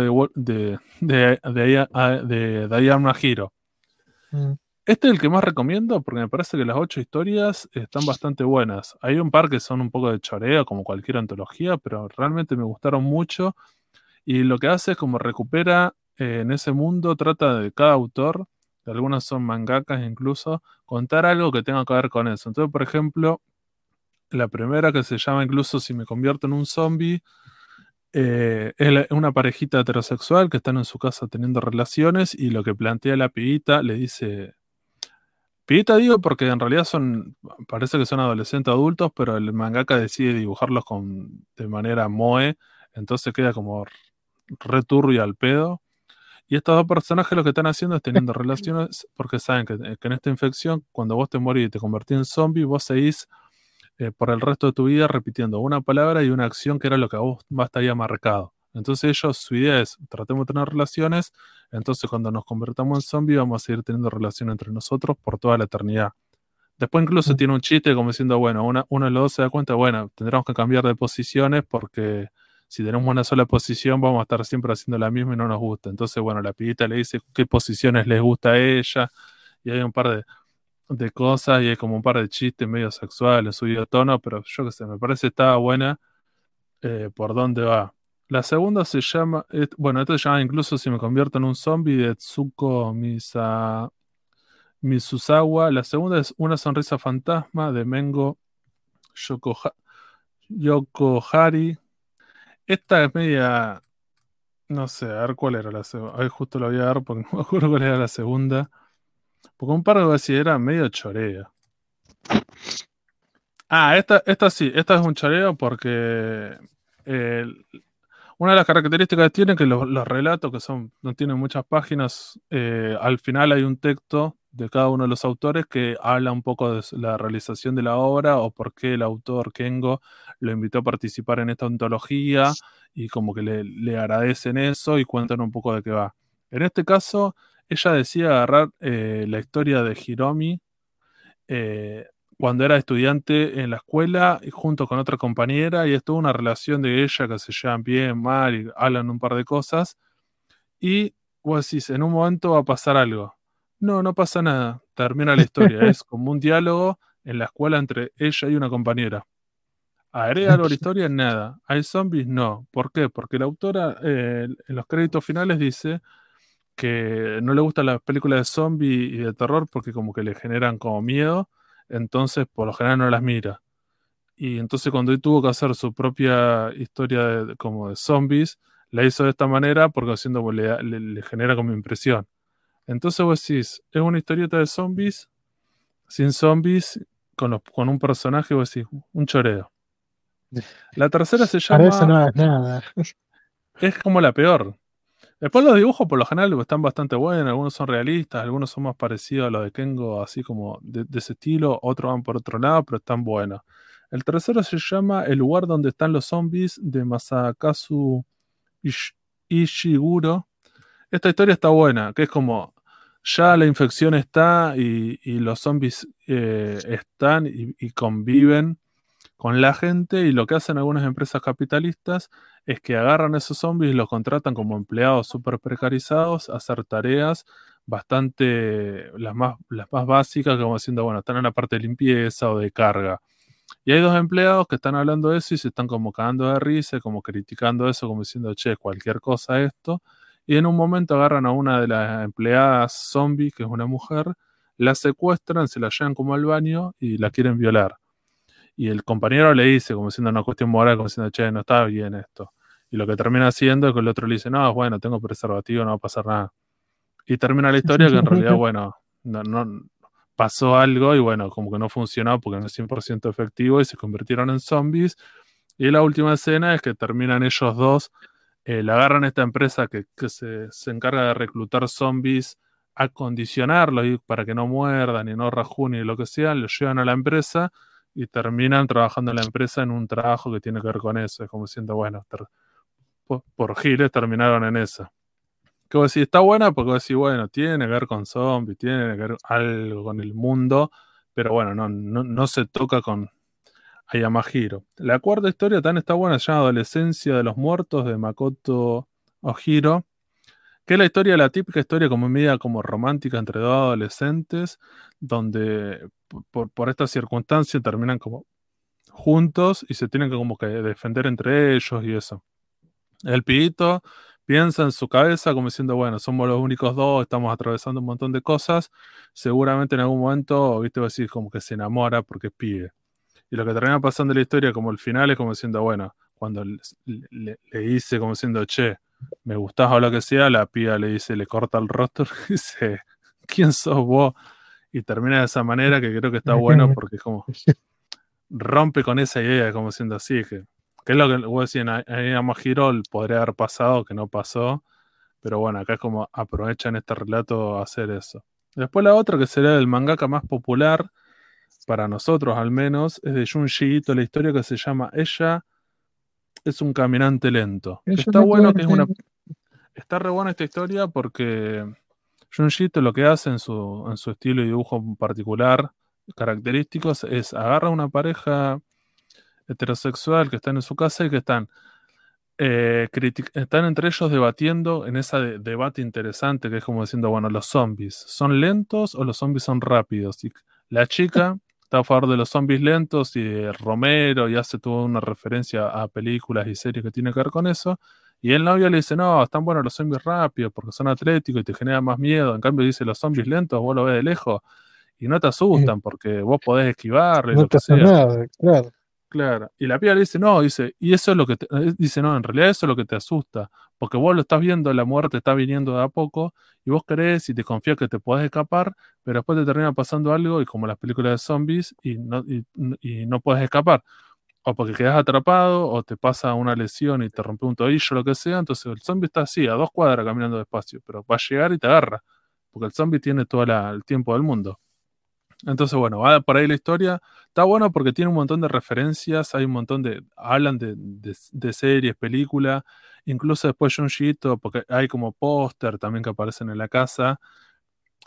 de Diana Mahiro. Mm, Este es el que más recomiendo porque me parece que las ocho historias están bastante buenas. Hay un par que son un poco de choreo, como cualquier antología, pero realmente me gustaron mucho. Y lo que hace es como recupera en ese mundo, trata de cada autor, que algunos son mangakas incluso, contar algo que tenga que ver con eso. Entonces, por ejemplo, la primera que se llama incluso Si me convierto en un zombie, es una parejita heterosexual que están en su casa teniendo relaciones y lo que plantea la pibita le dice, pibita digo porque en realidad parece que son adolescentes adultos, pero el mangaka decide dibujarlos de manera moe, entonces queda como returbio al pedo. Y estos dos personajes lo que están haciendo es teniendo relaciones porque saben que en esta infección, cuando vos te morís y te convertís en zombie, vos seguís por el resto de tu vida repitiendo una palabra y una acción que era lo que a vos más te había marcado. Entonces ellos, su idea es, tratemos de tener relaciones, entonces cuando nos convertamos en zombie vamos a seguir teniendo relación entre nosotros por toda la eternidad. Después incluso mm, tiene un chiste como diciendo, bueno, uno de los dos se da cuenta, bueno, tendremos que cambiar de posiciones porque si tenemos una sola posición vamos a estar siempre haciendo la misma y no nos gusta. Entonces, bueno, la pibita le dice qué posiciones les gusta a ella y hay un par de cosas y hay como un par de chistes medio sexuales, subido a tono, pero yo qué sé, me parece que estaba buena por dónde va. La segunda se llama, bueno, esta se llama Incluso si me convierto en un zombie de Tsuko Misuzawa. La segunda es Una sonrisa fantasma de Mengo Yokoha- Yokohari. Esta es media, no sé, a ver cuál era la segunda. Ahí justo lo voy a dar porque no me acuerdo cuál era la segunda. Porque un par de veces era medio chorea. Ah, esta sí, esta es un choreo porque eh, una de las características que tiene que los relatos, que no tienen muchas páginas, al final hay un texto de cada uno de los autores que habla un poco de la realización de la obra o por qué el autor Kengo lo invitó a participar en esta antología y como que le agradecen eso y cuentan un poco de qué va. En este caso, ella decía agarrar la historia de Hiromi, eh, cuando era estudiante en la escuela y junto con otra compañera y es toda una relación de ella que se llevan bien, mal y hablan un par de cosas y vos decís, en un momento va a pasar algo. No, no pasa nada, termina la historia, es como un diálogo en la escuela entre ella y una compañera. ¿Agrega algo a la historia? Nada. ¿Hay zombies? No. ¿Por qué? Porque la autora en los créditos finales dice que no le gustan las películas de zombies y de terror porque como que le generan como miedo, entonces por lo general no las mira. Y entonces cuando él tuvo que hacer su propia historia como de zombies, la hizo de esta manera porque haciendo le genera como impresión. Entonces vos decís, es una historieta de zombies, sin zombies, con un personaje, vos decís, un choreo. La tercera se Para eso llama, no hagas nada. es como la peor. Después los dibujos por lo general están bastante buenos, algunos son realistas, algunos son más parecidos a los de Kengo, así como de ese estilo, otros van por otro lado, pero están buenos. El tercero se llama El lugar donde están los zombies de Masakazu Ish- Ishiguro. Esta historia está buena, que es como ya la infección está y los zombies están y conviven con la gente y lo que hacen algunas empresas capitalistas es que agarran a esos zombies y los contratan como empleados súper precarizados a hacer tareas bastante, las más básicas, como diciendo, bueno, están en la parte de limpieza o de carga. Y hay dos empleados que están hablando de eso y se están como cagando de risa, como criticando eso, como diciendo, che, cualquier cosa esto. Y en un momento agarran a una de las empleadas zombie, que es una mujer, la secuestran, se la llevan como al baño y la quieren violar. Y el compañero le dice, como siendo una cuestión moral, como diciendo, che, no está bien esto. Y lo que termina haciendo es que el otro le dice, no, bueno, tengo preservativo, no va a pasar nada. Y termina la historia que en realidad, bueno, no pasó algo y bueno, como que no funcionó porque no es 100% efectivo y se convirtieron en zombies. Y la última escena es que terminan ellos dos, le agarran esta empresa que se encarga de reclutar zombies, acondicionarlos y para que no muerdan y no rajunen y lo que sea, los llevan a la empresa y terminan trabajando en la empresa en un trabajo que tiene que ver con eso. Es como diciendo, bueno, por giles terminaron en eso. Que vos decís, está buena porque vos decís, bueno, tiene que ver con zombies, tiene que ver algo con el mundo, pero bueno, no se toca con Ayamahiro. La cuarta historia también está buena, se llama Adolescencia de los Muertos de Makoto Ojiro, que es la historia, la típica historia como media como romántica entre dos adolescentes, donde por esta circunstancia terminan como juntos y se tienen que como que defender entre ellos y eso. El pibito piensa en su cabeza como diciendo, bueno, somos los únicos dos, estamos atravesando un montón de cosas, seguramente en algún momento, viste, vos decís como que se enamora porque es pibe. Y lo que termina pasando en la historia como el final es como diciendo, bueno, cuando le dice como diciendo, che, me gustás o lo que sea, la piba le dice, le corta el rostro y dice, ¿quién sos vos? Y termina de esa manera que creo que está bueno porque es como rompe con esa idea, como siendo así, que es lo que vos decís, en Amagirol podría haber pasado, que no pasó, pero bueno, acá es como aprovechan este relato a hacer eso. Después la otra, que sería el mangaka más popular, para nosotros al menos, es de Junji Ito, la historia que se llama Ella es un caminante lento, que Eso está no bueno, que es duerme. una, está re buena esta historia porque Junji Ito lo que hace en su estilo y dibujo particular, característicos, es agarra una pareja heterosexual que están en su casa y que están, están entre ellos debatiendo en ese debate interesante que es como diciendo, bueno, los zombies, ¿son lentos o los zombies son rápidos? Y la chica está a favor de los zombies lentos y de Romero y hace toda una referencia a películas y series que tiene que ver con eso. Y el novio le dice, no, están buenos los zombies rápidos porque son atléticos y te generan más miedo. En cambio dice, los zombies lentos, vos los ves de lejos y no te asustan porque vos podés esquivarle, No lo te que hace sea. nada, claro. Claro. Y la piba le dice, no, dice, y eso es lo que dice, no, en realidad eso es lo que te asusta, porque vos lo estás viendo, la muerte está viniendo de a poco, y vos crees y te confías que te podés escapar, pero después te termina pasando algo, y como las películas de zombies, y no puedes escapar, o porque quedas atrapado, o te pasa una lesión y te rompe un tobillo, lo que sea, entonces el zombie está así, a 2 cuadras caminando despacio, pero va a llegar y te agarra, porque el zombie tiene todo el tiempo del mundo. Entonces, bueno, va por ahí la historia. Está bueno porque tiene un montón de referencias, hay un montón de, hablan de series, películas, incluso después Junji Ito, porque hay como póster también que aparecen en la casa,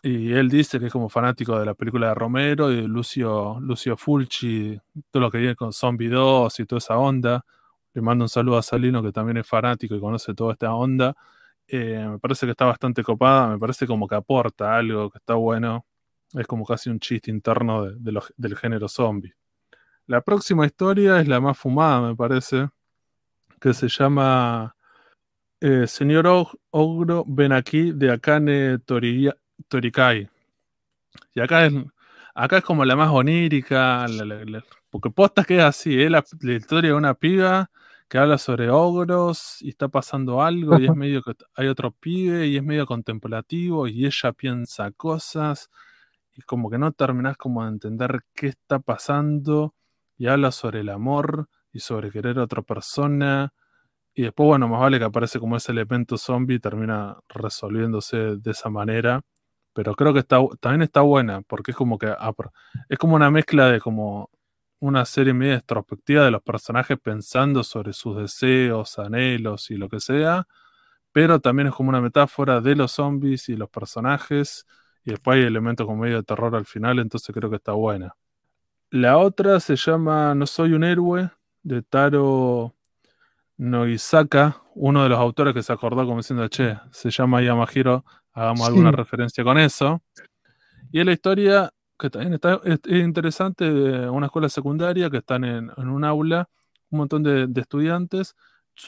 Y él dice que es como fanático de la película de Romero y de Lucio Fulci, todo lo que viene con Zombie 2 y toda esa onda. Le mando un saludo a Salino, que también es fanático y conoce toda esta onda. Me parece que está bastante copada, me parece como que aporta algo que está bueno. Es como casi un chiste interno del género zombie. La próxima historia es la más fumada, me parece, que se llama Señor Ogro, ven aquí, de Akane Torikai. Y acá es como la más onírica, porque posta que es así, es la historia de una piba que habla sobre ogros y está pasando algo y es medio que hay otro pibe y es medio contemplativo y ella piensa cosas y como que no terminás como de entender qué está pasando y habla sobre el amor y sobre querer a otra persona y después, bueno, más vale que aparece como ese elemento zombie y termina resolviéndose de esa manera. Pero creo que también está buena, porque es como que es como una mezcla de como una serie media introspectiva de los personajes pensando sobre sus deseos, anhelos y lo que sea, pero también es como una metáfora de los zombies y los personajes, y después hay elementos como medio de terror al final, entonces creo que está buena. La otra se llama No soy un héroe, de Taro Noisaka, uno de los autores que se acordó como diciendo, che, se llama Yamahiro, hagamos alguna Sí, referencia con eso. Y es la historia que también es interesante de una escuela secundaria que están en un aula, un montón de estudiantes,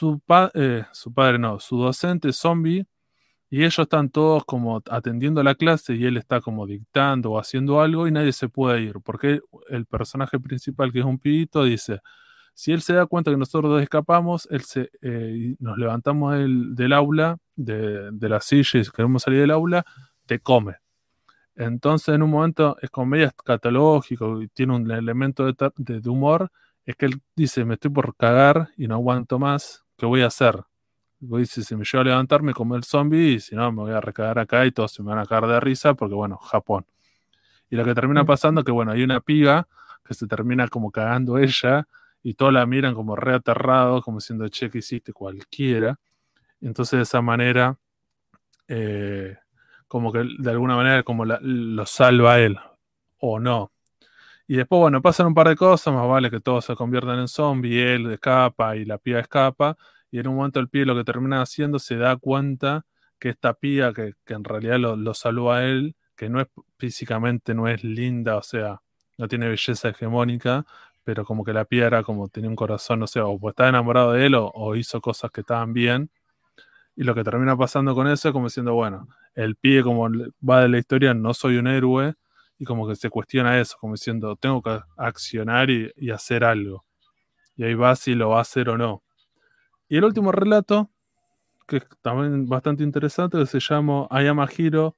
su padre no, su docente es zombie, y ellos están todos como atendiendo la clase y él está como dictando o haciendo algo y nadie se puede ir, porque el personaje principal, que es un pibito, dice, si él se da cuenta que nosotros dos escapamos, y nos levantamos del aula, de la silla y queremos salir del aula, te come. Entonces, en un momento es como medio escatológico y tiene un elemento de humor. Es que él dice: Me estoy por cagar y no aguanto más. ¿Qué voy a hacer? Voy, si me llevo a levantar, me como el zombie y si no, me voy a recagar acá y todos se me van a cagar de risa porque, bueno, Japón. Y lo que termina pasando es que, bueno, hay una piba que se termina como cagando ella y todos la miran como re aterrados, como diciendo, che, que hiciste cualquiera. Y entonces, de esa manera eh, como que de alguna manera como lo salva a él, o no. Y después, bueno, pasan un par de cosas, más vale que todos se conviertan en zombies, él escapa y la piba escapa, y en un momento el pibe lo que termina haciendo se da cuenta que esta piba que en realidad lo salvó a él, que no es físicamente, no es linda, o sea, no tiene belleza hegemónica, pero como que la piba era como tenía un corazón, o sea, o pues estaba enamorado de él o hizo cosas que estaban bien y lo que termina pasando con eso es como diciendo, bueno, el pibe como va de la historia, no soy un héroe, y como que se cuestiona eso, como diciendo, tengo que accionar y hacer algo. Y ahí va si lo va a hacer o no. Y el último relato, que es también bastante interesante, que se llama Ayama Hiro,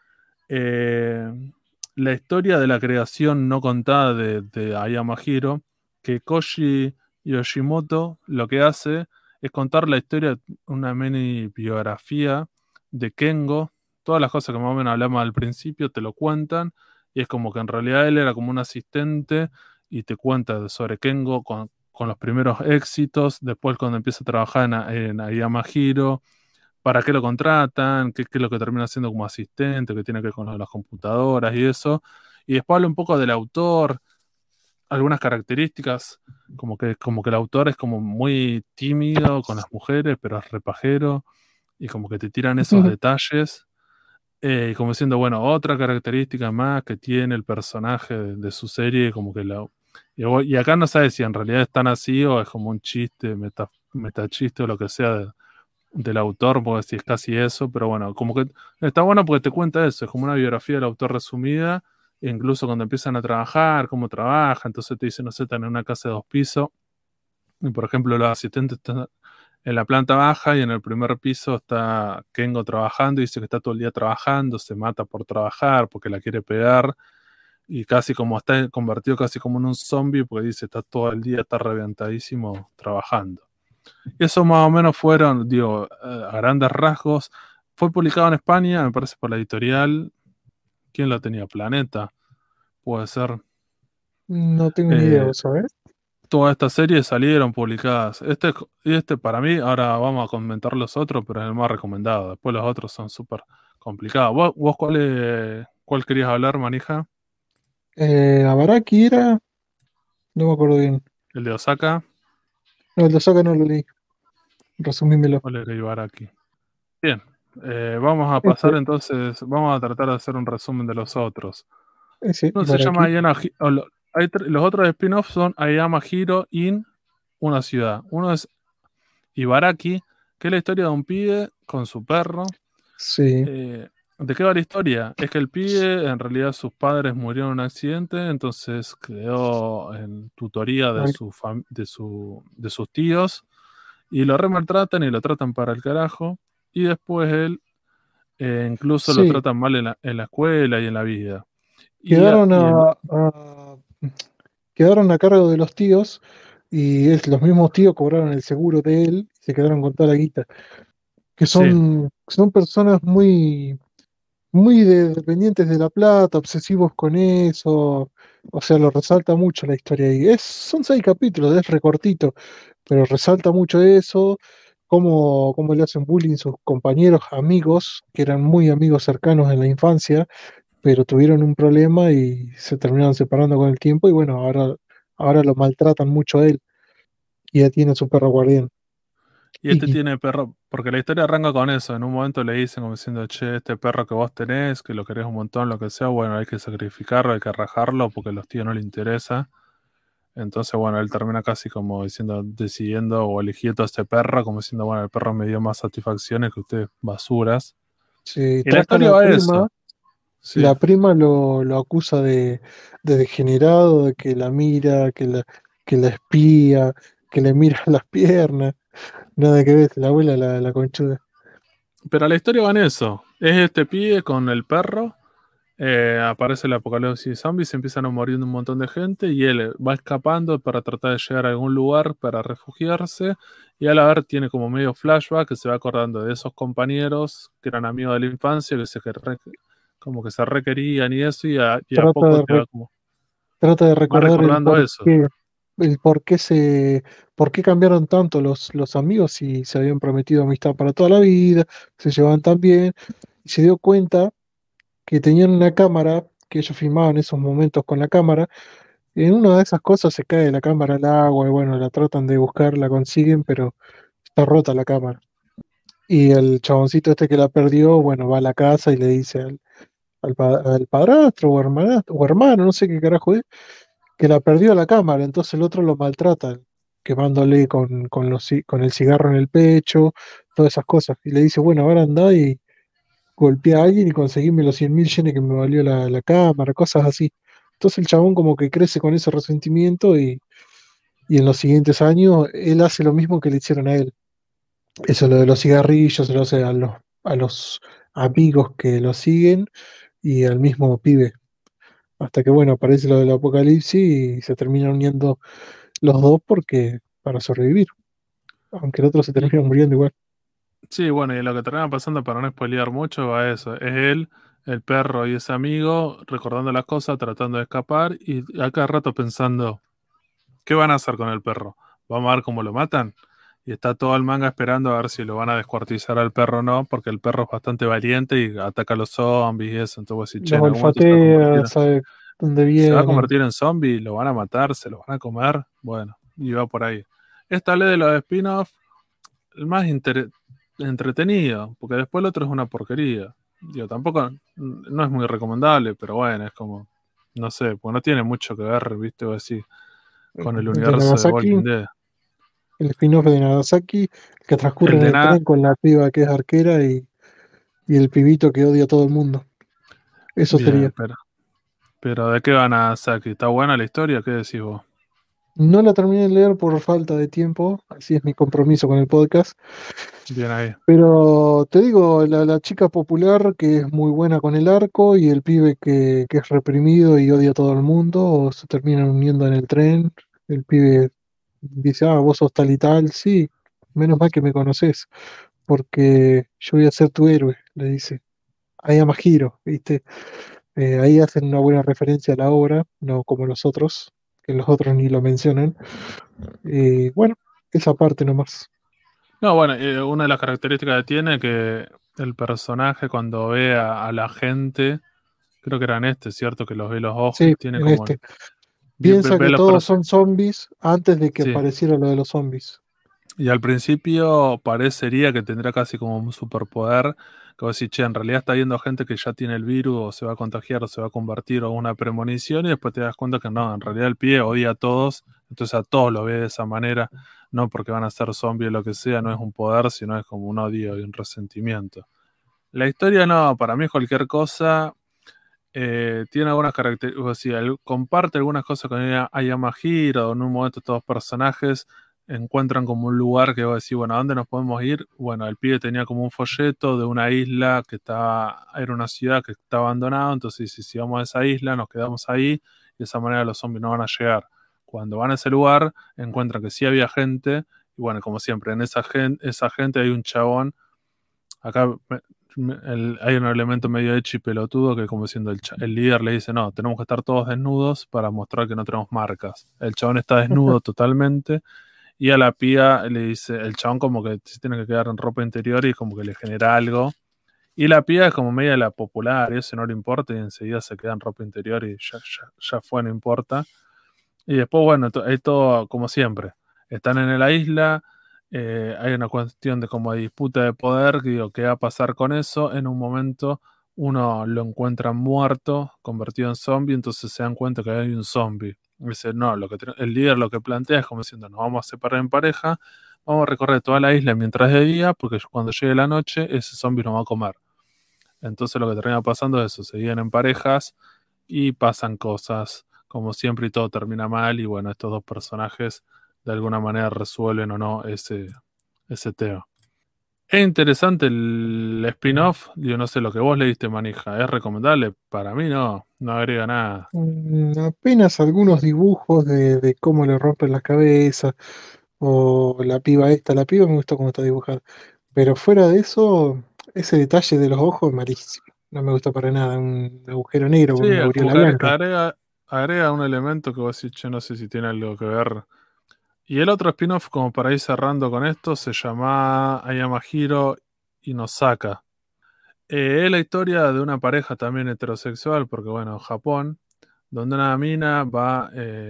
eh, la historia de la creación no contada de Ayama Hiro, que Koji Yoshimoto lo que hace es contar la historia, una mini biografía de Kengo. Todas las cosas que más o menos hablamos al principio te lo cuentan, y es como que en realidad él era como un asistente y te cuenta sobre Kengo con los primeros éxitos, después cuando empieza a trabajar en Ayama Hiro, para qué lo contratan, qué es lo que termina haciendo como asistente, qué tiene que ver con las computadoras y eso. Y después habla un poco del autor, algunas características, como que el autor es como muy tímido con las mujeres, pero es repajero, y como que te tiran esos detalles. Y como diciendo, bueno, otra característica más que tiene el personaje de su serie, como que y acá no sabes si en realidad es tan así o es como un chiste, metachiste o lo que sea del autor, porque si es casi eso, pero bueno, como que está bueno porque te cuenta eso, es como una biografía del autor resumida, e incluso cuando empiezan a trabajar, cómo trabaja, entonces te dicen, no sé, están en una casa de 2 pisos, y por ejemplo los asistentes están en la planta baja y en el primer piso está Kengo trabajando y dice que está todo el día trabajando, se mata por trabajar porque la quiere pegar, y casi como está convertido casi como en un zombie, porque dice, está todo el día, está reventadísimo trabajando. Eso más o menos fueron, digo, a grandes rasgos. Fue publicado en España, me parece por la editorial. ¿Quién lo tenía? Planeta, puede ser. no tengo ni idea, Eh, ¿vos sabés? Todas estas series salieron publicadas. Y este para mí, ahora vamos a comentar los otros, pero es el más recomendado. Después los otros son súper complicado. ¿Vos cuál querías hablar, manija? Abaraki era, no me acuerdo bien. ¿El de Osaka? No, el de Osaka no lo leí, resumímelo. ¿Cuál era Ibaraki? Bien, vamos a pasar Este, entonces, vamos a tratar de hacer un resumen de los otros. ese, Uno se llama Ibaraki. los otros spin-offs son Ayama Hiro in una ciudad. Uno es Ibaraki, que es la historia de un pibe con su perro. Sí, Eh, ¿De qué va la historia? Es que el pibe, en realidad sus padres murieron en un accidente, entonces quedó en tutoría de, al- de sus tíos y lo remaltratan y lo tratan para el carajo. Y después él incluso lo sí, tratan mal en la escuela y en la vida. quedaron Y el, quedaron a cargo de los tíos y los mismos tíos cobraron el seguro de él y se quedaron con toda la guita. Que sí, son personas dependientes de la plata, obsesivos con eso. O sea, lo resalta mucho la historia ahí. Son 6 capítulos, es recortito, pero resalta mucho eso, cómo le hacen bullying sus compañeros, amigos, que eran muy amigos cercanos en la infancia, pero tuvieron un problema y se terminaron separando con el tiempo y bueno, ahora lo maltratan mucho a él y ya tiene su perro guardián. y este Y tiene perro, porque la historia arranca con eso. En un momento le dicen como diciendo, che, este perro que vos tenés, que lo querés un montón, lo que sea, bueno, hay que sacrificarlo, hay que rajarlo porque a los tíos no le interesa. Entonces, bueno, él termina casi como diciendo, decidiendo o eligiendo a este perro, como diciendo, bueno, el perro me dio más satisfacciones que ustedes basuras. se Y la trata a historia va de eso, sí. la prima lo acusa de degenerado, de que la mira, que la espía, que le mira las piernas, nada que ver, la abuela la conchuda. Pero la historia va en eso. Es este pibe con el perro. Aparece el apocalipsis zombie, se empiezan a morir un montón de gente y él va escapando para tratar de llegar a algún lugar para refugiarse y a la vez tiene como medio flashback que se va acordando de esos compañeros que eran amigos de la infancia como que se requerían y eso y a Trata poco de, te va como trata de va recordar recordando eso. el por qué cambiaron tanto los amigos si se habían prometido amistad para toda la vida, se llevaban tan bien, y se dio cuenta que tenían una cámara, que ellos filmaban esos momentos con la cámara. En una de esas cosas se cae la cámara al agua y bueno, la tratan de buscar, la consiguen, pero está rota la cámara. Y el chaboncito este que la perdió, bueno, va a la casa y le dice al padrastro o hermano, no sé qué carajo es, que la perdió la cámara. Entonces el otro lo maltrata, quemándole con el cigarro en el pecho, todas esas cosas. Y le dice, bueno, ahora anda y golpeé a alguien y conseguíme los 100.000 yenes que me valió la cámara, cosas así. Entonces el chabón como que crece con ese resentimiento y en los siguientes años él hace lo mismo que le hicieron a él. Eso lo de los cigarrillos, se lo hace a los amigos que lo siguen y al mismo pibe. Hasta que bueno, aparece lo del apocalipsis y se terminan uniendo los dos porque para sobrevivir. Aunque el otro se Y, termina muriendo igual. sí, bueno, y lo que termina pasando para no spoilear mucho va a eso. Es él, el perro y ese amigo recordando las cosas, tratando de escapar y a cada rato pensando, ¿qué van a hacer con el perro? ¿Vamos a ver cómo lo matan? Y está todo el manga esperando a ver si lo van a descuartizar al perro o no, porque el perro es bastante valiente y ataca a los zombies y eso. Entonces, vos decís, che, Los en algún momento se va a olfatea, sabe dónde se va a vienen. convertir en zombie, lo van a matar, se lo van a comer. Bueno, y va por ahí. Esta ley de los spin-off, el más entretenido, porque después el otro es una porquería. Yo tampoco, no es muy recomendable, pero bueno, es como, no sé, pues no tiene mucho que ver, viste, o así, con el De universo de Nagasaki, Walking Dead. el spin-off de Nagasaki, que transcurre El en de el nada, tren con la piba que es arquera y el pibito que odia a todo el mundo. Eso bien, sería. pero ¿de qué van a Saki? ¿Está buena la historia? ¿Qué decís vos? No la terminé de leer por falta de tiempo, así es mi compromiso con el podcast. Bien ahí. Pero te digo, la chica popular que es muy buena con el arco y el pibe que es reprimido y odia a todo el mundo, se terminan uniendo en el tren. El pibe dice, ah, vos sos tal y tal, sí, menos mal que me conoces, porque yo voy a ser tu héroe, le dice. Ahí a Majiro, ¿viste? Ahí hacen una buena referencia a la obra, no como los otros, que los otros ni lo mencionan. Bueno, esa parte nomás. No, bueno, una de las características que tiene que el personaje cuando ve a la gente, creo que era en este, ¿cierto? Que los ve los ojos, Sí, tiene en como, este. Piensa ve que los todos son zombies antes de que sí. apareciera lo de los zombies. Y al principio parecería que tendrá casi como un superpoder, que vos decís, che, en realidad está viendo gente que ya tiene el virus o se va a contagiar o se va a convertir o una premonición y después te das cuenta que no, en realidad el pie odia a todos, entonces a todos lo ve de esa manera, no porque van a ser zombies o lo que sea, no es un poder, sino es como un odio y un resentimiento. La historia no, para mí es cualquier cosa, tiene algunas características, o sea, comparte algunas cosas con Ayama Hiro, en un momento estos dos personajes encuentran como un lugar que va a decir, bueno, ¿a dónde nos podemos ir? Bueno, el pibe tenía como un folleto de una isla que estaba, era una ciudad que está abandonada, entonces si vamos a esa isla, nos quedamos ahí, y de esa manera los zombies no van a llegar. Cuando van a ese lugar, encuentran que sí había gente, y bueno, como siempre, en esa gente hay un chabón. Acá hay un elemento medio hecho y pelotudo que como siendo el líder le dice, no, tenemos que estar todos desnudos para mostrar que no tenemos marcas. El chabón está desnudo totalmente y a la pía le dice, el chabón como que se tiene que quedar en ropa interior y como que le genera algo. Y la pía es como media la popular y eso no le importa y enseguida se queda en ropa interior y ya fue, no importa. Y después, bueno, hay todo como siempre. Están en la isla, hay una cuestión de como de disputa de poder, que digo, ¿qué va a pasar con eso? En un momento uno lo encuentra muerto, convertido en zombie, entonces se dan cuenta que hay un zombie. Y dice, no, el líder lo que plantea es como diciendo, nos vamos a separar en pareja, vamos a recorrer toda la isla mientras es de día, porque cuando llegue la noche, ese zombie nos va a comer. Entonces lo que termina pasando es eso, se dividen en parejas y pasan cosas, como siempre, y todo termina mal. Y bueno, estos dos personajes de alguna manera resuelven o no ese tema. Es interesante el spin-off, yo no sé lo que vos leíste, manija, ¿es recomendable? Para mí no, no agrega nada. Apenas algunos dibujos de cómo le rompen las cabezas, o la piba esta, la piba me gustó cómo está dibujada. Pero fuera de eso, ese detalle de los ojos es malísimo. No me gusta para nada, un agujero negro Sí, con una como aureola que blanca. agrega un elemento que vos decís, che, no sé si tiene algo que ver. Y el otro spin-off, como para ir cerrando con esto, se llama Ayamahiro Inosaka. Es la historia de una pareja también heterosexual, porque bueno, Japón, donde una mina va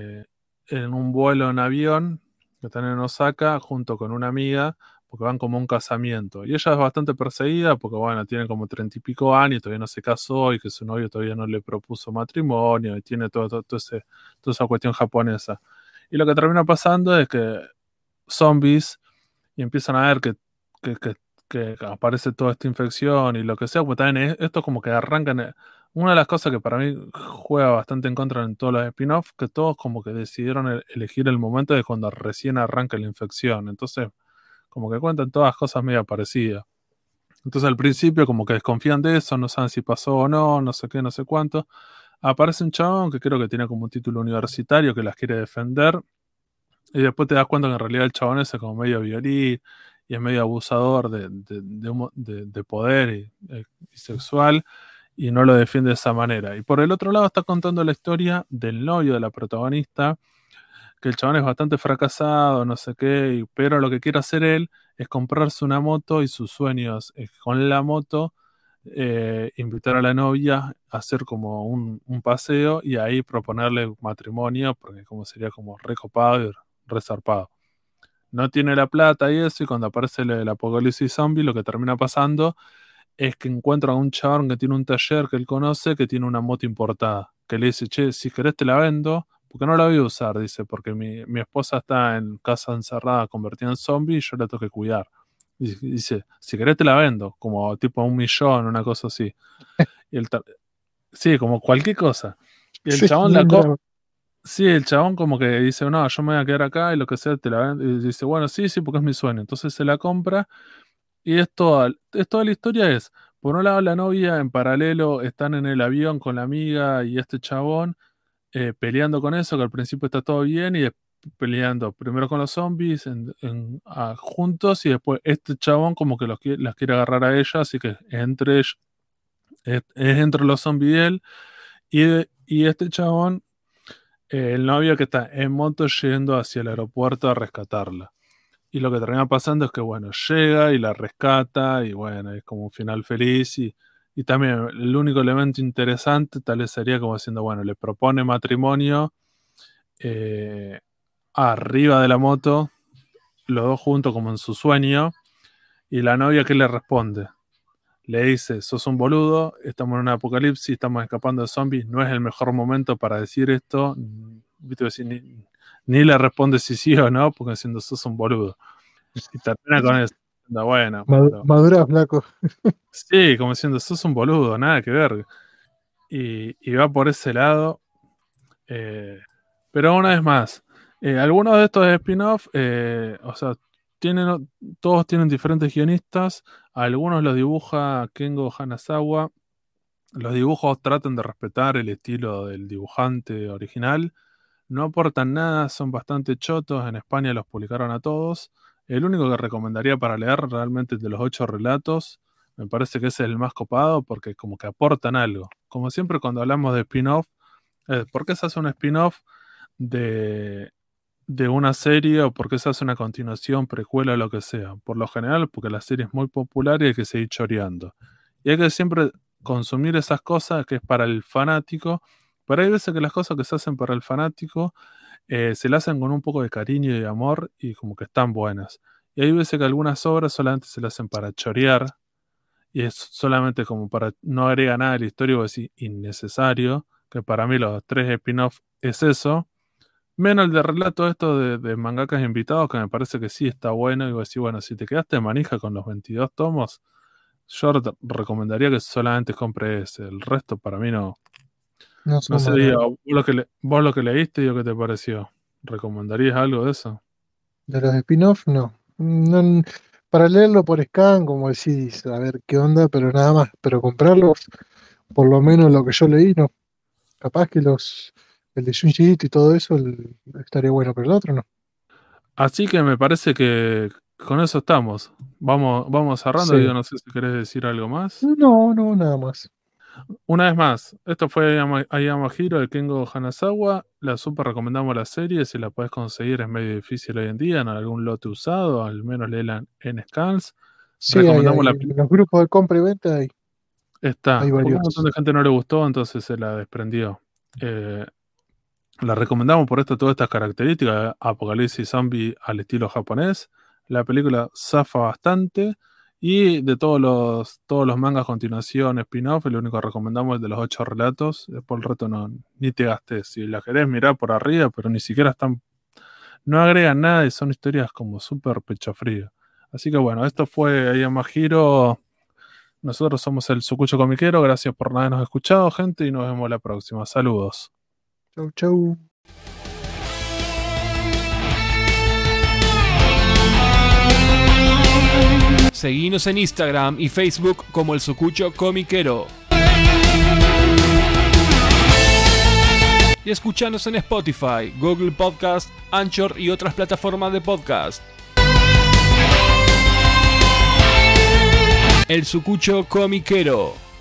en un vuelo en avión, que están en Osaka, junto con una amiga, porque van como a un casamiento. Y ella es bastante perseguida, porque bueno, tiene como 30 y pico años, todavía no se casó, y que su novio todavía no le propuso matrimonio, y tiene toda esa cuestión japonesa. Y lo que termina pasando es que zombies y empiezan a ver que, que- que aparece toda esta infección y lo que sea, pues también esto como que arrancan. Una de las cosas que para mí juega bastante en contra en todos los spin-offs, que todos como que decidieron elegir el momento de cuando recién arranca la infección. Entonces, como que cuentan todas cosas medio parecidas. Entonces al principio como que desconfían de eso, no saben si pasó o no, no sé qué, no sé cuánto. Aparece un chabón que creo que tiene como un título universitario que las quiere defender y después te das cuenta que en realidad el chabón ese es como medio violín y es medio abusador de poder y sexual y no lo defiende de esa manera. Y por el otro lado está contando la historia del novio de la protagonista, que el chabón es bastante fracasado, no sé qué, pero lo que quiere hacer él es comprarse una moto y sus sueños es con la moto invitar a la novia a hacer como un paseo y ahí proponerle matrimonio, porque como sería como recopado y resarpado. No tiene la plata y eso, y cuando aparece el apocalipsis zombie, lo que termina pasando es que encuentra a un chabón que tiene un taller que él conoce, que tiene una moto importada, que le dice, che, si querés te la vendo, porque no la voy a usar, dice, porque mi esposa está en casa encerrada, convertida en zombie, y yo la tengo que cuidar. Y dice, si querés te la vendo, como tipo 1 millón, una cosa así. Y sí, como cualquier cosa. Y el Sí, chabón bien bravo. sí, el chabón como que dice, no, yo me voy a quedar acá y lo que sea te la vendo. Y dice, bueno, sí, sí, porque es mi sueño. Entonces se la compra y es toda la historia es, por un lado la novia en paralelo están en el avión con la amiga y este chabón peleando con eso, que al principio está todo bien y peleando primero con los zombies juntos y después este chabón como que las quiere agarrar a ella, así que es entre los zombies y él y este chabón, el novio que está en moto yendo hacia el aeropuerto a rescatarla. Y lo que termina pasando es que, bueno, llega y la rescata y, bueno, es como un final feliz. Y también el único elemento interesante tal vez sería como diciendo, bueno, le propone matrimonio eh, arriba de la moto, los dos juntos como en su sueño. Y la novia, ¿qué le responde? Le dice, sos un boludo, estamos en un apocalipsis, estamos escapando de zombies, no es el mejor momento para decir esto. ¿Viste? Ni le responde si sí o no, porque diciendo, sos un boludo. Y termina con eso. Anda, bueno, pero Madura, flaco. sí, como diciendo, sos un boludo, nada que ver. Y va por ese lado. eh, pero una vez más, algunos de estos spin-off, o sea, todos tienen diferentes guionistas. Algunos los dibuja Kengo Hanazawa. Los dibujos tratan de respetar el estilo del dibujante original. No aportan nada, son bastante chotos. En España los publicaron a todos. El único que recomendaría para leer realmente de los 8 relatos, me parece que ese es el más copado porque como que aportan algo. Como siempre cuando hablamos de spin-off, ¿por qué se hace un spin-off de, de una serie o por qué se hace una continuación, precuela o lo que sea? Por lo general porque la serie es muy popular y hay que seguir choreando. Y hay que siempre consumir esas cosas que es para el fanático, pero hay veces que las cosas que se hacen para el fanático se las hacen con un poco de cariño y de amor y como que están buenas. Y hay veces que algunas obras solamente se las hacen para chorear y es solamente como para no agrega nada a la historia o decir innecesario, que para mí los 3 spin-off es eso. Menos el de relato esto de mangakas invitados, que me parece que sí está bueno. Y voy a decir, bueno, si te quedaste manija con los 22 tomos, yo recomendaría que solamente compre ese. El resto para mí no. No No sé, suma Diego, nada. vos lo que leíste, Diego, ¿qué te pareció? ¿Recomendarías algo de eso? De los spin-off, no. Para leerlo por scan, como decís, a ver qué onda, pero nada más. Pero comprarlos, por lo menos lo que yo leí, no. Capaz que el de Junji Ito y todo eso estaría bueno, pero el otro no. Así que me parece que con eso estamos. Vamos cerrando, Diego, Sí. no sé si querés decir algo más. No, no, nada más. Una vez más, esto fue Ayama Hiro de Kengo Hanazawa. La super recomendamos la serie. Si la podés conseguir es medio difícil hoy en día en algún lote usado, al menos léela en scans. Sí, Recomendamos la en los grupos de compra y venta hay está, porque a un montón varios. de gente no le gustó, entonces se la desprendió. Eh, la recomendamos por todas estas características, apocalipsis zombie al estilo japonés. La película zafa bastante. Y de todos los mangas, continuación, spin-off, el único que recomendamos es el de los 8 relatos. Después el resto no, ni te gastes. Si la querés mirar por arriba, pero ni siquiera están, no agregan nada y son historias como súper pecho frío. Así que bueno, esto fue Ayama Hiro. Nosotros somos el Sucucho Comiquero. Gracias por habernos escuchado, gente, y nos vemos la próxima. Saludos. Chau, chau. Seguinos en Instagram y Facebook como el Sucucho Comiquero. Y escuchanos en Spotify, Google Podcast, Anchor y otras plataformas de podcast. El Sucucho Comiquero.